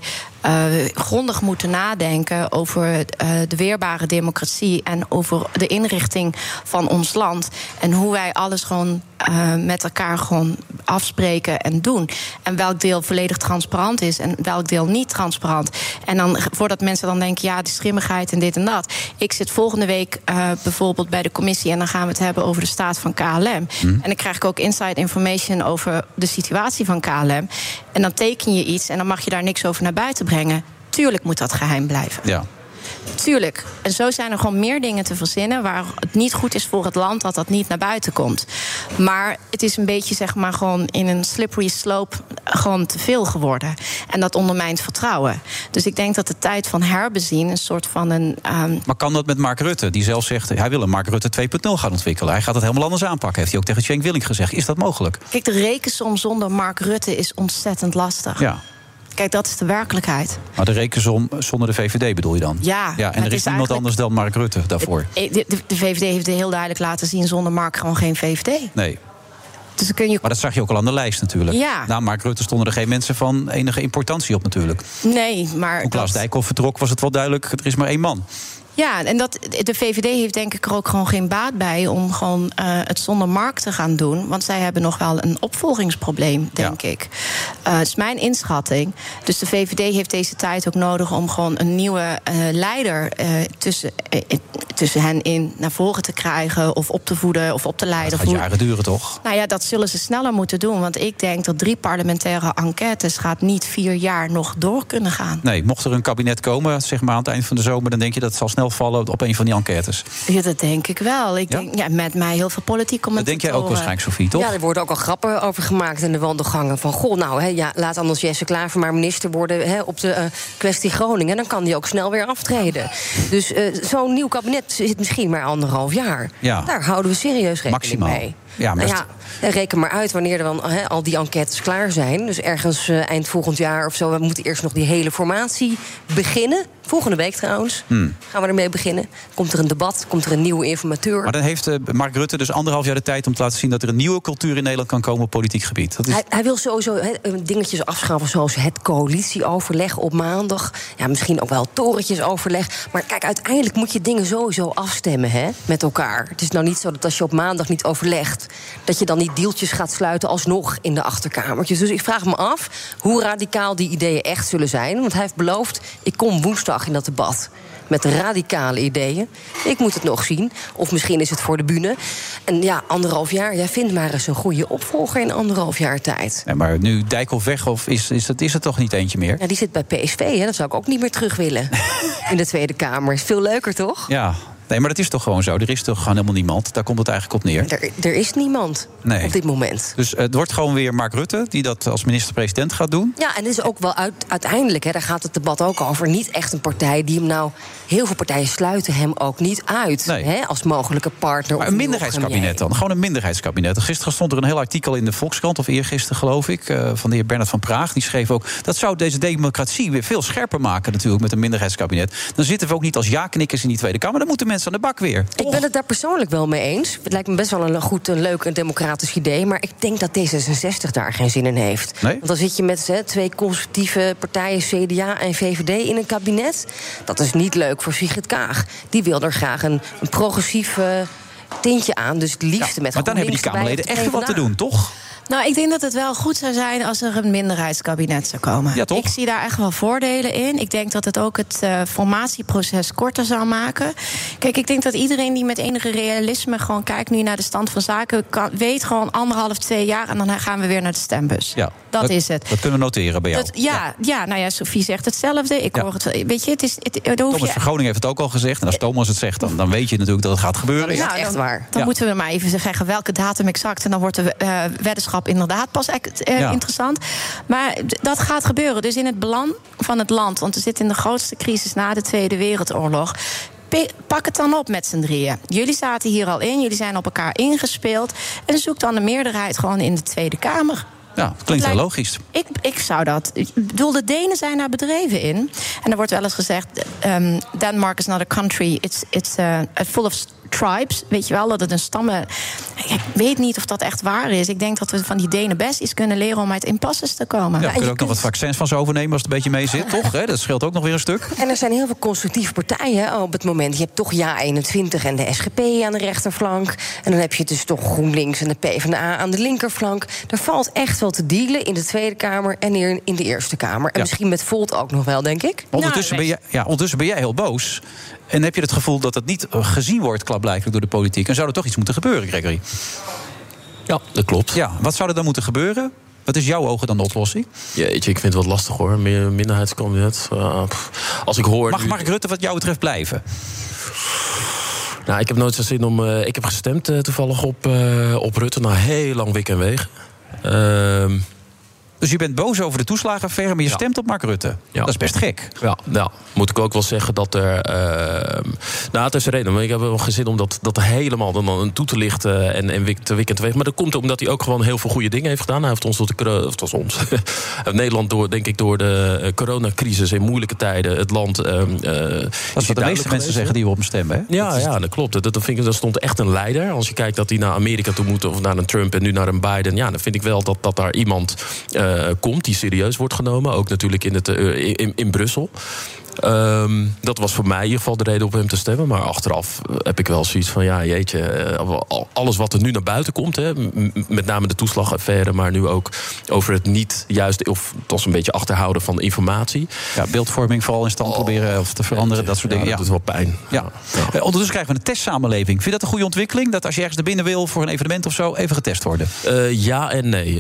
Speaker 16: grondig moeten nadenken over de weerbare democratie en over de inrichting van ons land. En hoe wij alles gewoon met elkaar gewoon afspreken en doen. En welk deel volledig transparant is en welk deel niet transparant. En dan voordat mensen dan denken, ja, de schimmigheid en dit en dat. Ik zit volgende week bijvoorbeeld bij de commissie en dan gaan we het hebben over de staat van KLM. En dan krijg ik ook inside information over de situatie van KLM. En dan teken je iets en dan mag je daar niks over naar buiten brengen. Tuurlijk moet dat geheim blijven.
Speaker 8: Ja.
Speaker 16: Tuurlijk. En zo zijn er gewoon meer dingen te verzinnen waar het niet goed is voor het land dat dat niet naar buiten komt. Maar het is een beetje, zeg maar, gewoon in een slippery slope gewoon te veel geworden. En dat ondermijnt vertrouwen. Dus ik denk dat de tijd van herbezien een soort van een...
Speaker 8: Maar kan dat met Mark Rutte, die zelf zegt, hij wil een Mark Rutte 2.0 gaan ontwikkelen. Hij gaat het helemaal anders aanpakken, heeft hij ook tegen Cenk Willink gezegd. Is dat mogelijk?
Speaker 16: Kijk, de rekensom zonder Mark Rutte is ontzettend lastig.
Speaker 8: Ja.
Speaker 16: Kijk, dat is de werkelijkheid.
Speaker 8: Maar de rekensom zonder de VVD bedoel je dan?
Speaker 16: Ja.
Speaker 8: En er is niemand anders dan Mark Rutte daarvoor.
Speaker 16: De VVD heeft heel duidelijk laten zien, zonder Mark gewoon geen VVD.
Speaker 8: Nee.
Speaker 16: Dus dan kun je...
Speaker 8: Maar dat zag je ook al aan de lijst natuurlijk.
Speaker 16: Ja.
Speaker 8: Na Mark Rutte stonden er geen mensen van enige importantie op natuurlijk.
Speaker 16: Nee, maar...
Speaker 8: Toen Klaas Dijkhoff vertrok was het wel duidelijk, er is maar 1 man.
Speaker 16: Ja, en de VVD heeft denk ik er ook gewoon geen baat bij om gewoon het zonder Mark te gaan doen. Want zij hebben nog wel een opvolgingsprobleem, denk ik. Dat is mijn inschatting. Dus de VVD heeft deze tijd ook nodig om gewoon een nieuwe leider tussen hen in naar voren te krijgen, of op te voeden of op te leiden.
Speaker 8: Dat gaat jaren duren, toch?
Speaker 16: Nou ja, dat zullen ze sneller moeten doen. Want ik denk dat 3 parlementaire enquêtes gaat niet 4 jaar nog door kunnen gaan.
Speaker 8: Nee, mocht er een kabinet komen, zeg maar aan het eind van de zomer, dan denk je dat het zal snel vallen op een van die enquêtes.
Speaker 16: Ja, dat denk ik wel. Ik denk, met mij heel veel politiek commentatoren.
Speaker 8: Dat denk jij ook waarschijnlijk, Sophie, toch?
Speaker 17: Ja, er worden ook al grappen over gemaakt in de wandelgangen. Van, goh, nou, laat anders Jesse Klaver maar minister worden op de kwestie Groningen. Dan kan die ook snel weer aftreden. Dus zo'n nieuw kabinet zit misschien maar 1,5 jaar.
Speaker 8: Ja.
Speaker 17: Daar houden we serieus rekening mee.
Speaker 8: Ja, maar
Speaker 17: reken maar uit wanneer er dan al die enquêtes klaar zijn. Dus ergens eind volgend jaar of zo. We moeten eerst nog die hele formatie beginnen. Volgende week trouwens gaan we ermee beginnen. Komt er een debat, komt er een nieuwe informateur.
Speaker 8: Maar dan heeft Mark Rutte dus 1,5 jaar de tijd om te laten zien dat er een nieuwe cultuur in Nederland kan komen op politiek gebied. Dat is...
Speaker 17: Hij wil sowieso dingetjes afschaffen zoals het coalitieoverleg op maandag. Ja, misschien ook wel torentjesoverleg. Maar kijk, uiteindelijk moet je dingen sowieso afstemmen met elkaar. Het is nou niet zo dat als je op maandag niet overlegt, dat je dan niet deeltjes gaat sluiten alsnog in de achterkamertjes. Dus ik vraag me af hoe radicaal die ideeën echt zullen zijn. Want hij heeft beloofd, ik kom woensdag in dat debat met radicale ideeën. Ik moet het nog zien. Of misschien is het voor de bühne. En ja, 1,5 jaar. Jij vindt maar eens een goede opvolger in 1,5 jaar tijd.
Speaker 8: Nee, maar nu Dijkhoff weg, of is het toch niet eentje meer?
Speaker 17: Ja, die zit bij PSV, dat zou ik ook niet meer terug willen. In de Tweede Kamer. Is veel leuker, toch?
Speaker 8: Ja. Nee, maar dat is toch gewoon zo. Er is toch gewoon helemaal niemand. Daar komt het eigenlijk op neer.
Speaker 17: Er is niemand op dit moment.
Speaker 8: Dus het wordt gewoon weer Mark Rutte die dat als minister-president gaat doen.
Speaker 17: Ja, en dit is ook wel uiteindelijk, daar gaat het debat ook over, niet echt een partij die hem nou... Heel veel partijen sluiten hem ook niet uit als mogelijke partner.
Speaker 8: Maar een minderheidskabinet dan. Gewoon een minderheidskabinet. Gisteren stond er een heel artikel in de Volkskrant, of eergisteren geloof ik, van de heer Bernard van Praag. Die schreef ook, dat zou deze democratie weer veel scherper maken natuurlijk met een minderheidskabinet. Dan zitten we ook niet als ja-knikkers in die Tweede Kamer. Dan moeten mensen aan de bak weer. Toch?
Speaker 17: Ik ben het daar persoonlijk wel mee eens. Het lijkt me best wel een leuk en democratisch idee. Maar ik denk dat D66 daar geen zin in heeft.
Speaker 8: Nee?
Speaker 17: Want dan zit je met 2 conservatieve partijen, CDA en VVD, in een kabinet. Dat is niet leuk voor Sigrid Kaag. Die wil er graag een progressief tintje aan. Dus het liefste met
Speaker 8: maar dan hebben die Kamerleden echt wat te doen, toch?
Speaker 16: Nou, ik denk dat het wel goed zou zijn als er een minderheidskabinet zou komen.
Speaker 8: Ja, toch?
Speaker 16: Ik zie daar echt wel voordelen in. Ik denk dat het ook het formatieproces korter zou maken. Kijk, ik denk dat iedereen die met enige realisme gewoon kijkt nu naar de stand van zaken, weet gewoon 1,5, 2 jaar en dan gaan we weer naar de stembus.
Speaker 8: Ja.
Speaker 16: Dat is het.
Speaker 8: Dat kunnen we noteren bij jou.
Speaker 16: Nou ja, Sophie zegt hetzelfde. Ik hoor het. Weet je,
Speaker 8: Thomas van Groningen heeft het ook al gezegd. En als Thomas het zegt, dan weet je natuurlijk dat het gaat gebeuren.
Speaker 17: Dat is echt waar.
Speaker 16: Dan moeten we maar even zeggen welke datum exact. En dan wordt de weddenschap inderdaad pas interessant. Maar dat gaat gebeuren. Dus in het belang van het land. Want we zitten in de grootste crisis na de Tweede Wereldoorlog. Pak het dan op met z'n drieën. Jullie zaten hier al in, jullie zijn op elkaar ingespeeld. En zoek dan de meerderheid gewoon in de Tweede Kamer.
Speaker 8: Ja, dat klinkt heel logisch.
Speaker 16: Ik zou dat... Ik bedoel, de Denen zijn daar bedreven in. En er wordt wel eens gezegd... Denmark is not a country, it's full of tribes. Weet je wel, dat het een stammen... Ik weet niet of dat echt waar is. Ik denk dat we van die Denen best iets kunnen leren om uit impasses te komen.
Speaker 8: Ja, we kunnen ook nog wat vaccins van ze overnemen als het een beetje mee zit, toch? Dat scheelt ook nog weer een stuk.
Speaker 17: En er zijn heel veel constructieve partijen op het moment. Je hebt toch JA21 en de SGP aan de rechterflank. En dan heb je dus toch GroenLinks en de PvdA aan de linkerflank. Er valt echt wel te dealen in de Tweede Kamer en in de Eerste Kamer. En misschien met Volt ook nog wel, denk ik.
Speaker 8: Ondertussen ben jij heel boos. En heb je het gevoel dat het niet gezien wordt, klaarblijkelijk, door de politiek? En zou er toch iets moeten gebeuren, Gregory?
Speaker 1: Ja, dat klopt.
Speaker 8: Ja, wat zou er dan moeten gebeuren? Wat is jouw ogen dan de oplossing?
Speaker 1: Jeetje, ik vind het wat lastig hoor. Minderheidskabinet. Als ik hoor.
Speaker 8: Mag Mark Rutte wat jou betreft blijven?
Speaker 1: Nou, ik heb nooit zo'n zin om. Ik heb gestemd toevallig op Rutte na heel lang wik en wegen.
Speaker 8: Dus je bent boos over de toeslagenaffaire, maar je stemt op Mark Rutte. Ja. Dat is best gek.
Speaker 1: Ja, moet ik ook wel zeggen dat er... het is een reden, maar ik heb wel geen zin om dat helemaal dan toe te lichten en te wik en te wegen. Maar dat komt omdat hij ook gewoon heel veel goede dingen heeft gedaan. Hij heeft ons Nederland door de coronacrisis in moeilijke tijden, het land...
Speaker 8: dat is wat de meeste mensen zeggen die op hem stemmen, hè?
Speaker 1: Ja, dat klopt. Dat stond echt een leider. Als je kijkt dat hij naar Amerika toe moet, of naar een Trump en nu naar een Biden... ja, dan vind ik wel dat daar iemand... komt, die serieus wordt genomen. Ook natuurlijk in Brussel. Dat was voor mij in ieder geval de reden om hem te stemmen. Maar achteraf heb ik wel zoiets van... ja, jeetje, alles wat er nu naar buiten komt... Hè, met name de toeslagaffaire... maar nu ook over het niet juist... of toch een beetje achterhouden van informatie.
Speaker 8: Ja, beeldvorming vooral in stand proberen of te veranderen. Dat soort dingen.
Speaker 1: Dat doet wel pijn.
Speaker 8: Ja. Ondertussen krijgen we een testsamenleving. Vind je dat een goede ontwikkeling? Dat als je ergens naar binnen wil voor een evenement of zo... even getest worden?
Speaker 1: Ja en nee.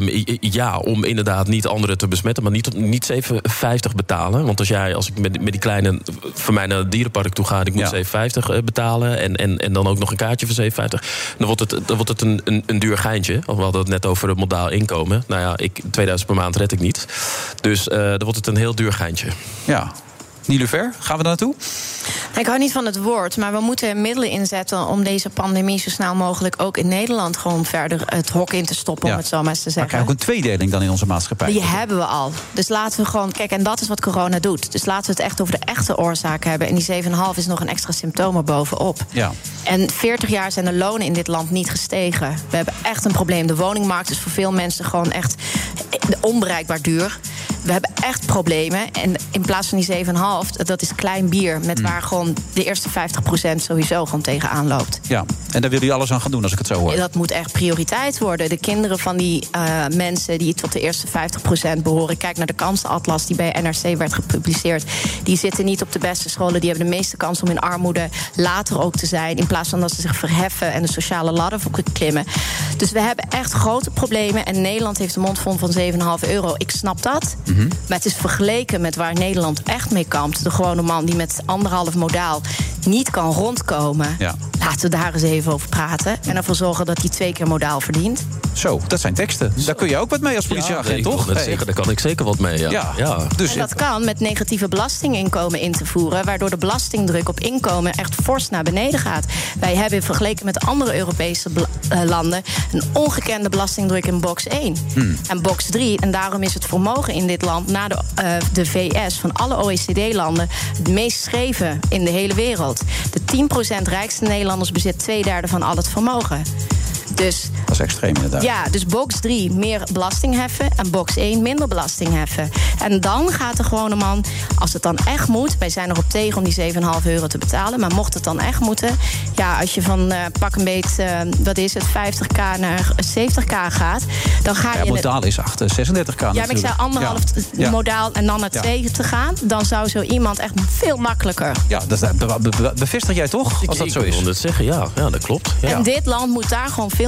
Speaker 1: Ja, om inderdaad niet anderen te besmetten... maar niet 7,50 betalen. Want als ik met die kleine voor mij naar het dierenpark toe ga... ik moet 7,50 betalen en dan ook nog een kaartje voor 7,50... dan wordt het een duur geintje. We hadden het net over het modaal inkomen. Nou ja, 2000 per maand red ik niet. Dus dan wordt het een heel duur geintje.
Speaker 8: Ja. Nilufer, gaan we daar naartoe?
Speaker 16: Ik hou niet van het woord, maar we moeten middelen inzetten... om deze pandemie zo snel mogelijk ook in Nederland... gewoon verder het hok in te stoppen, om het zo maar eens te zeggen.
Speaker 8: Maar krijg ook een tweedeling dan in onze maatschappij?
Speaker 16: Die hebben we al. Dus laten we gewoon... Kijk, en dat is wat corona doet. Dus laten we het echt over de echte oorzaak hebben. En die 7,5 is nog een extra symptoom erbovenop.
Speaker 8: Ja.
Speaker 16: En 40 jaar zijn de lonen in dit land niet gestegen. We hebben echt een probleem. De woningmarkt is voor veel mensen gewoon echt onbereikbaar duur. We hebben echt problemen. En in plaats van die 7,5, dat is klein bier... met waar gewoon de eerste 50% sowieso gewoon tegenaan loopt.
Speaker 8: Ja, en daar willen jullie alles aan gaan doen als ik het zo hoor.
Speaker 16: Dat moet echt prioriteit worden. De kinderen van die mensen die tot de eerste 50% behoren... kijk naar de kansenatlas die bij NRC werd gepubliceerd... die zitten niet op de beste scholen. Die hebben de meeste kans om in armoede later ook te zijn... in plaats van dat ze zich verheffen en de sociale ladder voor kunnen klimmen. Dus we hebben echt grote problemen. En Nederland heeft een mondvol van €7,5. Ik snap dat. Maar het is vergeleken met waar Nederland echt mee kampt. De gewone man die met 1,5 modaal niet kan rondkomen. Ja. Laten we daar eens even over praten. En ervoor zorgen dat hij 2 keer modaal verdient.
Speaker 8: Zo, dat zijn teksten. Daar kun je ook wat mee als politieagent, toch?
Speaker 1: Daar kan ik zeker wat mee, ja.
Speaker 16: Dus en dat kan met negatieve belastinginkomen in te voeren... waardoor de belastingdruk op inkomen echt fors naar beneden gaat. Wij hebben vergeleken met andere Europese landen... een ongekende belastingdruk in box 1. En box 3, en daarom is het vermogen in dit land... na de VS van alle OECD-landen... het meest schreven in de hele wereld. De 10% rijkste Nederlanders bezit 2/3 van al het vermogen. Dus,
Speaker 8: dat is extreem inderdaad.
Speaker 16: Ja, dus box 3 meer belasting heffen en box 1 minder belasting heffen. En dan gaat de gewone man, als het dan echt moet... wij zijn erop tegen om die €7,5 te betalen... maar mocht het dan echt moeten... ja, als je van pak een beet, wat is het, 50k naar 70k gaat... dan ga je...
Speaker 8: Ja, modaal is 36k
Speaker 16: Ja, maar ik zei 1,5 modaal en dan naar 2 te gaan... dan zou zo iemand echt veel makkelijker...
Speaker 8: Ja, dat bevestig jij toch, als dat zo is?
Speaker 1: Ik wil het zeggen, ja, dat klopt. Ja.
Speaker 16: En dit land moet daar gewoon veel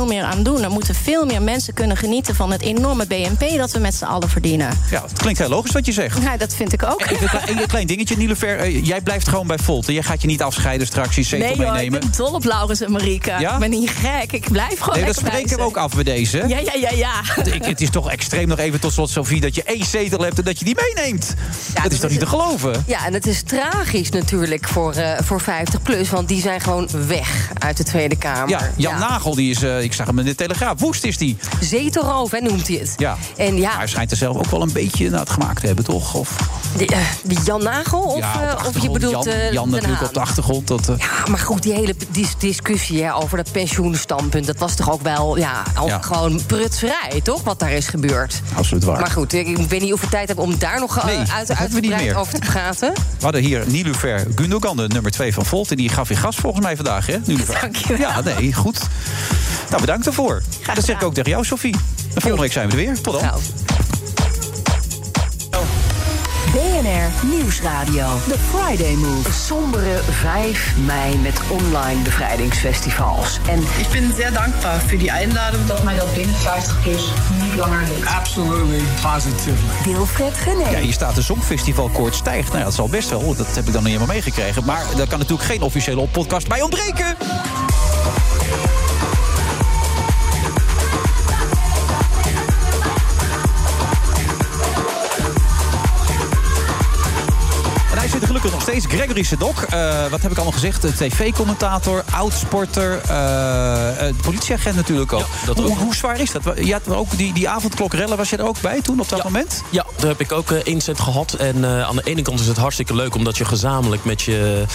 Speaker 16: veel meer aan doen. Er moeten veel meer mensen kunnen genieten van het enorme BNP dat we met z'n allen verdienen.
Speaker 8: Ja, het klinkt heel logisch wat je zegt.
Speaker 16: Ja, dat vind ik ook.
Speaker 8: Een klein dingetje, Niloufer. Jij blijft gewoon bij Volt. Jij gaat je niet afscheiden straks, je zetel meenemen.
Speaker 16: Nee, ik ben dol op Laurens en Marieke. Ja? Ik ben niet gek. Ik blijf gewoon
Speaker 8: dat spreken we ook af bij deze.
Speaker 16: Ja.
Speaker 8: Het is toch extreem nog even tot slot, Sophie, dat je 1 zetel hebt en dat je die meeneemt. Ja, dat is toch niet te geloven?
Speaker 17: Ja, en het is tragisch natuurlijk voor 50PLUS, want die zijn gewoon weg uit de Tweede Kamer.
Speaker 8: Ja, Jan Nagel, die is, ik zag hem in de Telegraaf, woest is die.
Speaker 17: Zetelroof, noemt hij het.
Speaker 8: Ja.
Speaker 17: En ja,
Speaker 8: maar hij schijnt er zelf ook wel een beetje het gemaakt te hebben, toch? Of...
Speaker 17: Die Jan Nagel? Of je bedoelt
Speaker 8: Jan natuurlijk op de achtergrond.
Speaker 17: Ja, maar goed, die hele discussie over dat pensioenstandpunt, dat was toch ook wel gewoon prutsvrij, toch? Wat daar is gebeurd.
Speaker 8: Absoluut waar.
Speaker 17: Maar goed, ik weet niet of we tijd hebben om daar nog uitgebreid over te praten.
Speaker 8: We hadden hier Niloufer Gundogan, de nummer 2 van Volt. En die gaf je gas volgens mij vandaag, hè?
Speaker 16: Dankjewel.
Speaker 8: Ja, nee, goed. Nou, bedankt daarvoor. Dat zeg ik ook tegen jou, Sophie. En volgende week zijn we er weer. Tot dan.
Speaker 3: BNR Nieuwsradio. The Friday Move.
Speaker 4: Een sombere 5 mei met online bevrijdingsfestivals. En
Speaker 5: ik ben zeer dankbaar voor die Einladung.
Speaker 6: Dat mij dat binnen 50PLUS niet langer lukt.
Speaker 7: Absolutely positively.
Speaker 3: Wilfred Genee.
Speaker 8: Ja, hier staat de Songfestivalkoord stijgt. Nou ja, dat zal best wel. Dat heb ik dan nog niet helemaal meegekregen. Maar daar kan natuurlijk geen officiële podcast bij ontbreken. Hij zit er gelukkig nog steeds. Gregory Sedok, wat heb ik allemaal gezegd? TV-commentator, oud-sporter, politieagent natuurlijk ook. Ja, hoe zwaar is dat? Je had ook die avondklok rellen, was je er ook bij toen op dat moment?
Speaker 1: Ja, daar heb ik ook inzet gehad. En aan de ene kant is het hartstikke leuk, omdat je gezamenlijk met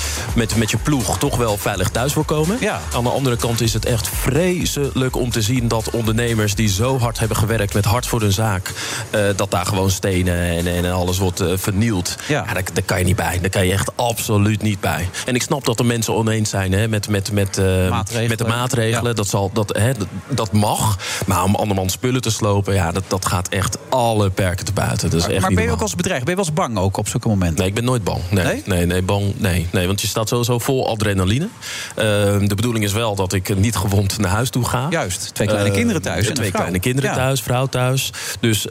Speaker 1: je ploeg toch wel veilig thuis wil komen.
Speaker 8: Ja.
Speaker 1: Aan de andere kant is het echt vreselijk om te zien dat ondernemers die zo hard hebben gewerkt met hart voor hun zaak, dat daar gewoon stenen en alles wordt vernield. Ja, daar kan je niet bij. Daar kan je echt absoluut niet bij. En ik snap dat er mensen oneens zijn met de maatregelen. Ja. Dat mag. Maar om andermans spullen te slopen, dat gaat echt alle perken te buiten. Dat is echt
Speaker 8: maar
Speaker 1: niet
Speaker 8: ben je
Speaker 1: normaal.
Speaker 8: ook als bedreigd? Ben je wel eens bang ook op zulke momenten?
Speaker 1: Nee, ik ben nooit bang. Nee, bang. Nee, want je staat sowieso vol adrenaline. De bedoeling is wel dat ik niet gewond naar huis toe ga.
Speaker 8: Juist, 2 kleine kinderen thuis.
Speaker 1: Ja, 2 kleine kinderen thuis, vrouw thuis. Dus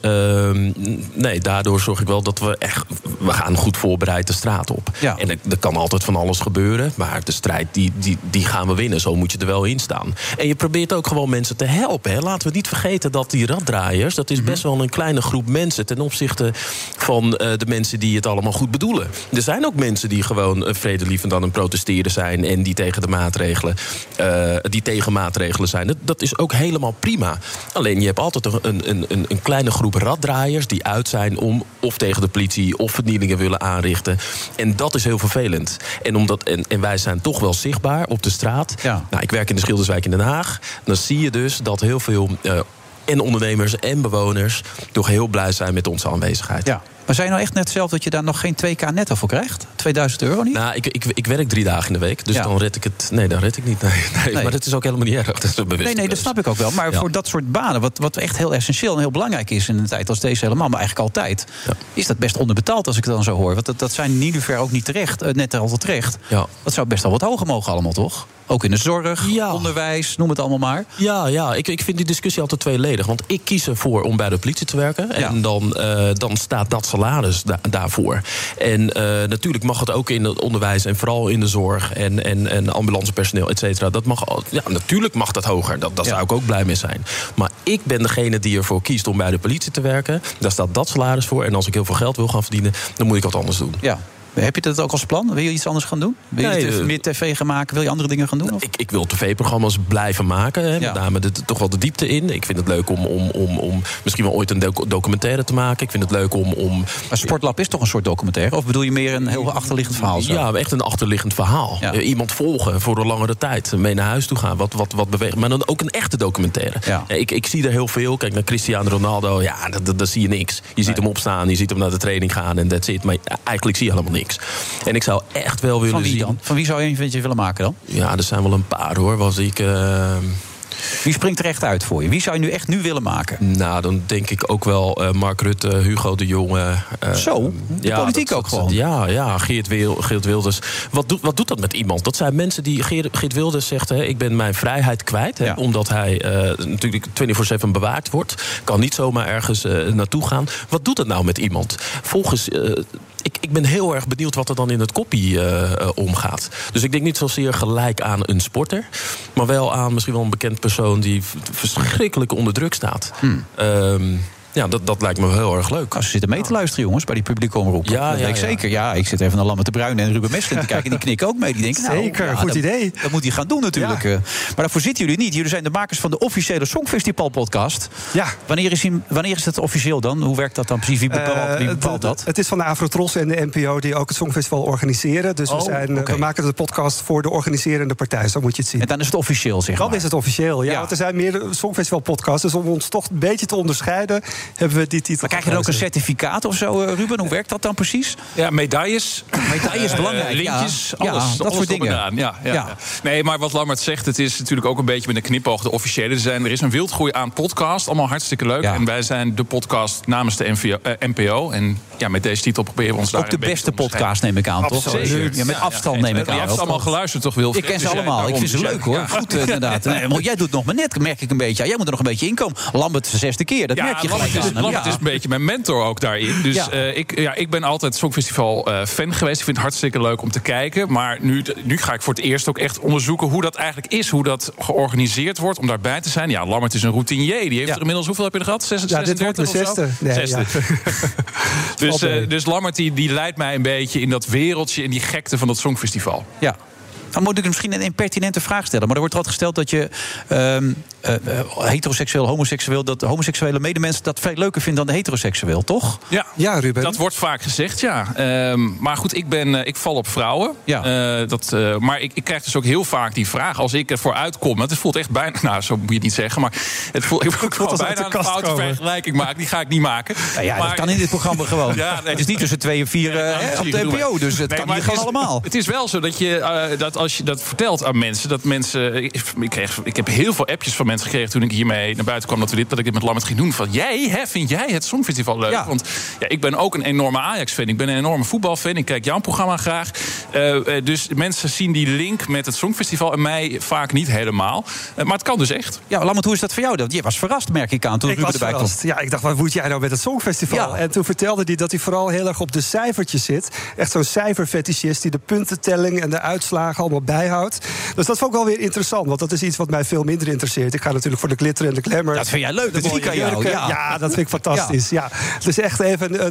Speaker 1: daardoor zorg ik wel dat we gaan goed voorbereid de straat op. Ja. En er kan altijd van alles gebeuren. Maar de strijd, die gaan we winnen. Zo moet je er wel in staan. En je probeert ook gewoon mensen te helpen. Hè. Laten we niet vergeten dat die raddraaiers, dat is best wel een kleine groep mensen ten opzichte van de mensen die het allemaal goed bedoelen. Er zijn ook mensen die gewoon vredelievend aan het protesteren zijn en die tegen de maatregelen, die tegen maatregelen zijn. Dat is ook helemaal prima. Alleen je hebt altijd een kleine groep raddraaiers die uit zijn om of tegen de politie of vernielingen willen aanrichten. En dat is heel vervelend. En wij zijn toch wel zichtbaar op de straat. Ja. Nou, ik werk in de Schilderswijk in Den Haag. Dan zie je dus dat heel veel en ondernemers en bewoners toch heel blij zijn met onze aanwezigheid.
Speaker 8: Ja. Maar zijn nou echt net zelf dat je daar nog geen 2K netto voor krijgt? €2000 niet?
Speaker 1: Nou, ik werk 3 dagen in de week. Dus dan red ik het. Nee, dan red ik niet. Nee. Maar dat is ook helemaal niet erg. Dat is bewust.
Speaker 8: Nee, dat snap ik ook wel. Maar voor dat soort banen, wat echt heel essentieel en heel belangrijk is in een tijd als deze helemaal, maar eigenlijk altijd, is dat best onderbetaald als ik het dan zo hoor. Want dat zijn Niloufer ook niet terecht, net altijd terecht. Ja. Dat zou best wel wat hoger mogen allemaal, toch? Ook in de zorg, onderwijs, noem het allemaal maar.
Speaker 1: Ja, ik vind die discussie altijd tweeledig. Want ik kies ervoor om bij de politie te werken. En dan staat dat salaris daarvoor. En natuurlijk mag het ook in het onderwijs en vooral in de zorg en ambulancepersoneel, et cetera. Dat mag, natuurlijk mag dat hoger. Daar zou ik ook blij mee zijn. Maar ik ben degene die ervoor kiest om bij de politie te werken. Daar staat dat salaris voor. En als ik heel veel geld wil gaan verdienen, dan moet ik wat anders doen.
Speaker 8: Ja. Heb je dat ook als plan? Wil je iets anders gaan doen? Wil je meer tv gaan maken? Wil je andere dingen gaan doen? Of?
Speaker 1: Ik wil tv-programma's blijven maken. Hè. Met name toch wel de diepte in. Ik vind het leuk om misschien wel ooit een documentaire te maken. Ik vind het leuk om...
Speaker 8: Maar Sportlab is toch een soort documentaire? Of bedoel je meer een heel achterliggend verhaal? Zo?
Speaker 1: Ja, echt een achterliggend verhaal. Ja. Iemand volgen voor een langere tijd. Mee naar huis toe gaan. Wat bewegen. Maar dan ook een echte documentaire. Ja. Ik zie er heel veel. Kijk naar Cristiano Ronaldo. Ja, daar zie je niks. Je ziet hem opstaan. Je ziet hem naar de training gaan. En that's it. Maar eigenlijk zie je helemaal niks. En ik zou echt wel willen zien...
Speaker 8: Van wie zou je een eentje willen maken dan?
Speaker 1: Ja, er zijn wel een paar hoor.
Speaker 8: Wie springt er echt uit voor je? Wie zou je nu echt willen maken?
Speaker 1: Nou, dan denk ik ook wel Mark Rutte, Hugo de Jonge.
Speaker 8: Zo, de politiek ook gewoon.
Speaker 1: Ja, Geert Wilders. Wat doet dat met iemand? Dat zijn mensen die... Geert Wilders zegt, ik ben mijn vrijheid kwijt. Hè, omdat hij natuurlijk 24/7 bewaakt wordt. Kan niet zomaar ergens naartoe gaan. Wat doet dat nou met iemand? Volgens... Ik ben heel erg benieuwd wat er dan in het koppie omgaat. Dus ik denk niet zozeer gelijk aan een sporter, maar wel aan misschien wel een bekend persoon die verschrikkelijk onder druk staat. Ja, dat lijkt me heel erg leuk.
Speaker 8: Als ze zitten mee te luisteren, jongens, bij die publieke omroep.
Speaker 1: Ja,
Speaker 8: dat weet ik zeker. Ja, ik zit even naar Lambert de Bruin en Ruben Mestling te kijken. En die knikken ook mee. Die denken,
Speaker 18: zeker, goed idee.
Speaker 8: Dat moet hij gaan doen natuurlijk. Ja. Maar daarvoor zitten jullie niet. Jullie zijn de makers van de officiële Songfestival-podcast.
Speaker 18: Ja.
Speaker 8: Wanneer is het officieel dan? Hoe werkt dat dan precies? Wie bepaalt dat?
Speaker 18: Het is van de Avrotros en de NPO die ook het Songfestival organiseren. Dus we maken de podcast voor de organiserende partij. Zo moet je het zien.
Speaker 8: En dan is het officieel, zeg maar.
Speaker 18: Dan is het officieel, ja. Want er zijn meer Songfestival-podcasts. Dus om ons toch een beetje te onderscheiden, hebben we die titel.
Speaker 8: Maar krijg je dan ook een certificaat of zo, Ruben? Hoe werkt dat dan precies?
Speaker 19: Ja, medailles.
Speaker 8: Medailles, belangrijk.
Speaker 19: Lintjes,
Speaker 8: alles, dat soort dingen.
Speaker 19: Ja. Nee, maar wat Lammert zegt, het is natuurlijk ook een beetje met een knipoog de officiële. Er is een wildgroei aan podcast, allemaal hartstikke leuk. Ja. En wij zijn de podcast namens de NPO. En ja, met deze titel proberen we ons daar
Speaker 8: ook de beste podcast, neem ik aan, toch? Ja, met afstand neem ik aan.
Speaker 19: Je hebt ze allemaal geluisterd, toch, Wilfried?
Speaker 8: Ik ken ze allemaal. Ik vind ze leuk, hoor. Goed, inderdaad. Jij doet nog maar net, merk ik een beetje. Jij moet er nog een beetje inkomen. Lambert de 6e keer, dat merk je gelijk aan.
Speaker 19: Lambert is een beetje mijn mentor ook daarin. Dus ik ben altijd Songfestival fan geweest. Ik vind het hartstikke leuk om te kijken. Maar nu ga ik voor het eerst ook echt onderzoeken hoe dat eigenlijk is. Hoe dat georganiseerd wordt om daarbij te zijn. Ja, Lambert is een routinier. Die heeft er inmiddels, hoeveel heb je er gehad? 36
Speaker 18: dit wordt de
Speaker 19: 6e. Dus Lambert die leidt mij een beetje in dat wereldje, in die gekte van dat Songfestival.
Speaker 8: Ja. Dan moet ik misschien een impertinente vraag stellen. Maar er wordt altijd gesteld dat je heteroseksueel, homoseksueel, dat homoseksuele medemensen dat veel leuker vinden dan de heteroseksueel, toch?
Speaker 19: Ja, Ruben. Dat wordt vaak gezegd, ja. Maar goed, ik val op vrouwen. Ja. Maar ik krijg dus ook heel vaak die vraag als ik ervoor uitkom. Het voelt echt bijna, nou, zo moet je het niet zeggen, maar het voelt bijna een foute vergelijking maken. Die ga ik niet maken.
Speaker 8: Maar dat kan in dit programma gewoon. Het is niet tussen 2 en 4 op de NPO, dus het kan hier gewoon allemaal.
Speaker 19: Het is wel zo dat je als je dat vertelt aan mensen, dat mensen... Ik heb heel veel appjes van mensen gekregen toen ik hiermee naar buiten kwam, dat ik dit met Lammert ging doen. Van vind jij het Songfestival leuk? Ja. Want ik ben ook een enorme Ajax-fan. Ik ben een enorme voetbalfan. Ik kijk jouw programma graag. Dus mensen zien die link met het Songfestival en mij vaak niet helemaal. Maar het kan dus echt.
Speaker 8: Ja, Lammert, hoe is dat voor jou? Je was verrast, merk ik aan, toen Ruben erbij kwam.
Speaker 18: Ja, ik dacht, wat moet jij nou met het Songfestival? Ja. En toen vertelde hij dat hij vooral heel erg op de cijfertjes zit. Echt zo'n cijferfetischist die de puntentelling en de uitslagen allemaal bijhoudt. Dus dat vond ik wel weer interessant, want dat is iets wat mij veel minder interesseert. Ik ga natuurlijk voor de glitter en de glamour.
Speaker 8: Dat vind jij leuk, dat zie ik aan jou.
Speaker 18: Ja, dat vind ik fantastisch. Ja. Het is echt even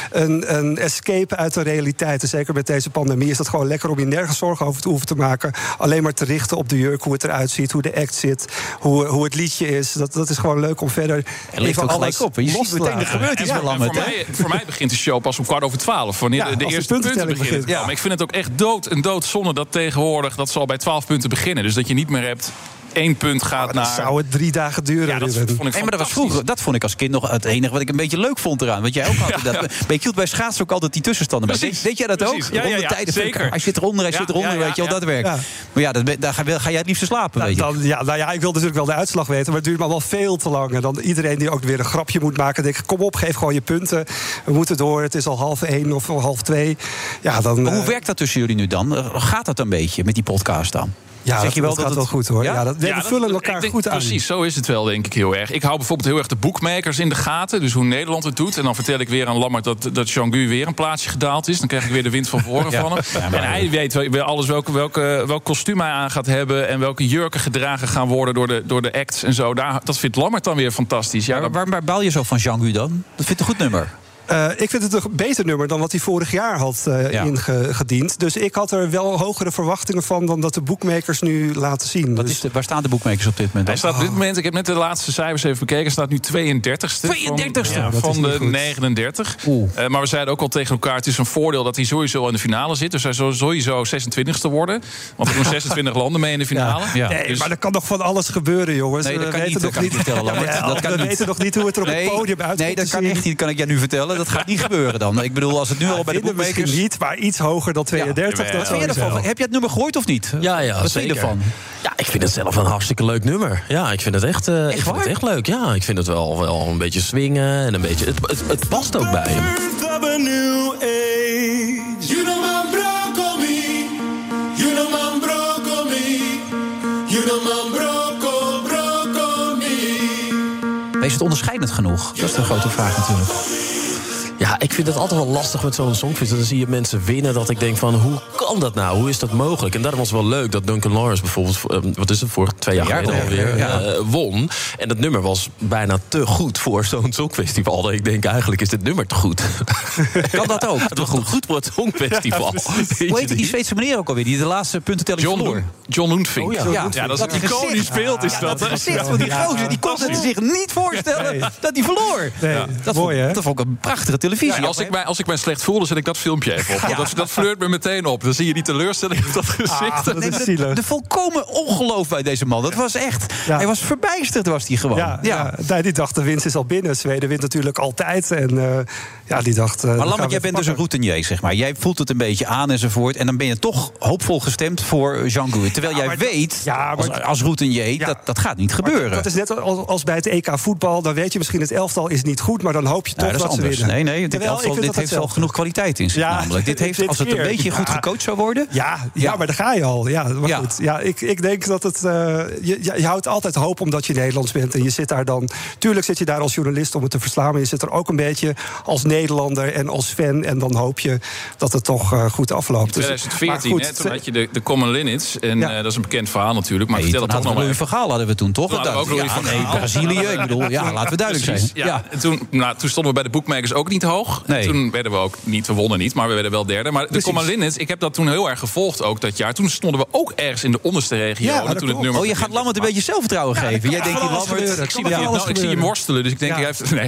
Speaker 18: een escape uit de realiteit. En zeker met deze pandemie is dat gewoon lekker om je nergens zorgen over te hoeven te maken. Alleen maar te richten op de jurk, hoe het eruit ziet, hoe de act zit, hoe het liedje is. Dat is gewoon leuk om verder
Speaker 8: even ook gelijk op. Je ziet meteen er gebeurt iets met Lammert.
Speaker 19: Voor mij begint de show pas om 12:15. Wanneer de eerste punten beginnen. Ja, maar ik vind het ook echt doodzonde dat tegenwoordig dat ze al bij 12 punten beginnen. Dus dat je niet meer hebt 1 punt gaat naar...
Speaker 18: zou het 3 dagen duren.
Speaker 19: Ja, dat vond ik
Speaker 8: maar dat was vroeger. Dat vond ik als kind nog het enige wat ik een beetje leuk vond eraan. Want jij ook altijd dat. Je hield bij schaatsen ook altijd die tussenstanden bij. Deed jij dat ook?
Speaker 19: Ja,
Speaker 8: tijden,
Speaker 19: zeker.
Speaker 8: Hij zit eronder, weet je wel, dat werkt. Ja. Maar ja, daar ga jij het liefst slapen, weet je.
Speaker 18: Ik wil natuurlijk wel de uitslag weten, maar het duurt maar wel veel te lang. En dan iedereen die ook weer een grapje moet maken, denk ik, kom op, geef gewoon je punten. We moeten door, het is al 1:30 of 1:30. Ja, dan,
Speaker 8: maar hoe werkt dat tussen jullie nu dan? Gaat dat een beetje met die podcast dan?
Speaker 18: Ja, zeg je wel dat gaat wel goed, hoor. Ja? We vullen elkaar goed aan.
Speaker 19: Precies, zo is het wel, denk ik, heel erg. Ik hou bijvoorbeeld heel erg de bookmakers in de gaten. Dus hoe Nederland het doet. En dan vertel ik weer aan Lammert dat Jean-Gu weer een plaatsje gedaald is. Dan krijg ik weer de wind van voren van hem. Ja, en hij weet alles welk kostuum hij aan gaat hebben en welke jurken gedragen gaan worden door de acts en zo. Dat vindt Lammert dan weer fantastisch. Ja,
Speaker 8: waar baal je zo van Jean-Gu dan? Dat vindt een goed nummer.
Speaker 18: Ik vind het een beter nummer dan wat hij vorig jaar had ingediend. Dus ik had er wel hogere verwachtingen van dan dat de bookmakers nu laten zien.
Speaker 8: Waar staan de bookmakers op dit moment?
Speaker 19: Hij staat op dit moment, ik heb net de laatste cijfers even bekeken, hij staat nu 32ste.
Speaker 8: 32ste?
Speaker 19: Van de 39. Maar we zeiden ook al tegen elkaar, het is een voordeel dat hij sowieso in de finale zit. Dus hij zal sowieso 26ste worden. Want er doen 26 landen mee in de finale.
Speaker 18: Ja. Nee, dus... maar er kan nog van alles gebeuren, jongens.
Speaker 8: Nee, dat kan niet.
Speaker 18: We weten nog niet hoe het er op het podium uitkomt.
Speaker 8: Nee, dat kan echt niet, kan ik jij nu vertellen. stellen, dat gaat niet gebeuren dan. Ik bedoel, als het nu al bij de boekmakers...
Speaker 18: Misschien niet, maar iets hoger dan 32.
Speaker 8: Wat vind je ervan? Heb je het nummer gehoord of niet?
Speaker 1: Ja,
Speaker 8: wat vind je ervan?
Speaker 1: Ja, ik vind het zelf een hartstikke leuk nummer. Ja, ik vind het echt, leuk. Ja, ik vind het wel een beetje swingen en een beetje... Het past ook bij hem.
Speaker 8: Is het onderscheidend genoeg? Dat is de grote vraag natuurlijk.
Speaker 1: Ja, ik vind het altijd wel lastig met zo'n songfest. Dan zie je mensen winnen dat ik denk van, hoe kan dat nou? Hoe is dat mogelijk? En daarom was het wel leuk dat Duncan Lawrence bijvoorbeeld... wat is het, voor 2 jaar geleden alweer, won. En dat nummer was bijna te goed voor zo'n songfestival. Ik denk, eigenlijk is dit nummer te goed.
Speaker 8: Kan dat ook?
Speaker 1: Het was te goed voor het songfestival.
Speaker 8: Ja, hoe heet die Zweedse meneer ook alweer, die de laatste puntentelling verloor?
Speaker 19: John Lundvink.
Speaker 8: Ja,
Speaker 19: dat is iconisch beeld, is dat.
Speaker 8: Het gezicht van die gozer, die kon het zich niet voorstellen dat hij verloor. Dat vond ik een prachtige televisie.
Speaker 19: Ja, als ik mij slecht voel, dan zet ik dat filmpje even op. Dat flirt me meteen op. Dan zie je die teleurstelling op dat gezicht.
Speaker 8: De volkomen ongeloof bij deze man. Dat was echt... Ja. Hij was verbijsterd, was hij gewoon.
Speaker 18: Die dacht, de winst is al binnen. Zweden wint natuurlijk altijd. En die dacht...
Speaker 8: maar Lammert, jij bent dus een routinier, zeg maar. Jij voelt het een beetje aan enzovoort. En dan ben je toch hoopvol gestemd voor Jean Gouet. Terwijl jij weet, als routinier, dat gaat niet gebeuren.
Speaker 18: Dat is net als bij het EK voetbal. Dan weet je misschien, het elftal is niet goed, maar dan hoop je toch dat ze winnen.
Speaker 8: Nee, dit heeft wel genoeg kwaliteit in zich namelijk. Dit heeft, als het een beetje goed gecoacht zou worden...
Speaker 18: Ja, maar daar ga je al. Ja, maar goed. Ja, ik denk dat het... Je houdt altijd hoop omdat je Nederlands bent. En je zit daar dan... Tuurlijk zit je daar als journalist om het te verslaan. Maar je zit er ook een beetje als Nederlander en als fan. En dan hoop je dat het toch goed afloopt.
Speaker 19: In 2014, toen had je de Common Linnets. En dat is een bekend verhaal natuurlijk. Maar vertel het toch nog maar.
Speaker 8: Louis van Gaal hadden we toen, toch?
Speaker 19: Toen hadden we ook Louis van Gaal.
Speaker 8: Brazilië, ik bedoel, laten we duidelijk zijn.
Speaker 19: Ja. En toen stonden we bij de bookmakers ook niet hoog. Toen werden we ook niet, we wonnen niet, maar we werden wel derde. Maar de Common Linnets, ik heb dat toen heel erg gevolgd ook dat jaar. Toen stonden we ook ergens in de onderste regio.
Speaker 18: Toen
Speaker 19: het nummer
Speaker 8: je gaat Lammert een beetje zelfvertrouwen geven. Jij denkt, die Lammert...
Speaker 19: Ik zie hem worstelen, dus ik denk, hij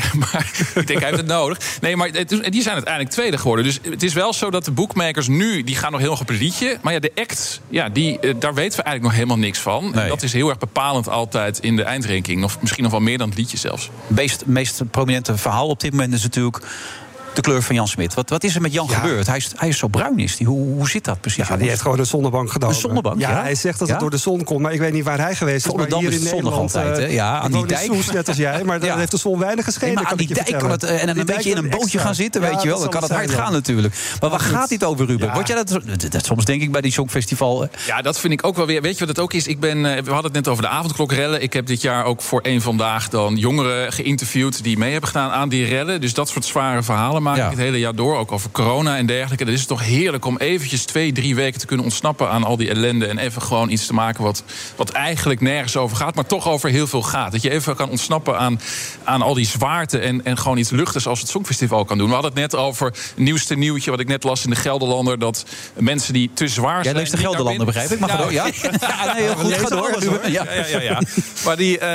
Speaker 19: heeft het nodig. Nee, maar die zijn uiteindelijk tweede geworden. Dus het is wel zo dat de bookmakers nu, die gaan nog heel erg op een liedje. Maar de act, daar weten we eigenlijk nog helemaal niks van. Nee. Dat is heel erg bepalend altijd in de eindranking. Of misschien nog wel meer dan het liedje zelfs.
Speaker 8: Het meest prominente verhaal op dit moment is natuurlijk de kleur van Jan Smit. Wat is er met Jan gebeurd? Hij is zo bruin, is hij. Hoe zit dat precies?
Speaker 18: Ja, die heeft gewoon de zonnebank gedaan.
Speaker 8: De zonnebank,
Speaker 18: ja. Hij zegt dat het door de zon komt, maar ik weet niet waar hij geweest is.
Speaker 8: Maar hier in Nederland aan die dijk.
Speaker 18: Soes, net als jij, maar daar heeft de zon weinig geschenen.
Speaker 8: Maar aan die dijk kan het en een beetje in een bootje gaan zitten, weet je wel. Dan kan het hard gaan natuurlijk. Maar waar gaat dit over, Ruben? Word jij dat soms denk ik bij die Songfestival?
Speaker 19: Ja, dat vind ik ook wel weer. Weet je wat het ook is? We hadden het net over de avondklokrellen. Ik heb dit jaar ook voor Eén Vandaag dan jongeren geïnterviewd die mee hebben gedaan aan die rellen. Dus dat soort zware verhalen maak ik het hele jaar door. Ook over corona en dergelijke. Dan is het toch heerlijk om eventjes 2-3 weken te kunnen ontsnappen aan al die ellende. En even gewoon iets te maken wat eigenlijk nergens over gaat, maar toch over heel veel gaat. Dat je even kan ontsnappen aan al die zwaarte en gewoon iets luchtigs als het Songfestival kan doen. We hadden het net over het nieuwste nieuwtje wat ik net las in de Gelderlander. Dat mensen die te zwaar zijn.
Speaker 8: Jij leest de Gelderlander, begrijp ik? Mag het ook? Ja? Heel goed. Ga door.
Speaker 19: Ja. Maar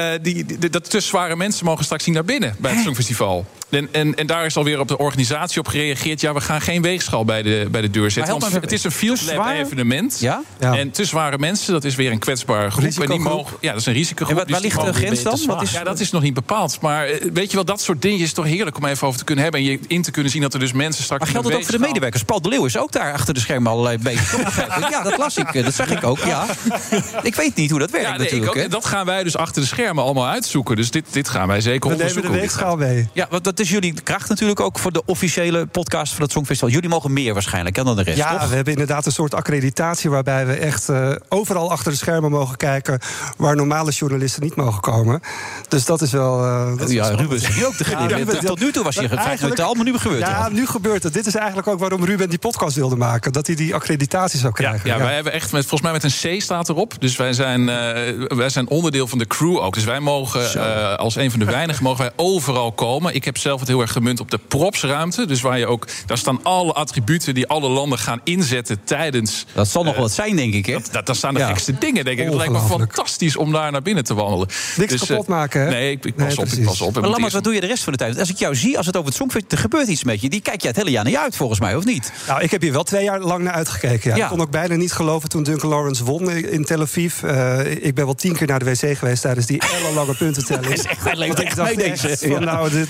Speaker 19: dat te zware mensen mogen straks niet naar binnen bij het Songfestival. En daar is alweer op de organisatie op gereageerd. Ja, we gaan geen weegschaal bij de deur zetten. Want het is een field lab evenement. Ja? En te zware mensen, dat is weer een kwetsbare groep. En die mogen, dat is een risicogroep.
Speaker 8: En waar ligt de grens dan?
Speaker 19: Dat is nog niet bepaald. Maar weet je wel, dat soort dingen is toch heerlijk om even over te kunnen hebben. En je in te kunnen zien dat er dus mensen straks...
Speaker 8: Maar geldt het ook voor de medewerkers? Paul de Leeuw is ook daar achter de schermen allerlei bezig. Ja, dat las ik. Dat zag ik ook, ja. Ik weet niet hoe dat werkt natuurlijk.
Speaker 19: Dat gaan wij dus achter de schermen allemaal uitzoeken. Dus dit gaan wij zeker onderzoeken.
Speaker 18: We nemen de weegschaal mee.
Speaker 8: Ja, want dat is jullie kracht natuurlijk ook voor de officiële podcast van het Songfestival. Jullie mogen meer waarschijnlijk dan de rest, toch?
Speaker 18: We hebben inderdaad een soort accreditatie waarbij we echt overal achter de schermen mogen kijken waar normale journalisten niet mogen komen. Dus dat is wel...
Speaker 8: Ruben is hier ook degene. Tot nu toe was je vrij neutraal, maar nu gebeurt het.
Speaker 18: Ja, nu gebeurt het. Dit is eigenlijk ook waarom Ruben die podcast wilde maken. Dat hij die accreditatie zou krijgen.
Speaker 19: Ja, wij hebben echt, volgens mij met een C staat erop. Dus wij zijn onderdeel van de crew ook. Dus wij mogen, als een van de weinigen, mogen wij overal komen. Ik heb zelf het heel erg gemunt op de propsruimte. Dus daar staan alle attributen die alle landen gaan inzetten tijdens...
Speaker 8: Dat zal nog wat zijn, denk ik, hè?
Speaker 19: Dat staan de gekste dingen, denk ik. Het lijkt me fantastisch om daar naar binnen te wandelen.
Speaker 18: Niks kapot maken, hè?
Speaker 19: Nee, ik pas op.
Speaker 8: Maar Lammert, wat doe je de rest van de tijd? Als ik jou zie, als het over het Songfestival, er gebeurt iets met je. Die kijk je het hele jaar niet uit, volgens mij, of niet?
Speaker 18: Nou, ik heb hier wel 2 jaar lang naar uitgekeken. Ja. Ik kon ook bijna niet geloven toen Duncan Lawrence won in Tel Aviv. Ik ben wel 10 keer naar de wc geweest tijdens die ellenlange puntentelling.
Speaker 8: Dat is echt leuk. Ik dacht
Speaker 18: deze. Nou,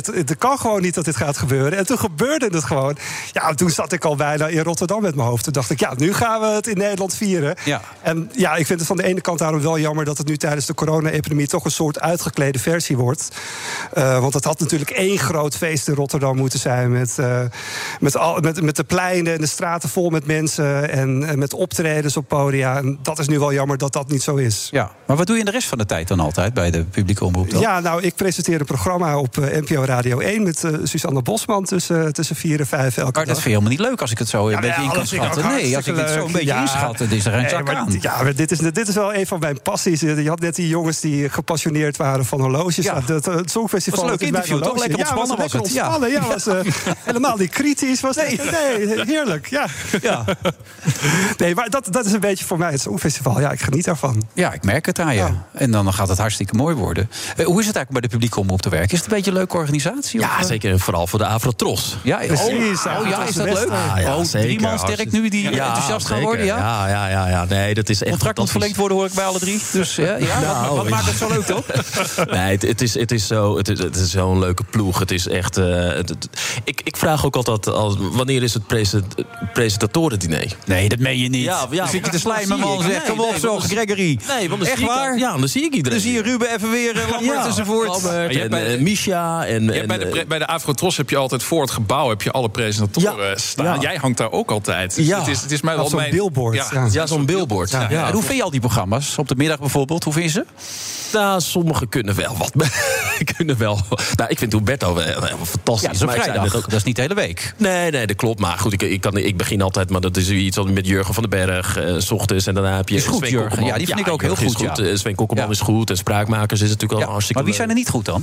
Speaker 18: het kan gewoon niet dat dit gaat gebeuren. En toen gebeurde het gewoon. Ja, toen zat ik al bijna in Rotterdam met mijn hoofd. Toen dacht ik, ja, nu gaan we het in Nederland vieren. Ja. En ja, ik vind het van de ene kant daarom wel jammer dat het nu tijdens de corona-epidemie toch een soort uitgeklede versie wordt. Want het had natuurlijk één groot feest in Rotterdam moeten zijn met de pleinen en de straten vol met mensen en met optredens op podia. En dat is nu wel jammer dat dat niet zo is.
Speaker 8: Ja, maar wat doe je in de rest van de tijd dan altijd bij de publieke omroep dan?
Speaker 18: Ja, nou, ik presenteer een programma op NPO Radio 1 met Suzanne Bosman tussen 4 en 5 elke dag.
Speaker 8: Maar dat vind je helemaal niet leuk als ik het zo een beetje in kan schatten. Nee, als ik het zo een beetje inschat, dan is er geen zak aan.
Speaker 18: Ja, maar dit is wel een van mijn passies. Je had net die jongens die gepassioneerd waren van horloges. Ja. Het Songfestival
Speaker 8: was een leuk interview, toch? Lekker ontspannen was het.
Speaker 18: Ja, was helemaal niet kritisch. Nee, heerlijk. Ja. Nee, maar dat is een beetje voor mij het Songfestival. Ja, ik geniet daarvan.
Speaker 8: Ja, ik merk het aan je. Ja. En dan gaat het hartstikke mooi worden. Hoe is het eigenlijk bij de publieke omroep te werken? Is het een beetje een leuke organisatie?
Speaker 1: Ja, zeker. En vooral voor de Afrotros.
Speaker 18: Ja, precies.
Speaker 8: Is dat leuk? Drie man sterk nu die enthousiast gaan worden?
Speaker 1: Ja. Nee, dat is echt
Speaker 8: contract moet verlengd worden, hoor ik bij alle drie. Dus wat maakt het zo leuk, toch?
Speaker 1: Nee, het is zo'n leuke ploeg. Het is echt... Ik vraag ook altijd, wanneer is het presentatorendiner?
Speaker 8: Nee, dat meen je niet. Dan zit je te slijmen, man. Zeg, kom op zo, Gregory.
Speaker 1: Nee, want
Speaker 8: echt waar?
Speaker 1: Ja, dan zie ik iedereen.
Speaker 8: Dan zie je Ruben even weer, Lambert enzovoort.
Speaker 1: Lambert en Misha.
Speaker 19: Bij de Afrotros heb je altijd voor het gebouw heb je alle presentatoren staan. Ja. Jij hangt daar ook altijd. Dus het is mij wel
Speaker 18: zo'n billboard.
Speaker 1: Ja, zo'n billboard. Ja.
Speaker 8: En hoe vind je al die programma's? Op de middag bijvoorbeeld, hoe vind je ze?
Speaker 1: Nou, sommigen kunnen wel wat. Nou, ik vind Humberto wel fantastisch.
Speaker 8: Ja, dat is een vrijdag. Dat is niet de hele week.
Speaker 1: Nee, dat klopt. Maar goed, ik begin altijd... maar dat is iets met Jurgen van den Berg, 's ochtends. En daarna heb je...
Speaker 8: Is goed, Jurgen. Ja, die vind ik ook heel goed.
Speaker 1: Sven Kokkelman is goed. En Spraakmakers is natuurlijk al hartstikke
Speaker 8: Maar wie zijn er niet goed dan?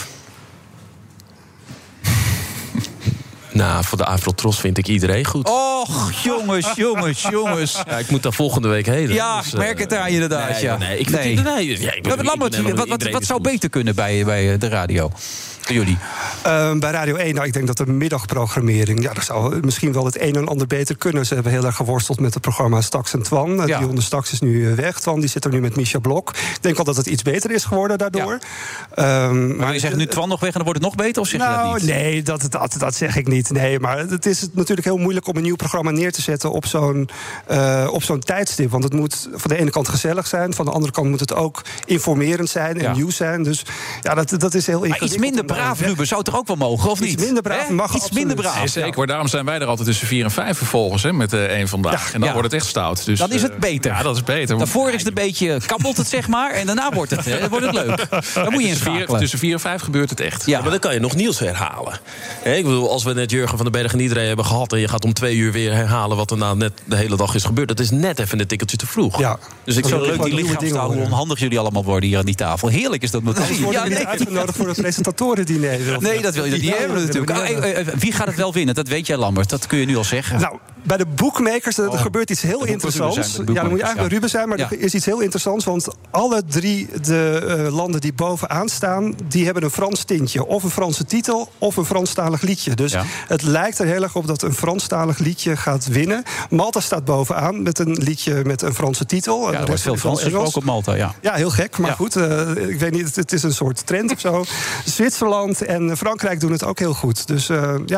Speaker 1: Nou, voor de Afrotros vind ik iedereen goed.
Speaker 8: Och, jongens.
Speaker 1: Ja, ik moet daar volgende week heen.
Speaker 8: Ja, dus, ik merk het aan je inderdaad. Wat zou beter kunnen bij de radio? Jullie?
Speaker 18: Bij Radio 1, nou, ik denk dat de middagprogrammering... ja, dat zou misschien wel het een en ander beter kunnen. Ze hebben heel erg geworsteld met het programma Stax en Twan. Dionne Stax is nu weg. Twan die zit er nu met Misha Blok. Ik denk wel dat het iets beter is geworden daardoor.
Speaker 8: Ja. Maar je zegt nu Twan nog weg en dan wordt het nog beter? Of zeg je dat niet?
Speaker 18: Nee, dat zeg ik niet. Nee, maar het is natuurlijk heel moeilijk om een nieuw programma neer te zetten op zo'n tijdstip. Want het moet van de ene kant gezellig zijn. Van de andere kant moet het ook informerend zijn en nieuws zijn. Dus ja, dat is heel ingewikkeld.
Speaker 8: Maar iets minder braaf, Ruben, zou het er ook wel mogen, of niet?
Speaker 18: Iets minder braaf mag
Speaker 8: iets minder braaf.
Speaker 19: Nee, zeker, daarom zijn wij er altijd tussen 4 en 5 vervolgens met één vandaag. En dan wordt het echt stout. Dus,
Speaker 8: dan is het beter.
Speaker 19: Ja, dat is beter.
Speaker 8: Daarvoor is het een beetje, kabbelt het zeg maar. En daarna wordt het leuk. Dan moet je inschakelen.
Speaker 19: Tussen 4 en 5 gebeurt het echt.
Speaker 1: Ja, maar dan kan je nog nieuws herhalen. Ik bedoel, als we net Jurgen van den Berg en iedereen hebben gehad... en je gaat om 2 uur weer herhalen wat er nou net de hele dag is gebeurd... dat is net even een tikkeltje te vroeg.
Speaker 18: Ja.
Speaker 8: Dus ik zou leuk die lichaamstaal, hoe onhandig jullie allemaal worden hier aan die tafel. Heerlijk is dat met
Speaker 18: ons. Ja, uitgenodigd voor een presentatorendiner.
Speaker 8: Nee, dat wil je niet hebben natuurlijk. Wie gaat het wel winnen? Dat weet jij, Lambert. Dat kun je nu al zeggen.
Speaker 18: Nou, bij de boekmakers er gebeurt iets heel interessants. Dan moet je eigenlijk bij Ruben zijn, maar er is iets heel interessants. Want alle 3 de landen die bovenaan staan... die hebben een Frans tintje. Of een Franse titel, of een Franstalig liedje. Dus het lijkt er heel erg op dat een Franstalig liedje gaat winnen. Malta staat bovenaan met een liedje met een Franse titel.
Speaker 8: Ja, er wordt veel Frans gesproken op Malta, ja.
Speaker 18: Ja, heel gek. Maar goed, ik weet niet, het is een soort trend of zo. Zwitserland en Frankrijk doen het ook heel goed. Dus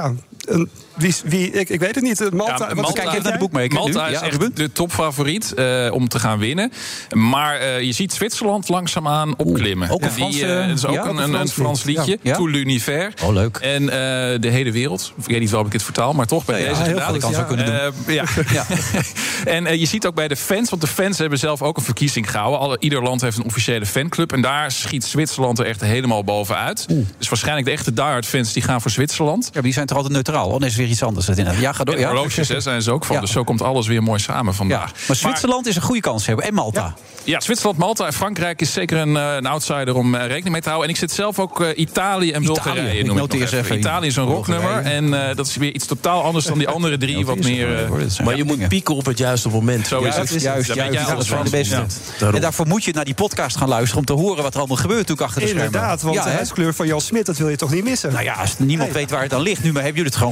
Speaker 18: ik weet het niet. Malta
Speaker 8: kijk even naar de boekmaker.
Speaker 19: Malta is echt de topfavoriet om te gaan winnen. Maar je ziet Zwitserland langzaamaan opklimmen.
Speaker 8: Ook een Frans,
Speaker 19: een Frans liedje. Tout l'univers.
Speaker 8: Oh, leuk.
Speaker 19: En de hele wereld. Ik weet niet wel of ik het vertaal, maar toch bij deze
Speaker 8: gedaan. Dat kan zo kunnen doen.
Speaker 19: En je ziet ook bij de fans, want de fans hebben zelf ook een verkiezing gehouden. Ieder land heeft een officiële fanclub. En daar schiet Zwitserland er echt helemaal bovenuit. Dus waarschijnlijk de echte diehard fans die gaan voor Zwitserland.
Speaker 8: Ja, maar die zijn toch altijd neutraal? Oh, nee, is weer iets anders. Ja, ga door.
Speaker 19: En horloges zijn ze ook van. Dus zo komt alles weer mooi samen vandaag.
Speaker 8: Maar Zwitserland is een goede kans hebben. En Malta.
Speaker 19: Ja, Zwitserland, Malta en Frankrijk is zeker een outsider om rekening mee te houden. En ik zit zelf ook Italië en Bulgarije.
Speaker 8: Ik noteer even.
Speaker 19: Italië is een rocknummer. En dat is weer iets totaal anders dan die andere 3. Wat meer.
Speaker 1: Maar je moet pieken op het juiste moment.
Speaker 19: Zo is het.
Speaker 8: Juist. Dat is de beste. En daarvoor moet je naar die podcast gaan luisteren om te horen wat er allemaal gebeurt natuurlijk achter de schermen.
Speaker 18: Inderdaad, want de huidskleur van Jan Smit, dat wil je toch niet missen?
Speaker 8: Nou ja, als niemand weet waar het aan ligt, nu maar hebben jullie het gewoon verklaard.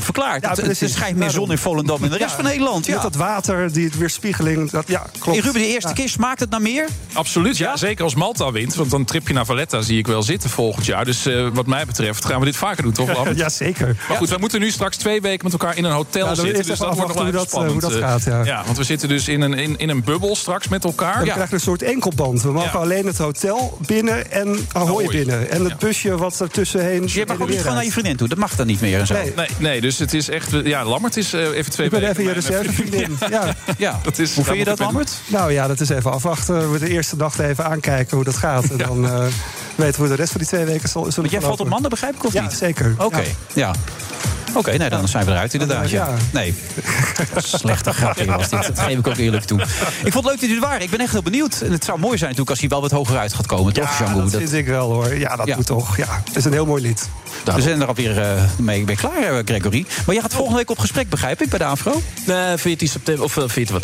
Speaker 8: er schijnt meer zon in Volendam en de rest van Nederland. Ja.
Speaker 18: Met dat water, die weerspiegeling, klopt.
Speaker 8: Ruben, de eerste keer, smaakt het naar meer?
Speaker 19: Absoluut, ja. Zeker als Malta wint. Want dan tripje naar Valletta zie ik wel zitten volgend jaar. Dus wat mij betreft gaan we dit vaker doen, toch, Lambert?
Speaker 18: Ja, zeker.
Speaker 19: Maar goed, we moeten nu straks 2 weken met elkaar in een hotel zitten. Dus dat wordt nog wel even spannend.
Speaker 18: Hoe dat gaat,
Speaker 19: ja, want we zitten dus in een bubbel straks met elkaar.
Speaker 18: We krijgen een soort enkelband. We mogen alleen het hotel binnen en Ahoy binnen. En het busje wat er tussenheen...
Speaker 8: Dus je mag ook niet gewoon naar je vriendin toe. Dat mag dan niet meer en zo.
Speaker 19: Nee, dus het is echt... Ja, Lambert is even 2 weken.
Speaker 18: Ik ben even je reservevriendin.
Speaker 8: Ja.
Speaker 19: Dat is,
Speaker 8: hoe vind je dat, Lambert?
Speaker 18: Nou ja, dat is even afwachten. We de eerste dag even aankijken hoe dat gaat. En dan weten we de rest van die 2 weken zullen
Speaker 8: Want jij valt op mannen, begrijp ik, of niet?
Speaker 18: Ja, zeker.
Speaker 8: Oké, ja. Oké, dan zijn we eruit inderdaad. Ja. Nee, slechte grapje was dit. Dat geef ik ook eerlijk toe. Ik vond het leuk dat jullie waren. Ik ben echt heel benieuwd. En het zou mooi zijn natuurlijk als hij wel wat hoger uit gaat komen. Toch, Django?
Speaker 18: Dat vind ik wel, hoor. Ja, dat moet toch. Ja, het is een heel mooi lied.
Speaker 8: We zijn er alweer mee klaar, Gregory. Maar jij gaat volgende week op gesprek, begrijp ik, bij de AVRO?
Speaker 1: Nee, 14 september, of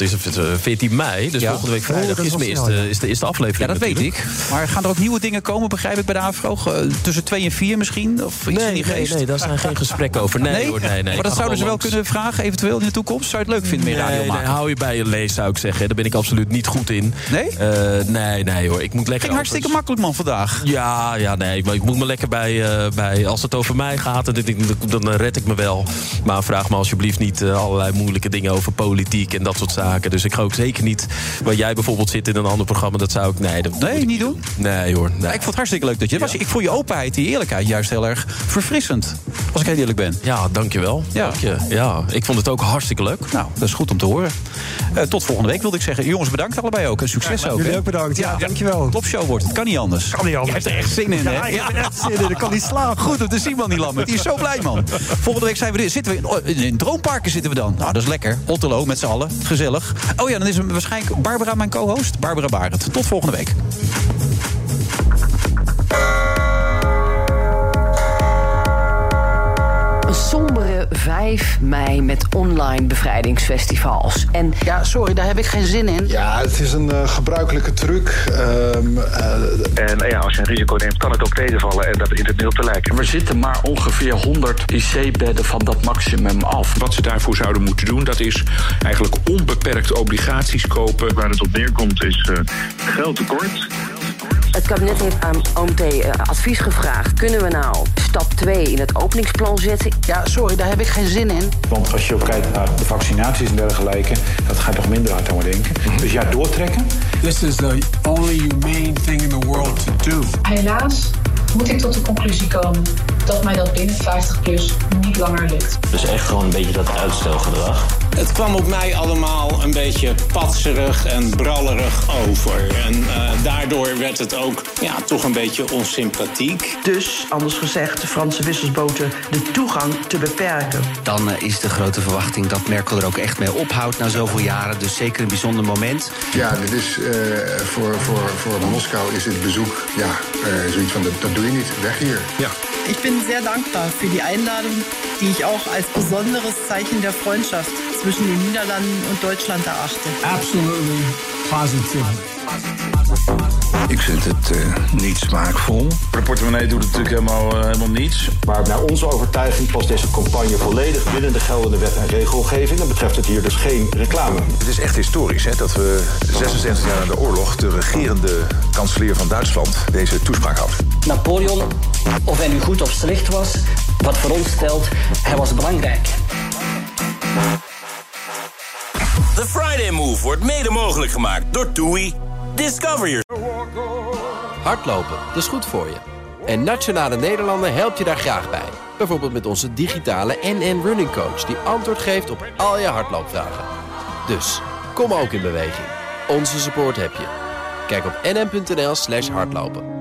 Speaker 1: 14 mei. Dus volgende week vrijdag is de aflevering.
Speaker 8: Ja, dat weet ik. Maar gaan er ook nieuwe dingen komen, begrijp ik, bij de AVRO? Tussen 2 en 4 misschien? Of iets in die geest?
Speaker 1: Nee, daar zijn geen gesprekken over. Nee.
Speaker 8: Maar dat zouden ze wel kunnen vragen, eventueel in de toekomst? Zou je het leuk vinden meer radio maken?
Speaker 1: Nee, hou je bij je lees, zou ik zeggen. Daar ben ik absoluut niet goed in.
Speaker 8: Nee?
Speaker 1: Nee hoor. Ik moet lekker.
Speaker 8: Ging hartstikke makkelijk, man, vandaag.
Speaker 1: Ja, nee. Maar ik moet me lekker bij als het over mij gaat, dan red ik me wel. Maar vraag me alsjeblieft niet allerlei moeilijke dingen over politiek en dat soort zaken. Dus ik ga ook zeker niet, waar jij bijvoorbeeld zit in een ander programma, dat zou ik... Nee,
Speaker 8: niet doen?
Speaker 1: Nee hoor. Nee.
Speaker 8: Ja, ik vond het hartstikke leuk dat je was. Ik vond je openheid, die eerlijkheid juist heel erg verfrissend. Als ik heel eerlijk ben.
Speaker 1: Ja, dankjewel. Ja. Ja, ik vond het ook hartstikke leuk.
Speaker 8: Nou, dat is goed om te horen. Tot volgende week wilde ik zeggen. Jongens, bedankt allebei ook. En succes ook.
Speaker 18: Jullie ook bedankt. Ja, dankjewel.
Speaker 8: Topshow wordt het. Kan niet anders.
Speaker 18: Kan niet anders.
Speaker 8: Je hebt er echt zin in, hè?
Speaker 18: Ja, ik heb echt zin in. Ik kan niet slapen.
Speaker 8: Goed om te zien, man, die Lambert. Die is zo blij, man. Volgende week zitten we in Droomparken zitten we dan. Nou, dat is lekker. Otterlo met z'n allen. Gezellig. Oh ja, dan is waarschijnlijk Barbara mijn co-host. Barbara Barend. Tot volgende week.
Speaker 4: Een sombere 5 mei met online bevrijdingsfestivals. En
Speaker 15: ja, sorry, daar heb ik geen zin in.
Speaker 7: Ja, het is een gebruikelijke truc.
Speaker 20: En als je een risico neemt, kan het ook tegenvallen en dat begint het nul te lijken.
Speaker 21: We zitten maar ongeveer 100 IC-bedden van dat maximum af.
Speaker 22: Wat ze daarvoor zouden moeten doen, dat is eigenlijk onbeperkt obligaties kopen.
Speaker 20: Waar het op neerkomt is geldtekort.
Speaker 4: Het kabinet heeft aan OMT advies gevraagd. Kunnen we nou stap 2 in het openingsplan zetten?
Speaker 15: Ja, sorry, daar heb ik geen zin in.
Speaker 21: Want als je ook kijkt naar de vaccinaties en dergelijke, dat gaat toch minder hard aan me denken. Dus ja, doortrekken.
Speaker 7: This is the only humane thing in the world to do.
Speaker 6: Helaas moet ik tot de conclusie komen dat mij dat binnen 50+ niet langer lukt.
Speaker 23: Dus echt gewoon een beetje dat uitstelgedrag.
Speaker 24: Het kwam op mij allemaal een beetje patserig en brallerig over. En daardoor werd het ook toch een beetje onsympathiek.
Speaker 15: Dus, anders gezegd, de Franse vissersboten de toegang te beperken.
Speaker 25: Dan is de grote verwachting dat Merkel er ook echt mee ophoudt na zoveel jaren. Dus zeker een bijzonder moment.
Speaker 26: Ja, dit is voor Moskou is dit bezoek zoiets van, dat doe je niet, weg hier.
Speaker 5: Ja. Ich bin sehr dankbar für die Einladung, die ich auch als besonderes Zeichen der Freundschaft zwischen den Niederlanden und Deutschland erachte.
Speaker 7: Absolutely positive.
Speaker 27: Ik vind het niet smaakvol.
Speaker 20: De portemonnee doet het natuurlijk helemaal niets.
Speaker 24: Maar naar onze overtuiging past deze campagne volledig binnen de geldende wet en regelgeving. En betreft het hier dus geen reclame.
Speaker 22: Het is echt historisch dat we 76 jaar na de oorlog de regerende kanselier van Duitsland deze toespraak houdt.
Speaker 28: Napoleon, of hij nu goed of slecht was, wat voor ons stelt, hij was belangrijk.
Speaker 2: The Friday Move wordt mede mogelijk gemaakt door TUI. Discover your...
Speaker 29: Hardlopen, dat is goed voor je. En Nationale Nederlanden helpt je daar graag bij. Bijvoorbeeld met onze digitale NN Running Coach, die antwoord geeft op al je hardloopvragen. Dus, kom ook in beweging. Onze support heb je. Kijk op nn.nl/hardlopen.